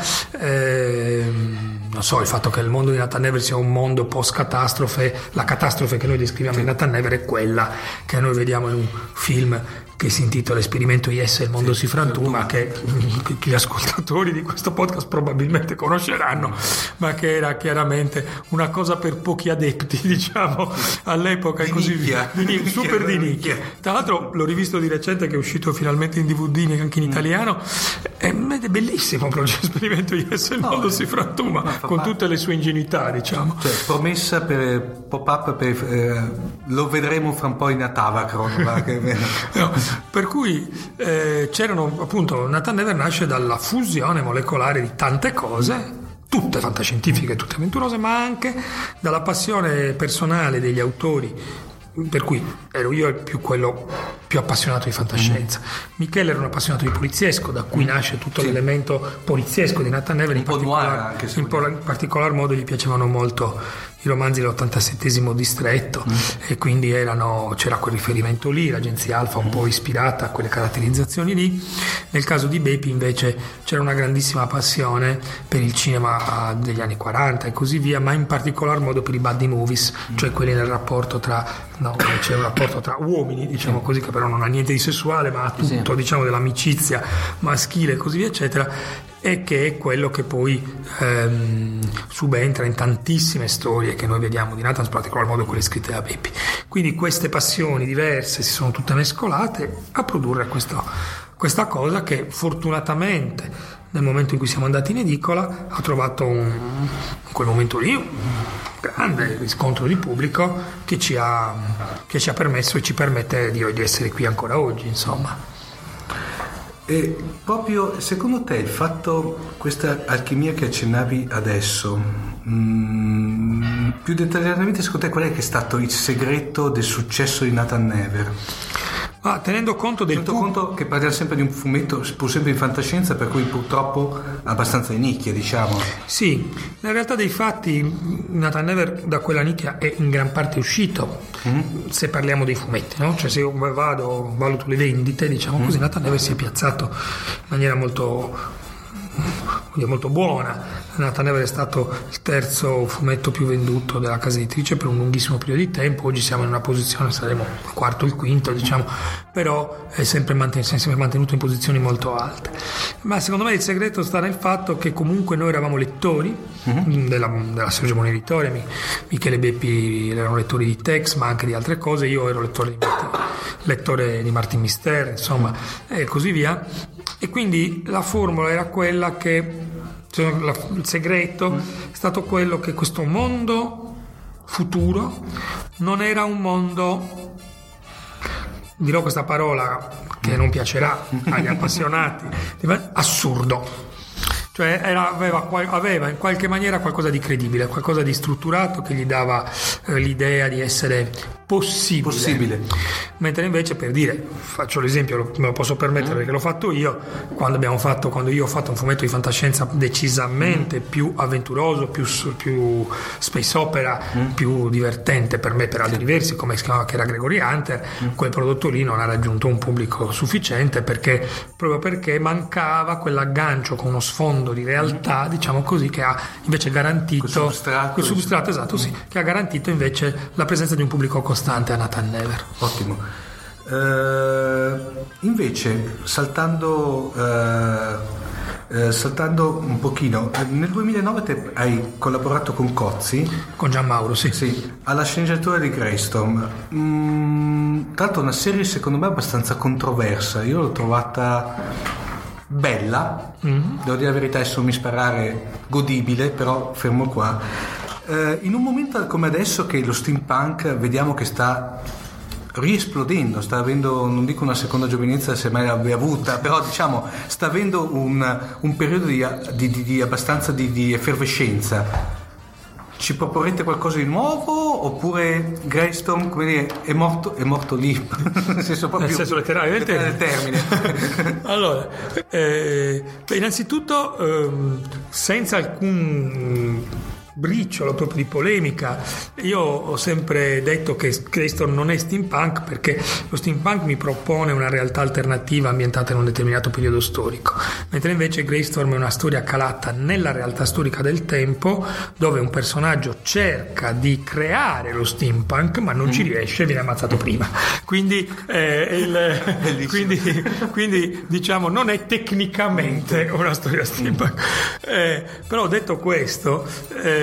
S9: Eh, non so, il fatto che il mondo di Nathan Never sia un mondo post-catastrofe, la catastrofe che noi descriviamo in Nathan Never è quella che noi vediamo in un film che si intitola Esperimento Yes e il mondo sì, si frantuma, che, che gli ascoltatori di questo podcast probabilmente conosceranno, ma che era chiaramente una cosa per pochi adepti, diciamo, all'epoca e così via, di, super di nicchia. Tra l'altro l'ho rivisto di recente, che è uscito finalmente in D V D anche in italiano, ed è bellissimo proprio Esperimento Yes e il no, mondo si frantuma, no, con parte. Tutte le sue ingenuità, diciamo.
S4: Cioè, promessa per pop-up, per, eh, lo vedremo fra un po' in Atavacron.
S9: no. Per cui eh, c'erano appunto Nathan Never nasce dalla fusione molecolare di tante cose, tutte fantascientifiche, tutte avventurose, ma anche dalla passione personale degli autori, per cui ero io più quello più appassionato di fantascienza. Mm. Michele era un appassionato di poliziesco, da cui nasce tutto sì. l'elemento poliziesco di Nathan Never. In, particolar, in, in particolar modo gli piacevano molto i romanzi dell'ottantasettesimo distretto, mm. e quindi erano, c'era quel riferimento lì, l'agenzia Alfa un mm. po' ispirata a quelle caratterizzazioni lì. Nel caso di Bepi invece c'era una grandissima passione per il cinema degli anni quaranta e così via, ma in particolar modo per i buddy movies, mm. cioè quelli nel rapporto tra, no, c'è un rapporto tra uomini, diciamo così, che però non ha niente di sessuale, ma ha tutto, sì. diciamo, dell'amicizia maschile e così via eccetera, e che è quello che poi ehm, subentra in tantissime storie che noi vediamo di Nathan, in particolar modo quelle scritte da Bepi. Quindi queste passioni diverse si sono tutte mescolate a produrre questo, questa cosa che fortunatamente nel momento in cui siamo andati in edicola ha trovato un, in quel momento lì un grande riscontro di pubblico che ci ha, che ci ha permesso e ci permette di, di essere qui ancora oggi, insomma.
S4: E proprio secondo te il fatto, questa alchimia che accennavi adesso, mh, più dettagliatamente secondo te qual è che è stato il segreto del successo di Nathan Never?
S9: Ah, tenendo conto del
S4: tenendo
S9: pu-
S4: conto che parliamo sempre di un fumetto pur sempre di fantascienza, per cui purtroppo abbastanza di nicchia, diciamo.
S9: Sì, nella realtà dei fatti Nathan Never da quella nicchia è in gran parte uscito, mm-hmm. se parliamo dei fumetti, no? Cioè se io vado, valuto le vendite, diciamo mm-hmm. così, Nathan Never si è piazzato in maniera molto molto buona. Nathan Never è stato il terzo fumetto più venduto della casa editrice per un lunghissimo periodo di tempo. Oggi siamo in una posizione, saremo il quarto o il quinto, diciamo, però è sempre, mantenuto, è sempre mantenuto in posizioni molto alte. Ma secondo me il segreto sta nel fatto che comunque noi eravamo lettori mm-hmm. della, della Sergio Moni Editore, Michele Beppi erano lettori di Tex, ma anche di altre cose, io ero lettore di Martin, lettore di Martin Mister, insomma, e così via. E quindi la formula era quella che, cioè, la, il segreto mm. è stato quello che questo mondo futuro non era un mondo dirò questa parola che non piacerà agli appassionati, assurdo. Cioè era, aveva, aveva in qualche maniera qualcosa di credibile, qualcosa di strutturato che gli dava eh, l'idea di essere possibile. possibile. Mentre invece, per dire, faccio l'esempio, lo, me lo posso permettere mm. perché l'ho fatto io, quando abbiamo fatto, quando io ho fatto un fumetto di fantascienza decisamente mm. più avventuroso, più, più space opera, mm. più divertente per me, per altri sì. versi, come si chiamava, che era Gregory Hunter, mm. quel prodotto lì non ha raggiunto un pubblico sufficiente perché proprio perché mancava quell'aggancio con uno sfondo di realtà, diciamo così, che ha invece garantito quel substrato, quel substrato esatto, sì, che ha garantito invece la presenza di un pubblico costante a Nathan Never.
S4: Ottimo. Uh, invece saltando uh, uh, saltando un pochino, nel duemilanove te hai collaborato con Cozzi,
S9: con Gianmauro, sì,
S4: sì alla sceneggiatura di Greystorm. Mm, tra l'altro una serie secondo me abbastanza controversa, io l'ho trovata bella, mm-hmm. devo dire la verità, adesso mi sparare godibile, però fermo qua. Eh, in un momento come adesso che lo steampunk vediamo che sta riesplodendo, sta avendo, non dico una seconda giovinezza se mai l'abbia avuta, però diciamo sta avendo un, un periodo di, di, di, di abbastanza di, di effervescenza. Ci proporrete qualcosa di nuovo oppure Greystorm, come dire, è morto, è morto lì nel senso proprio
S9: nel senso letterale del termine,
S4: termine.
S9: Allora eh, beh, innanzitutto ehm, senza alcun briciolo proprio di polemica, io ho sempre detto che Greystorm non è steampunk perché lo steampunk mi propone una realtà alternativa ambientata in un determinato periodo storico, mentre invece Greystorm è una storia calata nella realtà storica del tempo, dove un personaggio cerca di creare lo steampunk ma non mm. ci riesce e viene ammazzato prima, quindi, eh, il, quindi, quindi diciamo non è tecnicamente una storia steampunk, eh, però detto questo eh,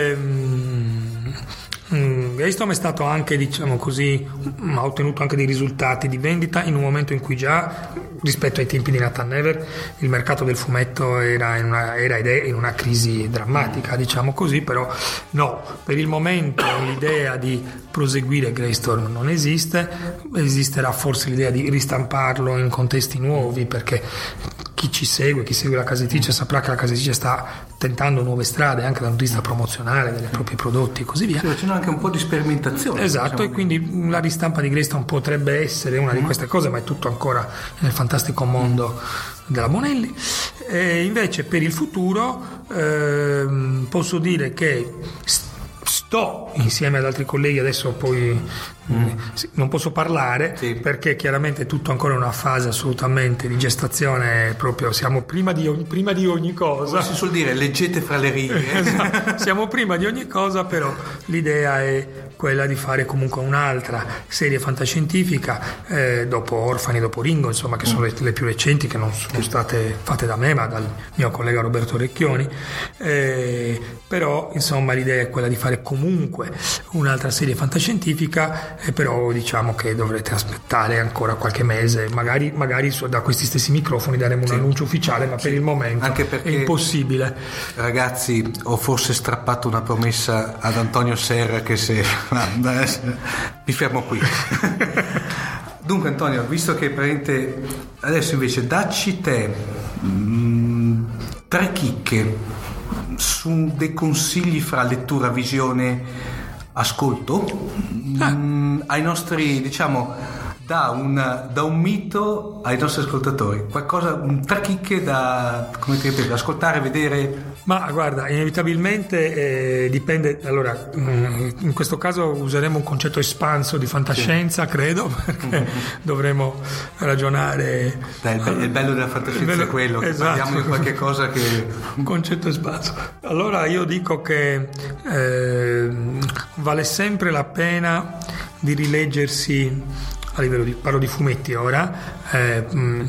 S9: Greystorm è stato anche, diciamo così, ha ottenuto anche dei risultati di vendita in un momento in cui già rispetto ai tempi di Nathan Never il mercato del fumetto era in una, era ed è in una crisi drammatica, diciamo così, però no, per il momento l'idea di proseguire Greystorm non esiste, esisterà forse l'idea di ristamparlo in contesti nuovi, perché chi ci segue, chi segue la casa editrice saprà che la casa editrice sta tentando nuove strade anche dal punto di vista promozionale dei propri prodotti e così via.
S4: Sì, c'è anche un po' di sperimentazione.
S9: Esatto, diciamo, e quindi la ristampa di Greystorm potrebbe essere una di queste cose, ma è tutto ancora nel fantastico mondo della Bonelli. E invece per il futuro ehm, posso dire che sto insieme ad altri colleghi, adesso poi mm. non posso parlare sì. perché chiaramente è tutto ancora in una fase assolutamente di gestazione, proprio siamo prima di ogni, prima di ogni cosa.
S4: Come si suol dire, leggete fra le righe.
S9: Esatto. Siamo prima di ogni cosa, però l'idea è quella di fare comunque un'altra serie fantascientifica eh, dopo Orfani, dopo Ringo, insomma, che sono le, le più recenti, che non sono state fatte da me ma dal mio collega Roberto Recchioni, eh, però insomma l'idea è quella di fare comunque un'altra serie fantascientifica, eh, però diciamo che dovrete aspettare ancora qualche mese, magari, magari da questi stessi microfoni daremo un sì. annuncio ufficiale, ma sì. per il momento anche perché, è impossibile.
S4: Ragazzi, ho forse strappato una promessa ad Antonio Serra che se mi fermo qui. Dunque Antonio, visto che praticamente adesso invece dacci te mh, tre chicche su dei consigli fra lettura, visione, ascolto ah. mh, ai nostri, diciamo, da un, da un mito ai nostri ascoltatori, qualcosa, tre chicche da, come dire, da ascoltare, vedere.
S9: Ma guarda, inevitabilmente eh, dipende. Allora, in questo caso useremo un concetto espanso di fantascienza, sì. credo, perché mm-hmm. dovremo ragionare.
S4: Dai, il bello della fantascienza bello, è quello, che esatto. parliamo di qualche cosa che.
S9: Un concetto espanso. Allora io dico che eh, vale sempre la pena di rileggersi. A livello di, parlo di fumetti ora, eh, mh,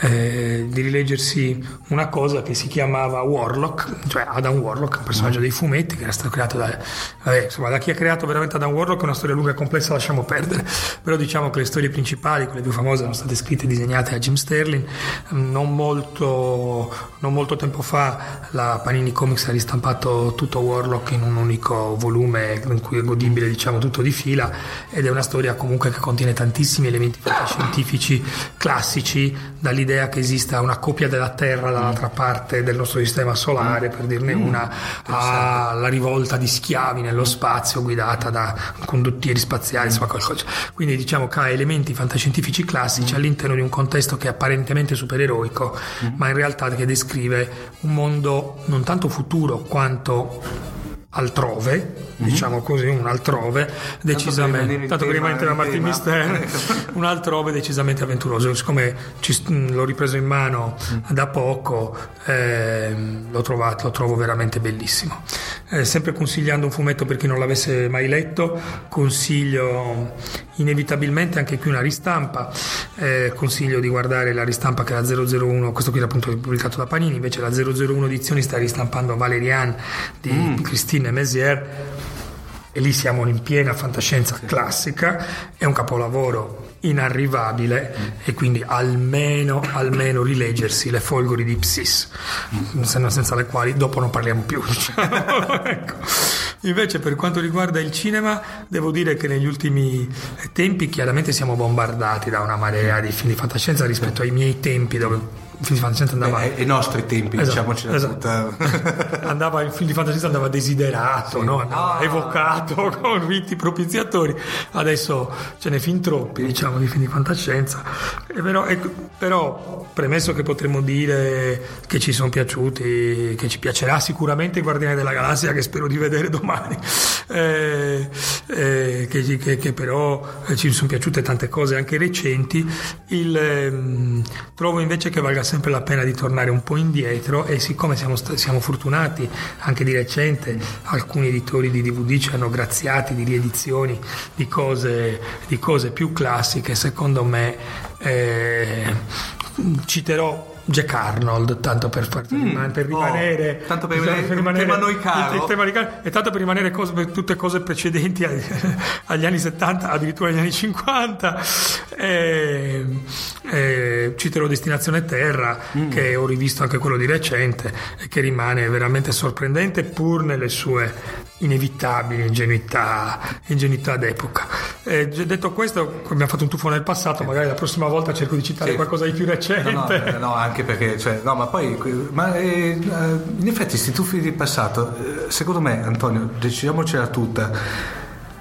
S9: eh, di rileggersi una cosa che si chiamava Warlock, cioè Adam Warlock, un personaggio dei fumetti che era stato creato da, vabbè, insomma, da chi ha creato veramente Adam Warlock è una storia lunga e complessa, lasciamo perdere, però diciamo che le storie principali, quelle più famose, sono state scritte e disegnate da Jim Sterling. Non molto, non molto tempo fa la Panini Comics ha ristampato tutto Warlock in un unico volume in cui è godibile, diciamo, tutto di fila, ed è una storia comunque che contiene tantissimi elementi fantascientifici classici, dall'idea che esista una copia della Terra dall'altra parte del nostro sistema solare, per dirne una, alla rivolta di schiavi nello spazio guidata da condottieri spaziali, insomma qualcosa. Quindi diciamo che ha elementi fantascientifici classici all'interno di un contesto che è apparentemente supereroico, ma in realtà che descrive un mondo non tanto futuro quanto altrove, mm-hmm. diciamo così, un altrove decisamente, tanto per rimanere a Martin Mister, un altrove decisamente avventuroso. Siccome ci, l'ho ripreso in mano da poco, eh, l'ho trovato, lo trovo veramente bellissimo. Eh, sempre consigliando un fumetto per chi non l'avesse mai letto, consiglio inevitabilmente anche qui una ristampa, eh, consiglio di guardare la ristampa che è la zero zero uno, questo qui è appunto pubblicato da Panini, invece la zero zero uno edizioni sta ristampando Valerian di mm. Christine Mézières, e lì siamo in piena fantascienza classica, è un capolavoro inarrivabile, mm. e quindi almeno almeno rileggersi le folgori di Psis, mm. senza le quali dopo non parliamo più, diciamo. Ecco. Invece per quanto riguarda il cinema, devo dire che negli ultimi tempi chiaramente siamo bombardati da una marea di film di fantascienza rispetto ai miei tempi, dove il film di fantascienza andava
S4: ai nostri tempi, esatto, diciamocela esatto. tutta.
S9: Andava, il film di fantascienza andava desiderato, sì. no? andava ah. evocato con riti propiziatori. Adesso ce ne fin troppi, diciamo, di film di fantascienza. E però, ecco, però premesso che potremmo dire che ci sono piaciuti, che ci piacerà sicuramente Guardiani della Galassia, che spero di vedere domani, eh, eh, che, che, che però eh, ci sono piaciute tante cose anche recenti, il, ehm, trovo invece che valga sempre la pena di tornare un po' indietro, e siccome siamo, siamo fortunati anche di recente, alcuni editori di D V D ci hanno graziati di riedizioni di cose, di cose più classiche, secondo me eh, citerò Jack Arnold, tanto per, far, mm, per rimanere
S4: oh, tanto per,
S9: per,
S4: per
S9: rimanere
S4: tema noi caro.
S9: Il, il tema di caro, e tanto per rimanere cose, per tutte cose precedenti agli, agli anni settanta, addirittura agli anni cinquanta, eh, eh, citerò Destinazione Terra, mm. che ho rivisto anche quello di recente e che rimane veramente sorprendente pur nelle sue inevitabili ingenuità, ingenuità d'epoca. Eh, detto questo, abbiamo fatto un tuffo nel passato, magari la prossima volta cerco di citare sì. qualcosa di più recente.
S4: No, no, no, anche perché, cioè, no, ma poi, ma eh, in effetti, questi tuffi di passato, eh, secondo me, Antonio, diciamocela tutta.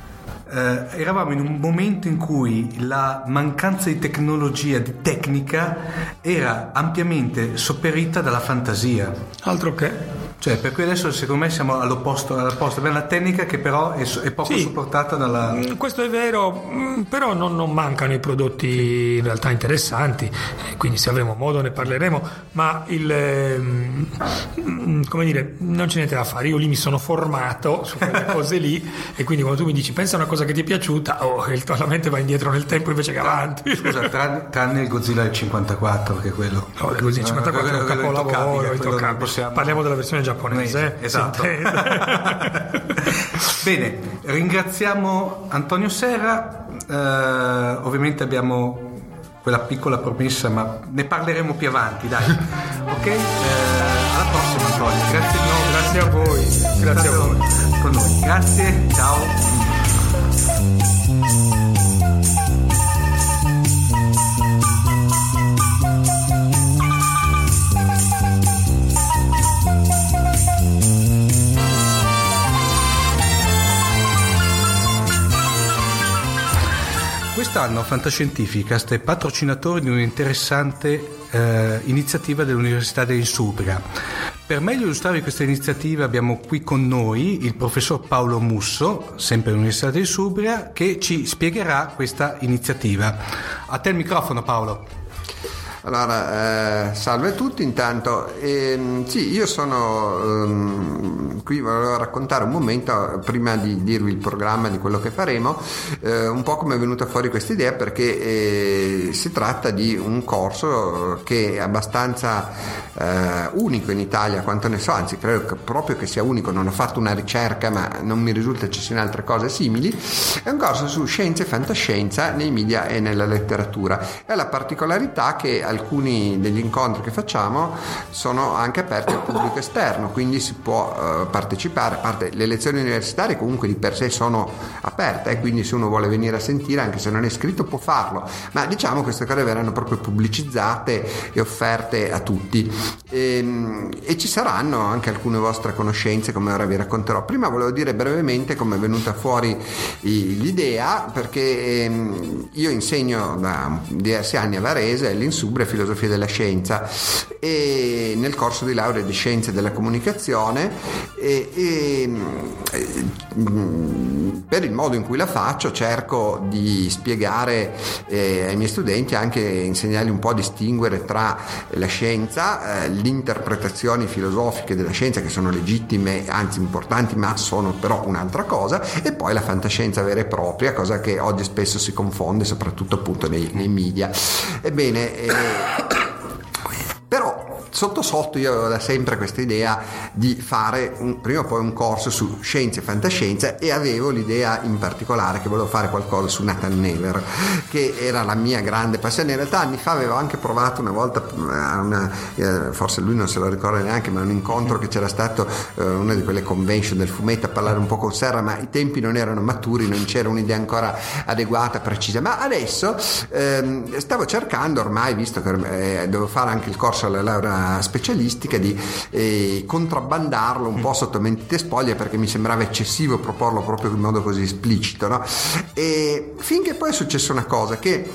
S4: Eh, eravamo in un momento in cui la mancanza di tecnologia, di tecnica, era ampiamente sopperita dalla fantasia.
S9: Altro che.
S4: Cioè, per cui adesso secondo me siamo all'opposto, all'opposto. Abbiamo la tecnica che però è, è poco sì, supportata dalla.
S9: Questo è vero, però non, non mancano i prodotti in realtà interessanti, quindi se avremo modo ne parleremo, ma il come dire, non c'è niente da fare. Io lì mi sono formato su quelle cose lì, e quindi quando tu mi dici pensa a una cosa che ti è piaciuta, oh, la mente va indietro nel tempo invece che avanti.
S4: Scusa, tranne, tranne il Godzilla del cinquantaquattro, che è quello.
S9: No, il Godzilla del cinquantaquattro è un capolavoro, possiamo... parliamo della versione giapponese.
S4: Esatto. Bene, ringraziamo Antonio Serra. Uh, ovviamente abbiamo quella piccola promessa, ma ne parleremo più avanti, dai. Ok? Uh, alla prossima, Antonio. Grazie di nuovo.
S9: Grazie a voi. Grazie a voi.
S4: Con noi. Grazie, ciao.
S7: Quest'anno Fantascientificast è patrocinatore di un'interessante eh, iniziativa dell'Università dell'Insubria. Per meglio illustrare questa iniziativa abbiamo qui con noi il professor Paolo Musso, sempre dell'Università dell'Insubria, che ci spiegherà questa iniziativa. A te il microfono, Paolo.
S10: Allora, eh, salve a tutti intanto. Eh, sì, io sono ehm, qui volevo raccontare un momento prima di dirvi il programma di quello che faremo, eh, un po' come è venuta fuori questa idea, perché eh, si tratta di un corso che è abbastanza eh, unico in Italia, quanto ne so, anzi credo che proprio che sia unico, non ho fatto una ricerca ma non mi risulta ci siano altre cose simili. È un corso su scienze e fantascienza nei media e nella letteratura. È la particolarità che alcuni degli incontri che facciamo sono anche aperti al pubblico esterno, quindi si può uh, partecipare. A parte le lezioni universitarie comunque di per sé sono aperte, eh, quindi se uno vuole venire a sentire anche se non è iscritto può farlo, ma diciamo queste cose verranno proprio pubblicizzate e offerte a tutti, e, e ci saranno anche alcune vostre conoscenze, come ora vi racconterò. Prima volevo dire brevemente come è venuta fuori l'idea, perché ehm, io insegno da diversi anni a Varese all'Insubre filosofia della scienza, e nel corso di laurea di scienze della comunicazione, e, e, e per il modo in cui la faccio cerco di spiegare eh, ai miei studenti, anche insegnargli un po' a distinguere tra la scienza, eh, le interpretazioni filosofiche della scienza, che sono legittime, anzi importanti, ma sono però un'altra cosa, e poi la fantascienza vera e propria, cosa che oggi spesso si confonde soprattutto appunto nei, nei media. Ebbene, eh, però sotto sotto io avevo da sempre questa idea di fare un, prima o poi un corso su scienze e fantascienza, e avevo l'idea in particolare che volevo fare qualcosa su Nathan Never, che era la mia grande passione. In realtà anni fa avevo anche provato una volta a una, eh, forse lui non se lo ricorda neanche, ma un incontro che c'era stato, eh, una di quelle convention del fumetto, a parlare un po' con Serra, ma i tempi non erano maturi, non c'era un'idea ancora adeguata, precisa. Ma adesso ehm, stavo cercando ormai, visto che eh, devo fare anche il corso alla laurea specialistica, di eh, contrabbandarlo un po' sotto mentite spoglie, perché mi sembrava eccessivo proporlo proprio in modo così esplicito, no? E finché poi è successa una cosa, che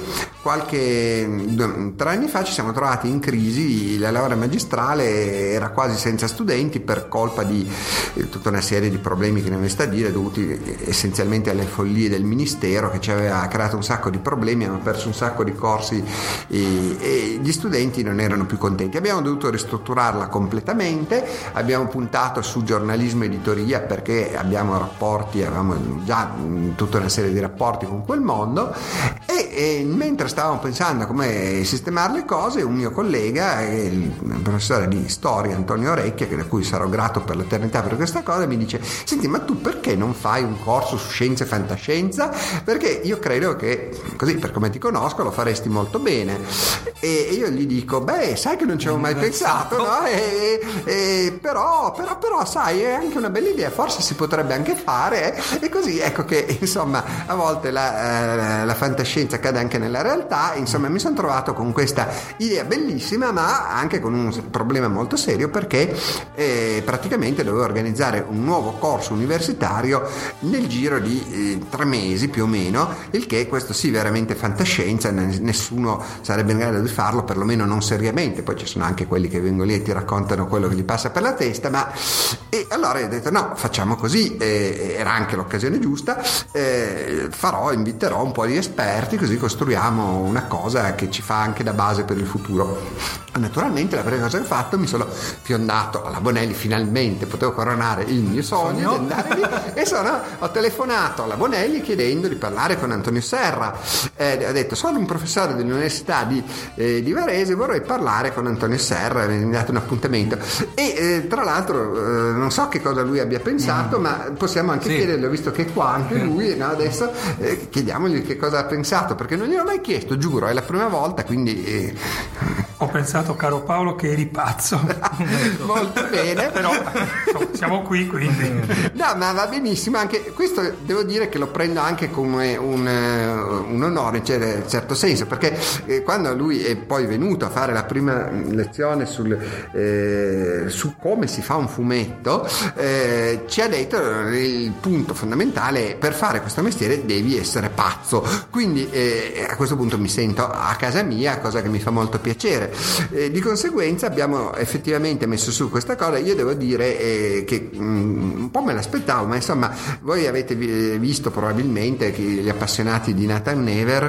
S10: qualche tre anni fa ci siamo trovati in crisi, la laurea magistrale era quasi senza studenti per colpa di eh, tutta una serie di problemi che non mi sta a dire, dovuti essenzialmente alle follie del ministero, che ci aveva creato un sacco di problemi, abbiamo perso un sacco di corsi e, e gli studenti non erano più contenti. Abbiamo dovuto ristrutturarla completamente, abbiamo puntato su giornalismo e editoria, perché abbiamo rapporti, avevamo già tutta una serie di rapporti con quel mondo, e, e mentre stavamo pensando a come sistemare le cose, un mio collega, il professore di storia Antonio Orecchia, da cui sarò grato per l'eternità per questa cosa, mi dice: senti, ma tu perché non fai un corso su scienze e fantascienza? Perché io credo che, così per come ti conosco, lo faresti molto bene. E io gli dico: beh, sai che non ci avevo mai pensato, no? E, e, però, però, però, sai, è anche una bella idea, forse si potrebbe anche fare, eh? E così ecco che, insomma, a volte la, eh, la fantascienza cade anche nella realtà. Insomma, mi sono trovato con questa idea bellissima, ma anche con un problema molto serio, perché eh, praticamente dovevo organizzare un nuovo corso universitario nel giro di eh, tre mesi più o meno, il che, questo sì, veramente fantascienza, nessuno sarebbe in grado di farlo, perlomeno non seriamente. Poi ci sono anche quelli che vengono lì e ti raccontano quello che gli passa per la testa, ma e allora ho detto no, facciamo così, eh, era anche l'occasione giusta, eh, farò, inviterò un po' di esperti, così costruiamo una cosa che ci fa anche da base per il futuro. Naturalmente la prima cosa che ho fatto, mi sono fiondato alla Bonelli, finalmente potevo coronare il mio sogno di andare lì, e sono, ho telefonato alla Bonelli chiedendo di parlare con Antonio Serra. Eh, ho detto: sono un professore dell'università di, eh, di Varese, vorrei parlare con Antonio Serra, mi ha dato un appuntamento, e eh, tra l'altro eh, non so che cosa lui abbia pensato, mm. ma possiamo anche sì. chiederlo, visto che è qua anche lui, no? Adesso eh, chiediamogli che cosa ha pensato, perché non gliel'ho mai chiesto, giuro, è la prima volta, quindi eh...
S9: ho pensato, caro Paolo, che eri pazzo.
S10: Molto bene,
S9: però siamo qui, quindi
S10: no, ma va benissimo. Anche questo devo dire che lo prendo anche come un, un onore in certo senso, perché eh, quando lui è poi venuto a fare la prima lezione sul, eh, su come si fa un fumetto, eh, ci ha detto il punto fondamentale: per fare questo mestiere devi essere pazzo. Quindi eh, e a questo punto mi sento a casa mia, cosa che mi fa molto piacere. E di conseguenza abbiamo effettivamente messo su questa cosa. Io devo dire eh, che mh, un po' me l'aspettavo, ma insomma voi avete visto probabilmente che gli appassionati di Nathan Never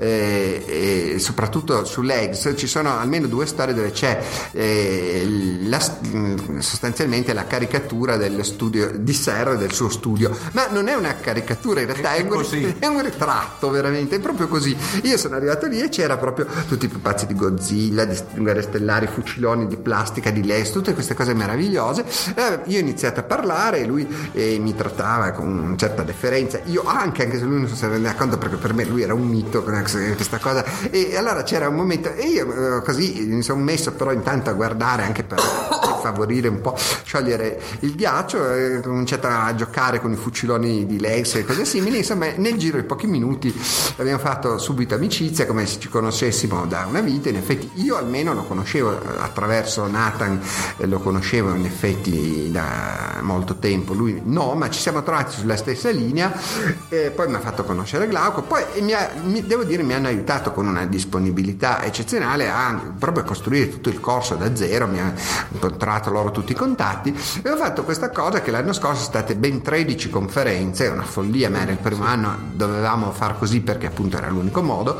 S10: eh, e soprattutto su Legs ci sono almeno due storie dove c'è eh, la, sostanzialmente la caricatura dello studio di Serre, del suo studio, ma non è una caricatura, in realtà è, è, un, è un ritratto, veramente, è proprio così. Io sono arrivato lì e c'era proprio tutti i pupazzi di Godzilla, di Guerre Stellari, fuciloni di plastica di Legs, tutte queste cose meravigliose. Eh, io ho iniziato a parlare e lui eh, mi trattava con una certa deferenza, io anche, anche se lui non si rendeva conto, perché per me lui era un mito questa cosa. E allora c'era un momento e io così mi sono messo però intanto a guardare, anche per favorire un po', sciogliere il ghiaccio, e ho cominciato a giocare con i fuciloni di Legs e cose simili. Insomma, nel giro di pochi minuti abbiamo fatto subito amicizia, come se ci conoscessimo da una vita. In effetti io almeno lo conoscevo attraverso Nathan, lo conoscevo in effetti da molto tempo, lui no, ma ci siamo trovati sulla stessa linea. E poi mi ha fatto conoscere Glauco, poi mi ha, mi, devo dire mi hanno aiutato con una disponibilità eccezionale a proprio costruire tutto il corso da zero. Mi ha incontrato loro tutti i contatti e ho fatto questa cosa che l'anno scorso sono state ben tredici conferenze, una follia, ma era il primo anno, dovevamo far così perché appunto era l'unico modo.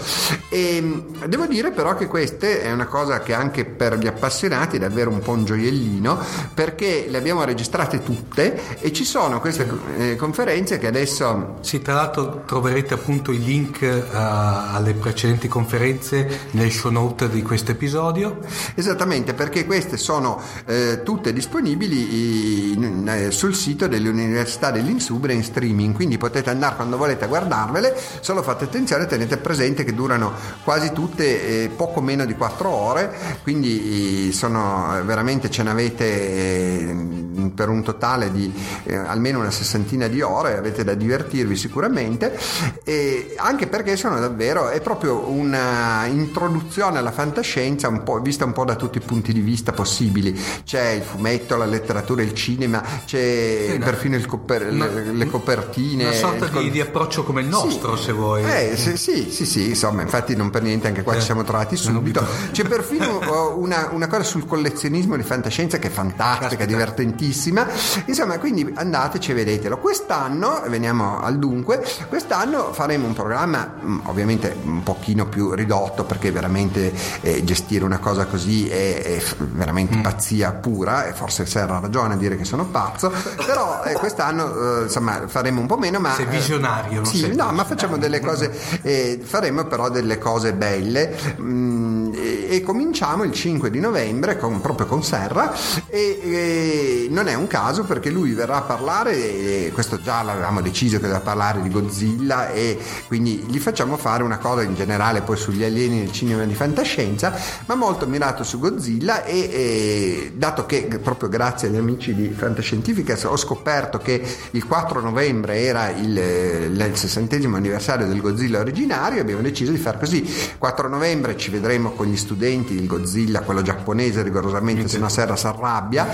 S10: E devo dire però che questa è una cosa che anche per gli appassionati è davvero un po' un gioiellino, perché le abbiamo registrate tutte e ci sono queste eh, conferenze che adesso
S4: sì, tra l'altro troverete appunto i link uh, alle precedenti conferenze nel show note di questo episodio.
S10: Esattamente, perché queste sono eh, tutte disponibili in, in, sul sito dell'Università dell'Insubria in streaming, quindi potete andare quando volete a guardarvele, solo fate attenzione, tenete presente che durano quasi tutte eh, poco meno di quattro ore, quindi sono veramente, ce n'avete eh, per un totale di eh, almeno una sessantina di ore, avete da divertirvi sicuramente, e anche perché sono davvero, è proprio una introduzione alla fantascienza un po', vista un po' da tutti i punti di vista possibili. C'è il fumetto, la letteratura, il cinema, c'è sì, perfino il coper- una, le, le copertine,
S4: una sorta
S10: col-
S4: di, di approccio come il nostro,
S10: sì,
S4: se vuoi.
S10: Eh, sì, sì, sì, sì, insomma, infatti non per niente anche qua eh, ci siamo trovati subito. C'è perfino una, una cosa sul collezionismo di fantascienza che è fantastica, Aspetta. divertentissima. Insomma, quindi andateci e vedetelo. Quest'anno, veniamo al dunque, quest'anno faremo un programma ovviamente un pochino più ridotto, perché veramente eh, gestire una cosa così è, è veramente mm. pazzia pura, e forse Serra ha ragione a dire che sono pazzo, però eh, quest'anno eh, insomma faremo un po' meno, ma
S4: sei visionario, non
S10: sì,
S4: sei
S10: no, ma facciamo delle cose, eh, faremo però delle cose belle, mm, e, e cominciamo il cinque di novembre con, proprio con Serra, e, e non è un caso perché lui verrà a parlare, e questo già l'avevamo deciso che doveva parlare di Godzilla, e quindi gli facciamo fare una cosa in generale poi sugli alieni nel cinema di fantascienza, ma molto mirato su Godzilla. E, e dato che proprio grazie agli amici di Fantascientifica ho scoperto che il quattro novembre era il, il sessantesimo anniversario del Godzilla originario, abbiamo deciso di far così: quattro novembre ci vedremo con gli studenti il Godzilla, quello giapponese rigorosamente, se no Serra si arrabbia,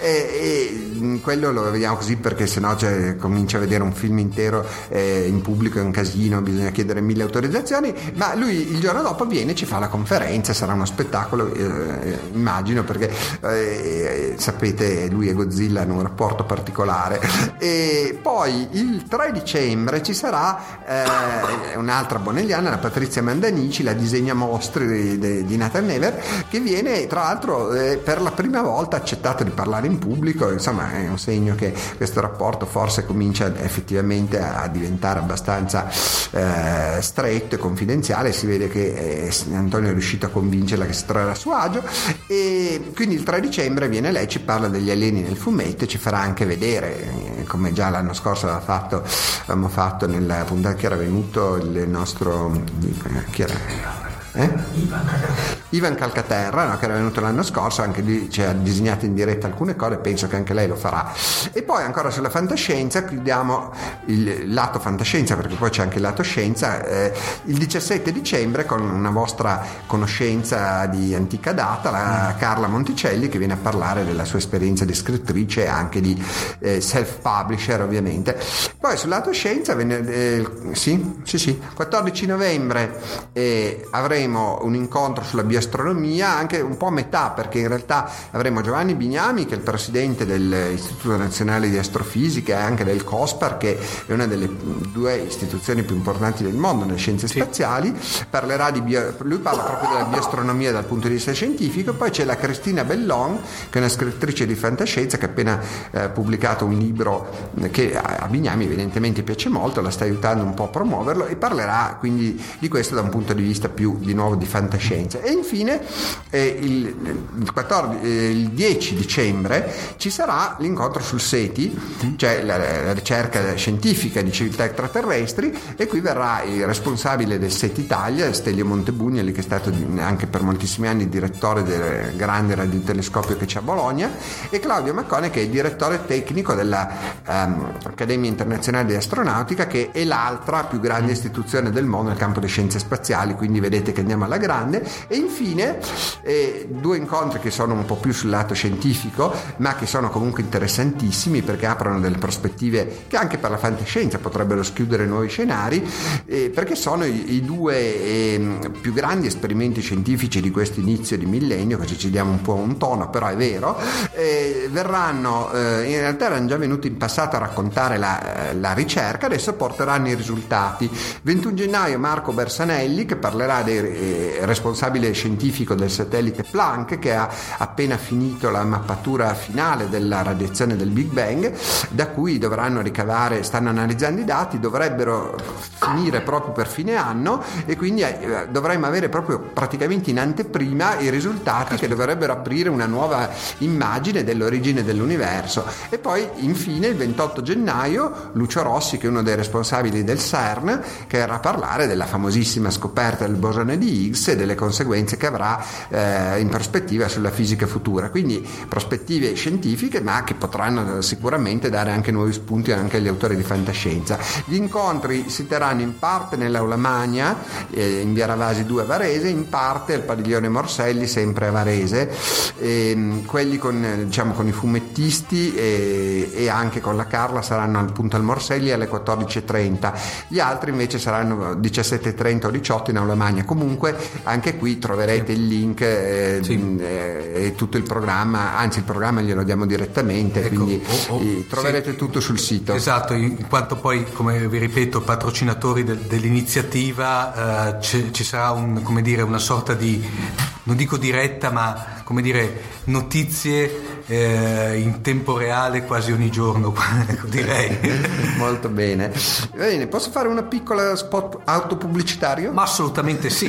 S10: e, e quello lo vediamo così perché sennò cioè, comincia a vedere un film intero eh, in pubblico è un casino, bisogna chiedere mille autorizzazioni. Ma lui il giorno dopo viene e ci fa la conferenza, sarà uno spettacolo, eh, immagino, perché eh, sapete, lui e Godzilla hanno un rapporto particolare. E poi il tre dicembre ci sarà eh, un'altra bonelliana, la Patrizia Mandanici, la disegna mostri di, di, di Nathan Never, che viene tra l'altro eh, per la prima volta accettato di parlare in pubblico. Insomma, è un segno che questo rapporto forse comincia effettivamente a diventare abbastanza eh, stretto e confidenziale. Si vede che eh, Antonio è riuscito a convincerla che si troverà a suo agio, e quindi il tre dicembre viene lei, ci parla degli alieni nel fumetto e ci farà anche vedere, eh, come già l'anno scorso aveva fatto, avevamo fatto nella puntata che era venuto il nostro chi era? Eh? Ivan Calcaterra, no, che era venuto l'anno scorso, anche lì ci ha disegnato in diretta alcune cose, penso che anche lei lo farà. E poi ancora sulla fantascienza chiudiamo il lato fantascienza, perché poi c'è anche il lato scienza, eh, il diciassette dicembre con una vostra conoscenza di antica data, la Carla Monticelli, che viene a parlare della sua esperienza di scrittrice e anche di eh, self-publisher, ovviamente. Poi sul lato scienza eh, sì, sì, sì, quattordici novembre eh, avremo un incontro sulla bioastronomia, anche un po' a metà, perché in realtà avremo Giovanni Bignami, che è il presidente dell'Istituto Nazionale di Astrofisica e anche del COSPAR, che è una delle due istituzioni più importanti del mondo nelle scienze sì. spaziali. Parlerà di bio, lui parla proprio della bioastronomia dal punto di vista scientifico. Poi c'è la Cristina Bellon, che è una scrittrice di fantascienza, che ha appena eh, pubblicato un libro che a Bignami evidentemente piace molto, la sta aiutando un po' a promuoverlo, e parlerà quindi di questo da un punto di vista più di nuovo di fantascienza. E infine eh, il, il, quattordici, eh, il dieci dicembre ci sarà l'incontro sul SETI, cioè la, la ricerca scientifica di civiltà extraterrestri, e qui verrà il responsabile del SETI Italia, Stelio Montebugnoli, che è stato anche per moltissimi anni direttore del grande radiotelescopio che c'è a Bologna, e Claudio Maccone, che è il direttore tecnico della um, Accademia Internazionale di Astronautica, che è l'altra più grande istituzione del mondo nel campo delle scienze spaziali, quindi vedete che andiamo alla grande. E infine eh, due incontri che sono un po' più sul lato scientifico, ma che sono comunque interessantissimi, perché aprono delle prospettive che anche per la fantascienza potrebbero schiudere nuovi scenari, eh, perché sono i, i due eh, più grandi esperimenti scientifici di questo inizio di millennio, così ci diamo un po' un tono, però è vero. Eh, verranno eh, in realtà erano già venuti in passato a raccontare la, la ricerca, adesso porteranno i risultati. ventuno gennaio Marco Bersanelli, che parlerà del eh, responsabile scientifico del satellite Planck, che ha appena finito la mappatura finale della radiazione del Big Bang, da cui dovranno ricavare, stanno analizzando i dati, dovrebbero finire proprio per fine anno, e quindi eh, dovremmo avere proprio praticamente in anteprima i risultati che dovrebbero aprire una nuova immagine dell'origine dell'universo. E poi infine il ventotto gennaio Lucio Rossi, che è uno dei responsabili del CERN, che verrà a parlare della famosissima scoperta del bosone di Higgs e delle conseguenze che avrà eh, in prospettiva sulla fisica futura. Quindi prospettive scientifiche, ma che potranno sicuramente dare anche nuovi spunti anche agli autori di fantascienza. Gli incontri si terranno in parte nell'Aula Magna eh, in via Ravasi due a Varese, in parte al padiglione Morselli sempre a Varese, e, quelli con, diciamo, con i fumettisti e, e anche con la Carla saranno appunto al Morselli alle quattordici e trenta, gli altri invece saranno diciassette e trenta o diciotto in Aula Magna. Comunque anche qui troverete il link eh, sì. eh, e tutto il programma, anzi il programma glielo diamo direttamente, ecco, quindi oh, oh, troverete sì. tutto sul sito.
S4: Esatto, in quanto poi, come vi ripeto, patrocinatori del, dell'iniziativa, eh, c- ci sarà un, come dire, una sorta di, non dico diretta, ma come dire, notizie eh, in tempo reale quasi ogni giorno, direi.
S10: Molto bene. Bene, posso fare una piccola spot autopubblicitario?
S4: Ma assolutamente sì.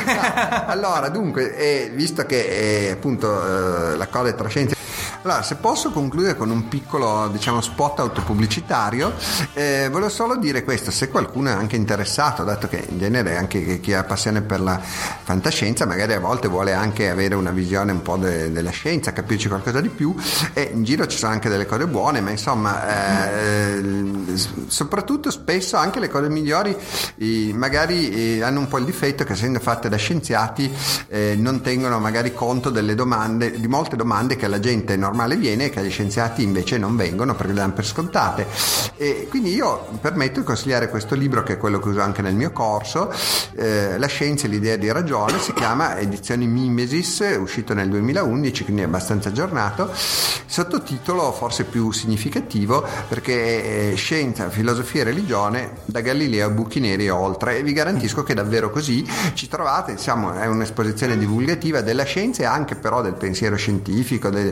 S10: Allora, dunque, eh, visto che eh, appunto eh, la cosa è tra scienze, allora, se posso concludere con un piccolo, diciamo, spot autopubblicitario, eh, volevo solo dire questo: se qualcuno è anche interessato, dato che in genere anche chi ha passione per la fantascienza magari a volte vuole anche avere una visione un po' de- della scienza, capirci qualcosa di più, e in giro ci sono anche delle cose buone, ma insomma eh, soprattutto spesso anche le cose migliori eh, magari eh, hanno un po' il difetto che, essendo fatte da scienziati, eh, non tengono magari conto delle domande, di molte domande che alla gente normale viene e che agli scienziati invece non vengono perché le danno per scontate. E quindi io mi permetto di consigliare questo libro, che è quello che uso anche nel mio corso, eh, La scienza e l'idea di ragione, si chiama Edizioni Mimesis, è uscito nel duemilaundici, quindi è abbastanza aggiornato. Sottotitolo forse più significativo, perché è Scienza, filosofia e religione da Galileo a buchi neri e oltre, e vi garantisco che è davvero così. Ci trovate, diciamo, è un'esposizione divulgativa della scienza e anche però del pensiero scientifico, del, e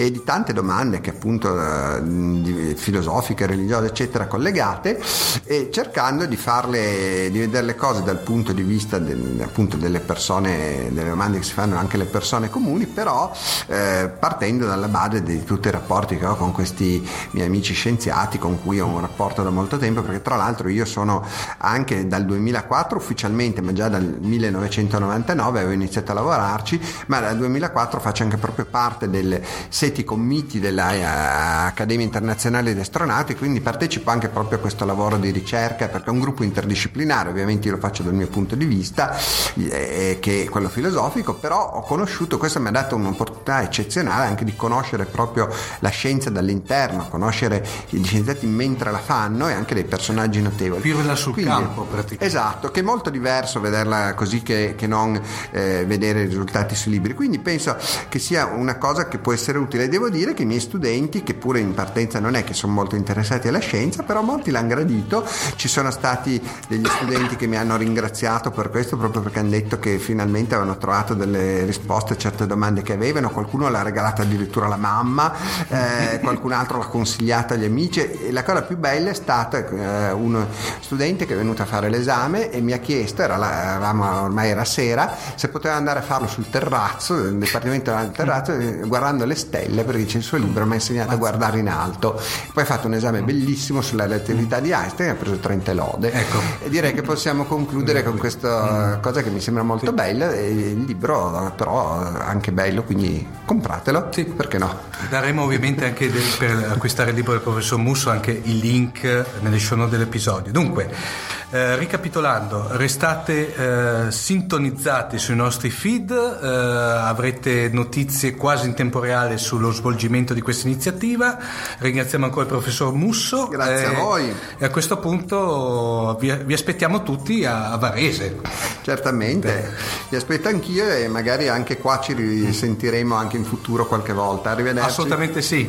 S10: e di tante domande che appunto eh, di, filosofiche, religiose eccetera collegate, e cercando di farle, di vedere le cose dal punto di vista del, appunto delle persone, delle domande che si fanno anche le persone comuni, però eh, partendo dalla base di tutti i rapporti che ho con questi miei amici scienziati con cui ho un rapporto da molto tempo, perché tra l'altro io sono anche dal duemilaquattro ufficialmente, ma già dal millenovecentonovantanove avevo iniziato a lavorarci, ma dal duemilaquattro faccio anche proprio parte del SETI Committee dell'Accademia Internazionale di Astronautica, quindi partecipo anche proprio a questo lavoro di ricerca, perché è un gruppo interdisciplinare, ovviamente io lo faccio dal mio punto di vista eh, che è quello filosofico, però ho conosciuto, questo mi ha dato un'opportunità eccezionale anche di conoscere proprio la scienza dall'interno, conoscere gli scienziati mentre la fanno e anche dei personaggi notevoli.
S4: Viverla sul
S10: Quindi,
S4: campo praticamente.
S10: Esatto, che è molto diverso vederla così che, che non eh, vedere i risultati sui libri, quindi penso che sia una cosa che può essere utile. Devo dire che i miei studenti, che pure in partenza non è che sono molto interessati alla scienza, però molti l'hanno gradito. Ci sono stati degli studenti che mi hanno ringraziato per questo, proprio perché hanno detto che finalmente avevano trovato delle risposte a certe domande che avevano, qualcuno l'ha regalata addirittura alla mamma, eh, qualcun altro l'ha consigliata agli amici, e la cosa più bella è stata eh, uno studente che è venuto a fare l'esame e mi ha chiesto, era la, ormai era sera, se poteva andare a farlo sul terrazzo, nel dipartimento del terrazzo, guardando le stelle, perché c'è il suo libro mi ha insegnato a guardare in alto. Poi ha fatto un esame bellissimo sulla relatività di Einstein e ha preso trenta lode.
S4: Ecco.
S10: E direi che possiamo concludere con questa cosa che mi sembra molto bella, e il libro però anche bello, quindi compratelo,
S4: sì,
S10: perché no?
S4: Daremo ovviamente anche del, per acquistare il libro del professor Musso anche il link nelle show note dell'episodio. Dunque, eh, ricapitolando, restate eh, sintonizzati sui nostri feed, eh, avrete notizie quasi in tempo reale sullo svolgimento di questa iniziativa. Ringraziamo ancora il professor Musso.
S10: Grazie
S4: eh,
S10: a voi.
S4: E a questo punto vi, vi aspettiamo tutti a, a Varese.
S10: Certamente,
S4: Beh.
S10: vi aspetto anch'io e magari anche qua ci risentiremo anche in futuro qualche volta. Arrivederci.
S4: Assolutamente sì.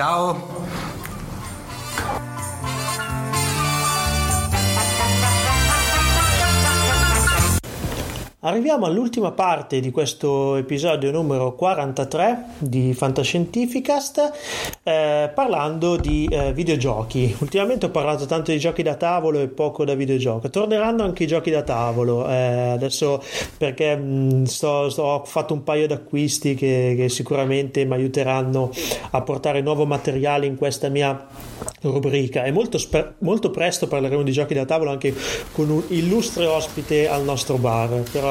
S4: Ciao.
S3: Arriviamo all'ultima parte di questo episodio numero quarantatré di Fantascientificast, eh, parlando di eh, videogiochi. Ultimamente ho parlato tanto di giochi da tavolo e poco da videogioco. Torneranno anche i giochi da tavolo, eh, adesso perché mh, sto, sto, ho fatto un paio d'acquisti che, che sicuramente mi aiuteranno a portare nuovo materiale in questa mia rubrica, e molto, spe- molto presto parleremo di giochi da tavolo anche con un illustre ospite al nostro bar, però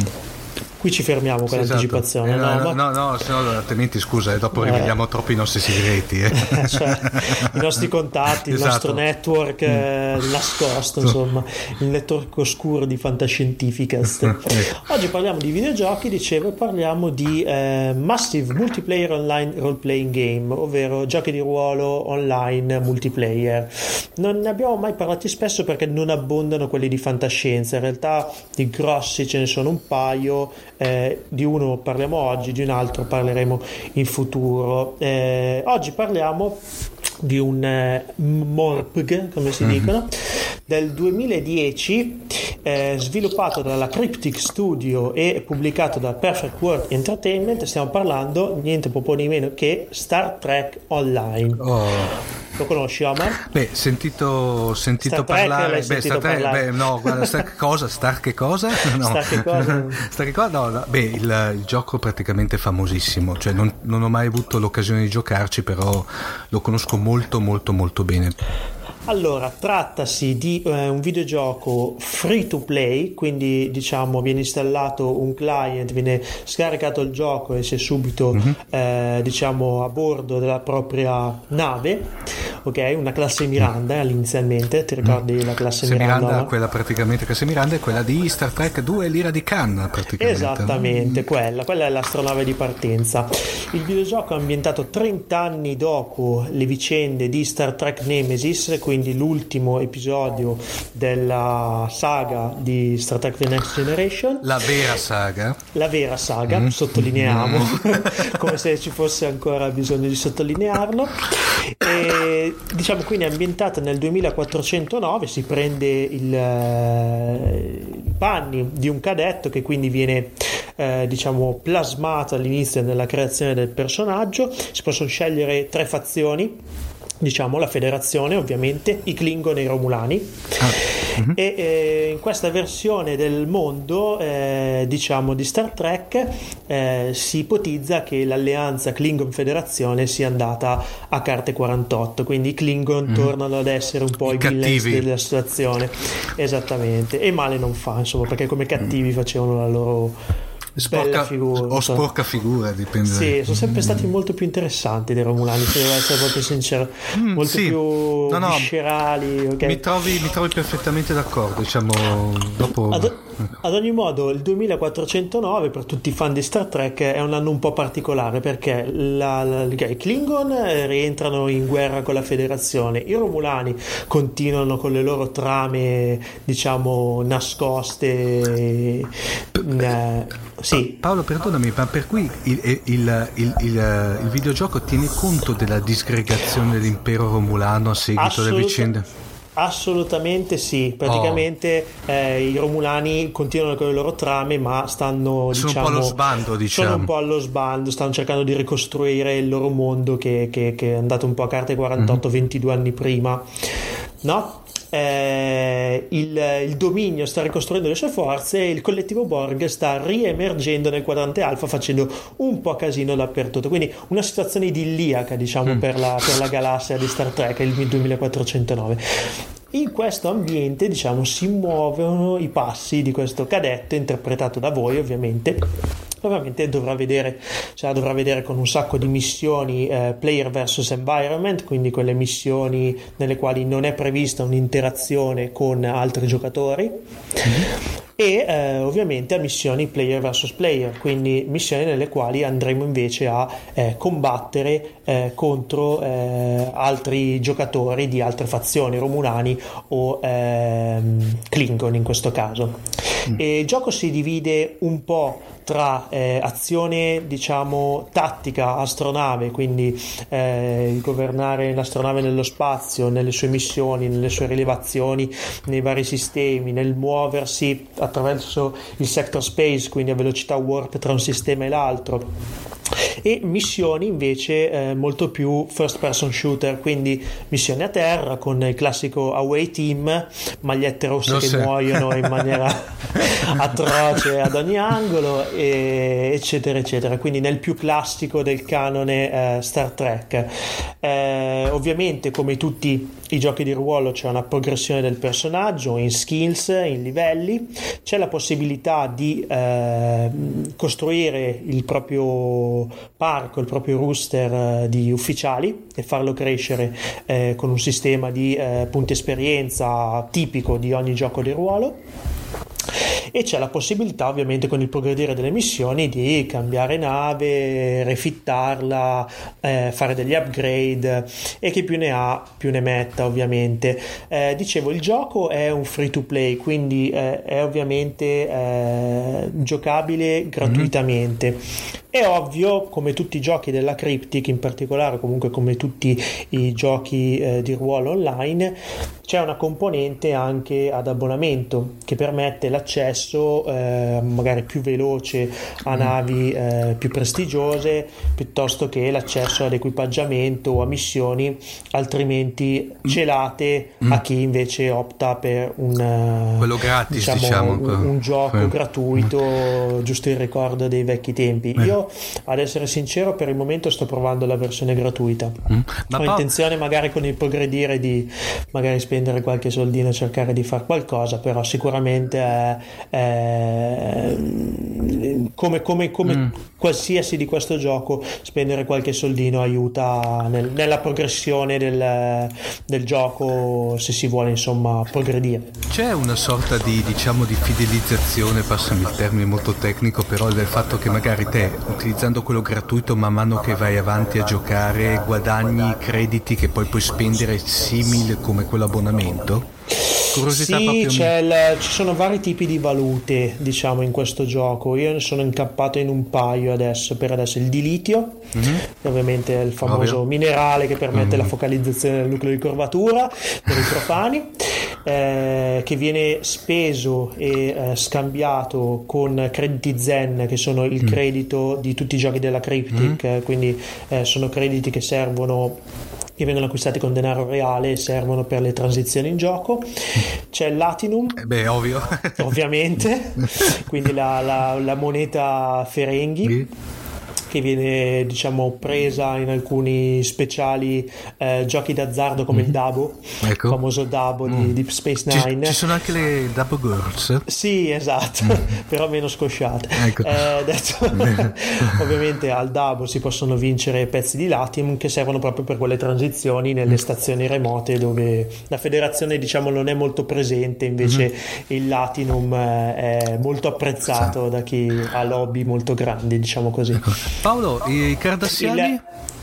S3: qui ci fermiamo con
S4: sì,
S3: l'anticipazione.
S4: Esatto. Eh,
S3: no,
S4: no,
S3: ma...
S4: no, no, se no altrimenti scusa, e dopo
S3: eh.
S4: riveliamo troppo i nostri segreti. Eh.
S3: Cioè, i nostri contatti,
S4: esatto.
S3: Il nostro network eh, nascosto, insomma, il network oscuro di Fantascientificast. Oggi parliamo di videogiochi, dicevo, e parliamo di eh, Massive Multiplayer Online Role Playing Game, ovvero giochi di ruolo online multiplayer. Non ne abbiamo mai parlati spesso perché non abbondano quelli di fantascienza, in realtà di grossi ce ne sono un paio. Eh, di uno parliamo oggi, di un altro parleremo in futuro. Eh, oggi parliamo di un eh, MORPG, come si
S4: mm-hmm.
S3: dicono, del duemiladieci, eh, sviluppato dalla Cryptic Studio e pubblicato da Perfect World Entertainment. Stiamo parlando niente po' di meno che Star Trek Online.
S4: Oh.
S3: Lo conosci, Omar?
S4: Beh, sentito, sentito
S3: Star Trek,
S4: parlare.
S3: l'hai
S4: Beh,
S3: sentito
S4: Star Trek,
S3: parlare?
S4: beh, no, guarda, Star che cosa? Star che cosa? No.
S3: Star che cosa?
S4: Star che cosa? No, no. Beh, il, il gioco è praticamente famosissimo, cioè non, non ho mai avuto l'occasione di giocarci, però lo conosco molto, molto, molto bene.
S3: Allora, trattasi di eh, un videogioco free to play, quindi diciamo viene installato un client, viene scaricato il gioco e si è subito mm-hmm. eh, diciamo a bordo della propria nave, ok? Una classe Miranda mm. inizialmente, ti ricordi mm. la classe Miranda?
S4: Miranda,
S3: no?
S4: Quella praticamente classe Miranda è quella di Star Trek due, l'ira di Khan praticamente.
S3: Esattamente,
S4: mm.
S3: quella, quella è l'astronave di partenza. Il videogioco è ambientato trenta anni dopo le vicende di Star Trek Nemesis, quindi l'ultimo episodio della saga di Star Trek The Next Generation,
S4: la vera saga
S3: la vera saga mm. sottolineiamo mm. come se ci fosse ancora bisogno di sottolinearlo. E E, diciamo quindi è ambientata nel duemilaquattrocentonove, si prende il, i panni di un cadetto che quindi viene eh, diciamo plasmato all'inizio nella creazione del personaggio. Si possono scegliere tre fazioni, diciamo la federazione, ovviamente i Klingon e i Romulani. Ah. Mm-hmm. E eh, in questa versione del mondo eh, diciamo di Star Trek eh, si ipotizza che l'alleanza Klingon Federazione sia andata a carte quarantotto, quindi i Klingon mm-hmm. tornano ad essere un po' i, i villains della situazione, esattamente, e male non fa, insomma, perché come cattivi facevano la loro
S4: sporca figura, o
S3: so.
S4: sporca figura, dipende.
S3: Sì, sono sempre stati molto più interessanti dei Romulani, se devo essere proprio sincero, mm, molto sì. più no, no, viscerali. Okay?
S4: Mi trovi, mi trovi perfettamente d'accordo, diciamo, dopo.
S3: Ad, ad ogni modo, il duemilaquattrocentonove per tutti i fan di Star Trek è un anno un po' particolare, perché la, la, i Klingon rientrano in guerra con la Federazione, i Romulani continuano con le loro trame, diciamo, nascoste. Eh, Sì.
S4: Paolo, perdonami, ma per cui il, il, il, il, il, il videogioco tiene conto della disgregazione dell'impero romulano a seguito Assolut- delle vicende?
S3: Assolutamente sì, praticamente oh. eh, i Romulani continuano con le loro trame, ma stanno,
S4: sono
S3: diciamo,
S4: un po' allo sbando, diciamo.
S3: Sono un po' allo sbando, stanno cercando di ricostruire il loro mondo che, che, che è andato un po' a carte quarantotto, mm-hmm. ventidue anni prima, no? Eh, il, il dominio sta ricostruendo le sue forze e il collettivo Borg sta riemergendo nel quadrante alfa facendo un po' casino dappertutto, quindi una situazione idilliaca, diciamo, mm. per, la, per la galassia di Star Trek, il duemilaquattrocentonove. In questo ambiente, diciamo, si muovono i passi di questo cadetto interpretato da voi, ovviamente. Ovviamente dovrà vedere, cioè dovrà vedere con un sacco di missioni eh, player versus environment, quindi quelle missioni nelle quali non è prevista un'interazione con altri giocatori. Mm-hmm. E eh, ovviamente a missioni player versus player, quindi missioni nelle quali andremo invece a eh, combattere eh, contro eh, altri giocatori di altre fazioni, Romulani o ehm, Klingon in questo caso. Mm. E il gioco si divide un po' tra eh, azione, diciamo, tattica astronave, quindi eh, il governare l'astronave nello spazio, nelle sue missioni, nelle sue rilevazioni, nei vari sistemi, nel muoversi attraverso il sector space, quindi a velocità warp tra un sistema e l'altro. E missioni invece eh, molto più first person shooter, quindi missioni a terra con il classico away team, magliette rosse Lo che so. muoiono in maniera atroce ad ogni angolo, e, eccetera eccetera, quindi nel più classico del canone eh, Star Trek. Eh, ovviamente, come tutti i giochi di ruolo, c'è una progressione del personaggio in skills, in livelli, c'è la possibilità di eh, costruire il proprio parco, il proprio rooster eh, di ufficiali e farlo crescere eh, con un sistema di eh, punti esperienza tipico di ogni gioco di ruolo. E c'è la possibilità, ovviamente, con il progredire delle missioni, di cambiare nave, refittarla, eh, fare degli upgrade, e chi più ne ha più ne metta, ovviamente. Eh, dicevo, il gioco è un free to play, quindi eh, è ovviamente eh, giocabile gratuitamente. Mm-hmm. È ovvio, come tutti i giochi della Cryptic in particolare, comunque come tutti i giochi eh, di ruolo online, c'è una componente anche ad abbonamento che permette l'accesso eh, magari più veloce a navi eh, più prestigiose, piuttosto che l'accesso ad equipaggiamento o a missioni altrimenti celate mm. a chi invece opta per un,
S4: quello gratis,
S3: diciamo,
S4: diciamo.
S3: un, un gioco
S4: eh.
S3: gratuito, mm. giusto il ricordo dei vecchi tempi. Eh. Io, ad essere sincero, per il momento sto provando la versione gratuita. Mm. Ma ho pa- intenzione magari con il progredire di magari spendere qualche soldino e cercare di fare qualcosa, però sicuramente è, è, come, come, come mm. qualsiasi di questo gioco, spendere qualche soldino aiuta nel, nella progressione del, del gioco, se si vuole insomma progredire.
S4: C'è una sorta di, diciamo, di fidelizzazione, passami il termine molto tecnico, però del fatto che magari te, utilizzando quello gratuito, man mano che vai avanti a giocare guadagni crediti che poi puoi spendere simile come quell'abbonamento? Curiosità
S3: sì,
S4: proprio
S3: c'è il, ci sono vari tipi di valute, diciamo, in questo gioco. Io ne sono incappato in un paio adesso, per adesso il di litio, mm-hmm. che ovviamente è il famoso
S4: Ovvio.
S3: minerale che permette
S4: Mm-hmm.
S3: la focalizzazione del nucleo di curvatura per i profani, eh, che viene speso e eh, scambiato con crediti Zen, che sono il mm. credito di tutti i giochi della Cryptic, mm. quindi eh, sono crediti che servono, che vengono acquistati con denaro reale e servono per le transizioni in gioco. C'è il Latinum,
S4: eh beh, ovvio,
S3: ovviamente, quindi la, la, la moneta Ferenghi, sì. che viene, diciamo, presa in alcuni speciali eh, giochi d'azzardo come mm-hmm. il Dabo, ecco. il famoso Dabo mm. di Deep Space Nine.
S4: Ci, ci sono anche le Dabo Girls.
S3: Sì, esatto, mm. però meno scosciate. Ecco. Eh, detto, ovviamente al Dabo si possono vincere pezzi di Latium che servono proprio per quelle transizioni nelle mm. stazioni remote dove la federazione, diciamo, non è molto presente, invece mm-hmm. il Latinum è molto apprezzato sì. da chi ha lobby molto grandi, diciamo così.
S4: Ecco. Paolo, i cardassiani?
S3: Il...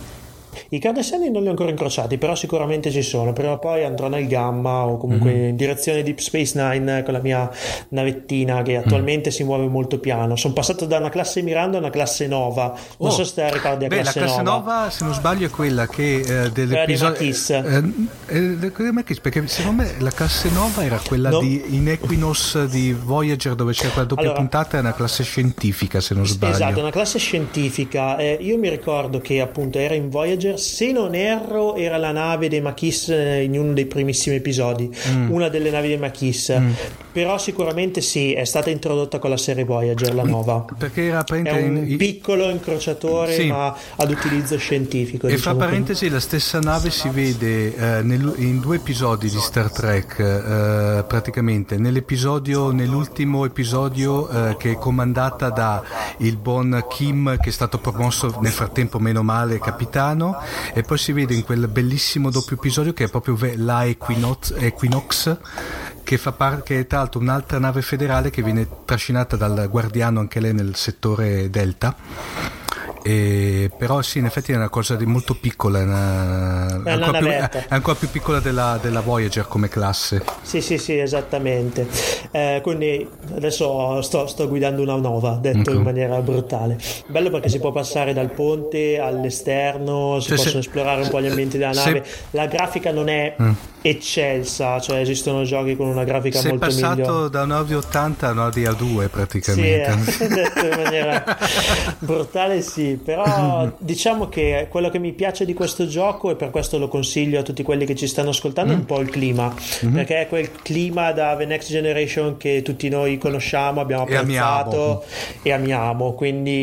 S3: I cardassiani non li ho ancora incrociati, però sicuramente ci sono. Prima o poi andrò nel Gamma o comunque mm-hmm. in direzione Deep Space Nine con la mia navettina che attualmente mm. si muove molto piano. Sono passato da una classe Miranda a una classe Nova. Non oh. so se te la ricordi.
S4: Beh,
S3: classe
S4: la classe
S3: Nova.
S4: Nova, se non sbaglio, è quella che eh, dell'episodio eh, eh, eh, perché secondo me la classe Nova era quella no. di in Equinox di Voyager, dove c'era quella doppia allora, puntata, è una classe scientifica, se non sbaglio.
S3: Esatto, una classe scientifica. Eh, io mi ricordo che appunto era in Voyager. Se non erro era la nave dei Maquis in uno dei primissimi episodi, mm. una delle navi dei Maquis, mm. però sicuramente sì, è stata introdotta con la serie Voyager, la Nova,
S4: perché era
S3: è un in... piccolo incrociatore sì. ma ad utilizzo scientifico,
S4: e
S3: diciamo,
S4: fra parentesi quindi. La stessa nave si vede eh, nel, in due episodi di Star Trek, eh, praticamente nell'episodio nell'ultimo episodio eh, che è comandata da il buon Kim, che è stato promosso nel frattempo meno male capitano, e poi si vede in quel bellissimo doppio episodio che è proprio la Equinox, Equinox che fa parte, che è tra l'altro un'altra nave federale che viene trascinata dal guardiano anche lei nel settore Delta. E, però sì, in effetti è una cosa di molto piccola, è, una, è, ancora, più, è ancora più piccola della, della Voyager come classe.
S3: Sì, sì, sì, esattamente. Eh, quindi adesso sto, sto guidando una Nova, detto okay. in maniera brutale. Bello perché si può passare dal ponte all'esterno, si cioè, possono se, esplorare un po' gli ambienti della nave. Se, la grafica non è mm. eccelsa, cioè esistono giochi con una grafica
S4: sei
S3: molto migliore.
S4: Sei passato da un Audi ottanta a un Audi A due praticamente.
S3: Sì, eh, detto in maniera brutale, sì. Però diciamo che quello che mi piace di questo gioco, e per questo lo consiglio a tutti quelli che ci stanno ascoltando, mm. è un po' il clima, mm-hmm. perché è quel clima da The Next Generation che tutti noi conosciamo, abbiamo apprezzato e amiamo, e amiamo.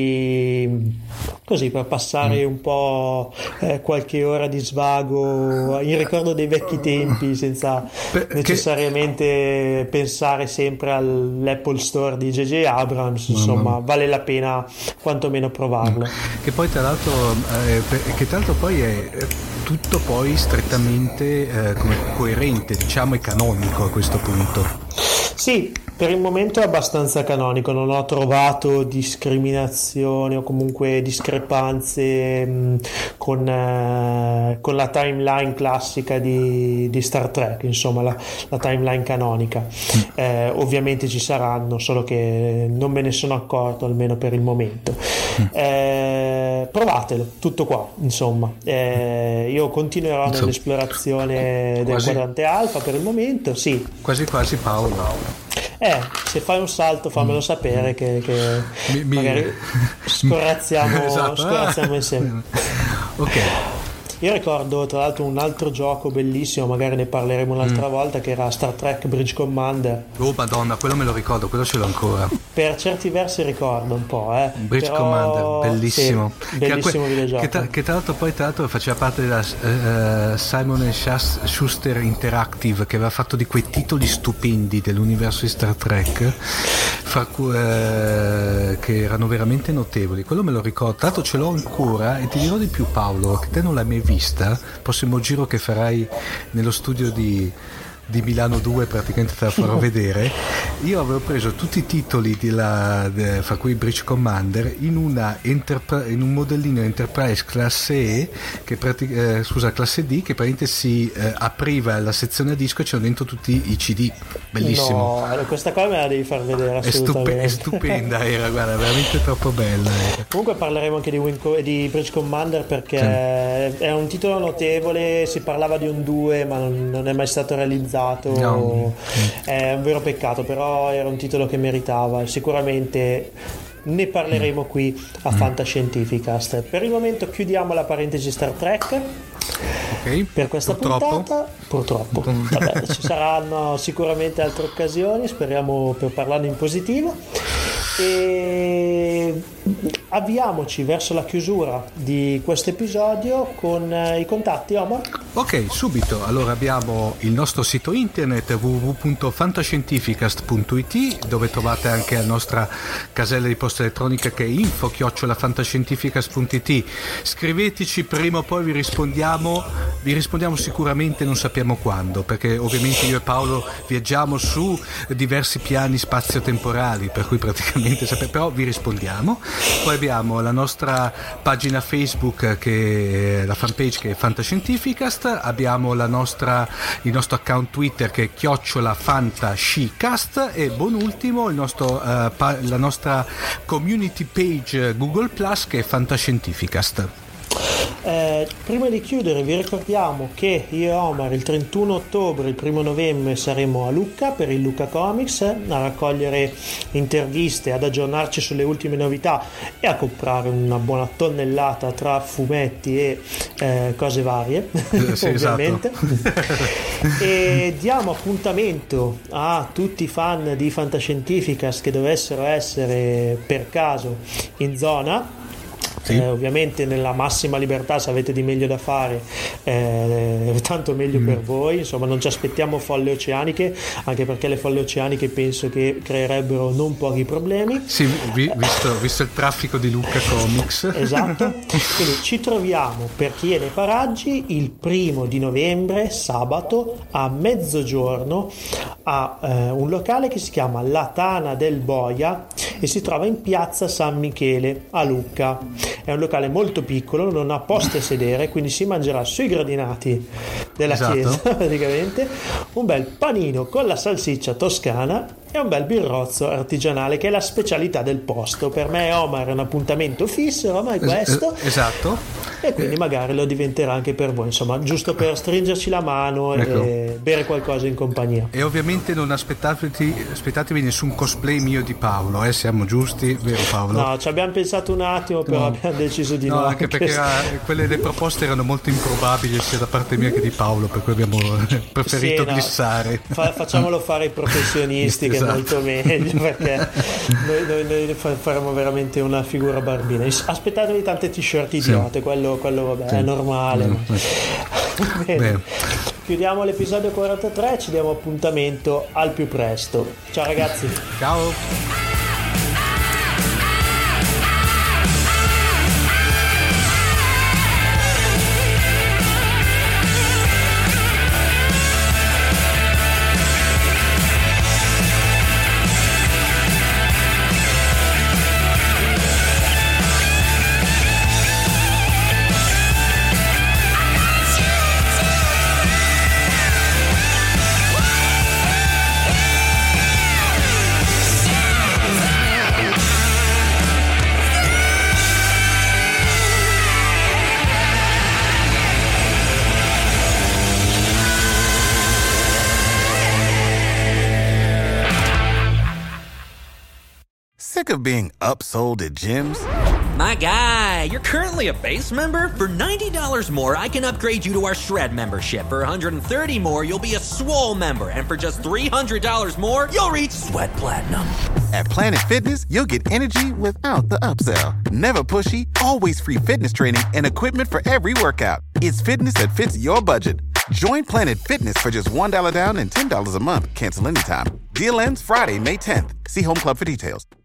S3: Quindi così, per passare mm. un po' eh, qualche ora di svago in ricordo dei vecchi tempi, senza Perché... necessariamente pensare sempre all'Apple Store di J J Abrams, insomma, no. vale la pena quantomeno provarlo.
S4: Che poi tra l'altro eh, che tra l'altro poi è tutto poi strettamente eh, come coerente, diciamo, e canonico a questo punto.
S3: Sì, per il momento è abbastanza canonico, non ho trovato discriminazioni o comunque discrepanze mh, con, eh, con la timeline classica di, di Star Trek, insomma la, la timeline canonica. Mm. Eh, ovviamente ci saranno, solo che non me ne sono accorto, almeno per il momento. Mm. Eh, provatelo, tutto qua, insomma. Eh, io continuerò insomma. nell'esplorazione del quasi, quadrante alfa per il momento, sì.
S4: Quasi quasi Paolo.
S3: Eh, se fai un salto fammelo sapere che, che mi, mi... magari scorazziamo, esatto. scorazziamo insieme.
S4: Ok.
S3: Io ricordo tra l'altro un altro gioco bellissimo, magari ne parleremo un'altra mm. volta, che era Star Trek Bridge Commander.
S4: Oh madonna, quello me lo ricordo, quello ce l'ho ancora.
S3: Per certi versi ricordo un po', eh.
S4: Bridge
S3: Però,
S4: Commander, bellissimo.
S3: Sì, bellissimo
S4: che,
S3: videogioco.
S4: Che, tra, che tra l'altro poi tra l'altro faceva parte della uh, Simon and Schuster Interactive, che aveva fatto di quei titoli stupendi dell'universo di Star Trek, fra cui, uh, che erano veramente notevoli. Quello me lo ricordo, tra l'altro ce l'ho ancora, e ti dirò di più, Paolo, che te non l'hai mai vista, prossimo giro che farai nello studio di di Milano due, praticamente te la farò vedere. Io avevo preso tutti i titoli di la, de, fra cui Bridge Commander, in, una Enterpri- in un modellino Enterprise classe E, che pratic- eh, scusa, classe D, che praticamente si eh, apriva la sezione a disco e c'erano dentro tutti i C D. Bellissimo.
S3: No, questa qua me la devi far vedere
S4: È, stupe- è stupenda, era, guarda, veramente troppo bella. Era.
S3: Comunque parleremo anche di, Winco- di Bridge Commander, perché sì. È un titolo notevole, si parlava di un due ma non, non è mai stato realizzato, no. È un vero peccato, però era un titolo che meritava, sicuramente ne parleremo qui a Fantascientificast. Per il momento chiudiamo la parentesi Star Trek.
S4: Okay.
S3: Per questa
S4: purtroppo.
S3: puntata purtroppo vabbè, ci saranno sicuramente altre occasioni, speriamo, per parlarne in positivo, e avviamoci verso la chiusura di questo episodio con i contatti, Omar.
S4: Ok, subito. Allora abbiamo il nostro sito internet w w w punto fantascientificast punto i t, dove trovate anche la nostra casella di posta elettronica che è info chiocciola fantascientificast punto i t. Scriveteci, prima o poi vi rispondiamo, vi rispondiamo sicuramente, non sappiamo quando, perché ovviamente io e Paolo viaggiamo su diversi piani spazio-temporali, per cui praticamente sappiamo, però vi rispondiamo. Poi abbiamo la nostra pagina Facebook, che è la fanpage, che è Fantascientificast. Abbiamo la nostra, il nostro account Twitter, che è chiocciola fantascicast, e buon ultimo il nostro, uh, pa- la nostra community page Google Plus, che è Fantascientificast.
S3: Eh, prima di chiudere vi ricordiamo che io e Omar il trentuno ottobre, il primo novembre saremo a Lucca per il Lucca Comics a raccogliere interviste, ad aggiornarci sulle ultime novità e a comprare una buona tonnellata tra fumetti e eh, cose varie, sì, ovviamente. Esatto. E diamo appuntamento a tutti i fan di Fantascientificast che dovessero essere per caso in zona. Sì. Eh, ovviamente nella massima libertà, se avete di meglio da fare, eh, tanto meglio mm. per voi, insomma non ci aspettiamo folle oceaniche, anche perché le folle oceaniche penso che creerebbero non pochi problemi.
S4: Sì, vi, visto, visto il traffico di Lucca Comics.
S3: Esatto. Quindi ci troviamo, per chi è nei paraggi, il primo di novembre, sabato a mezzogiorno, a eh, un locale che si chiama La Tana del Boia e si trova in piazza San Michele a Lucca. È un locale molto piccolo, non ha posti a sedere, quindi si mangerà sui gradinati della esatto. chiesa, praticamente, un bel panino con la salsiccia toscana e un bel birrozzo artigianale, che è la specialità del posto. Per me Omar è un appuntamento fisso, ormai questo.
S4: Esatto.
S3: E quindi magari lo diventerà anche per voi, insomma, giusto per stringerci la mano ecco. e bere qualcosa in compagnia.
S4: E ovviamente non aspettatevi, aspettatevi nessun cosplay mio di Paolo, eh? Siamo giusti, vero Paolo?
S3: No, ci abbiamo pensato un attimo, però no. abbiamo deciso di no.
S4: No, anche perché era, quelle le proposte erano molto improbabili sia da parte mia che di Paolo, per cui abbiamo preferito sì, no. glissare.
S3: Fa, facciamolo fare ai professionisti, esatto. che è molto meglio, perché noi, noi, noi faremo veramente una figura barbina. Aspettatevi tante t-shirt idiote, sì. quello, quello vabbè, sì. è normale. Mm. Ma... Bene. Bene. Chiudiamo l'episodio quarantatré, ci diamo appuntamento al più presto. Ciao ragazzi.
S4: Ciao.
S1: Sick of being upsold at gyms?
S2: My guy, you're currently a base member? For ninety dollars more, I can upgrade you to our Shred membership. For one hundred thirty dollars more, you'll be a Swole member. And for just three hundred dollars more, you'll reach Sweat Platinum.
S1: At Planet Fitness, you'll get energy without the upsell. Never pushy, always free fitness training and equipment for every workout. It's fitness that fits your budget. Join Planet Fitness for just one dollar down and ten dollars a month. Cancel anytime. Deal ends Friday, May tenth. See Home Club for details.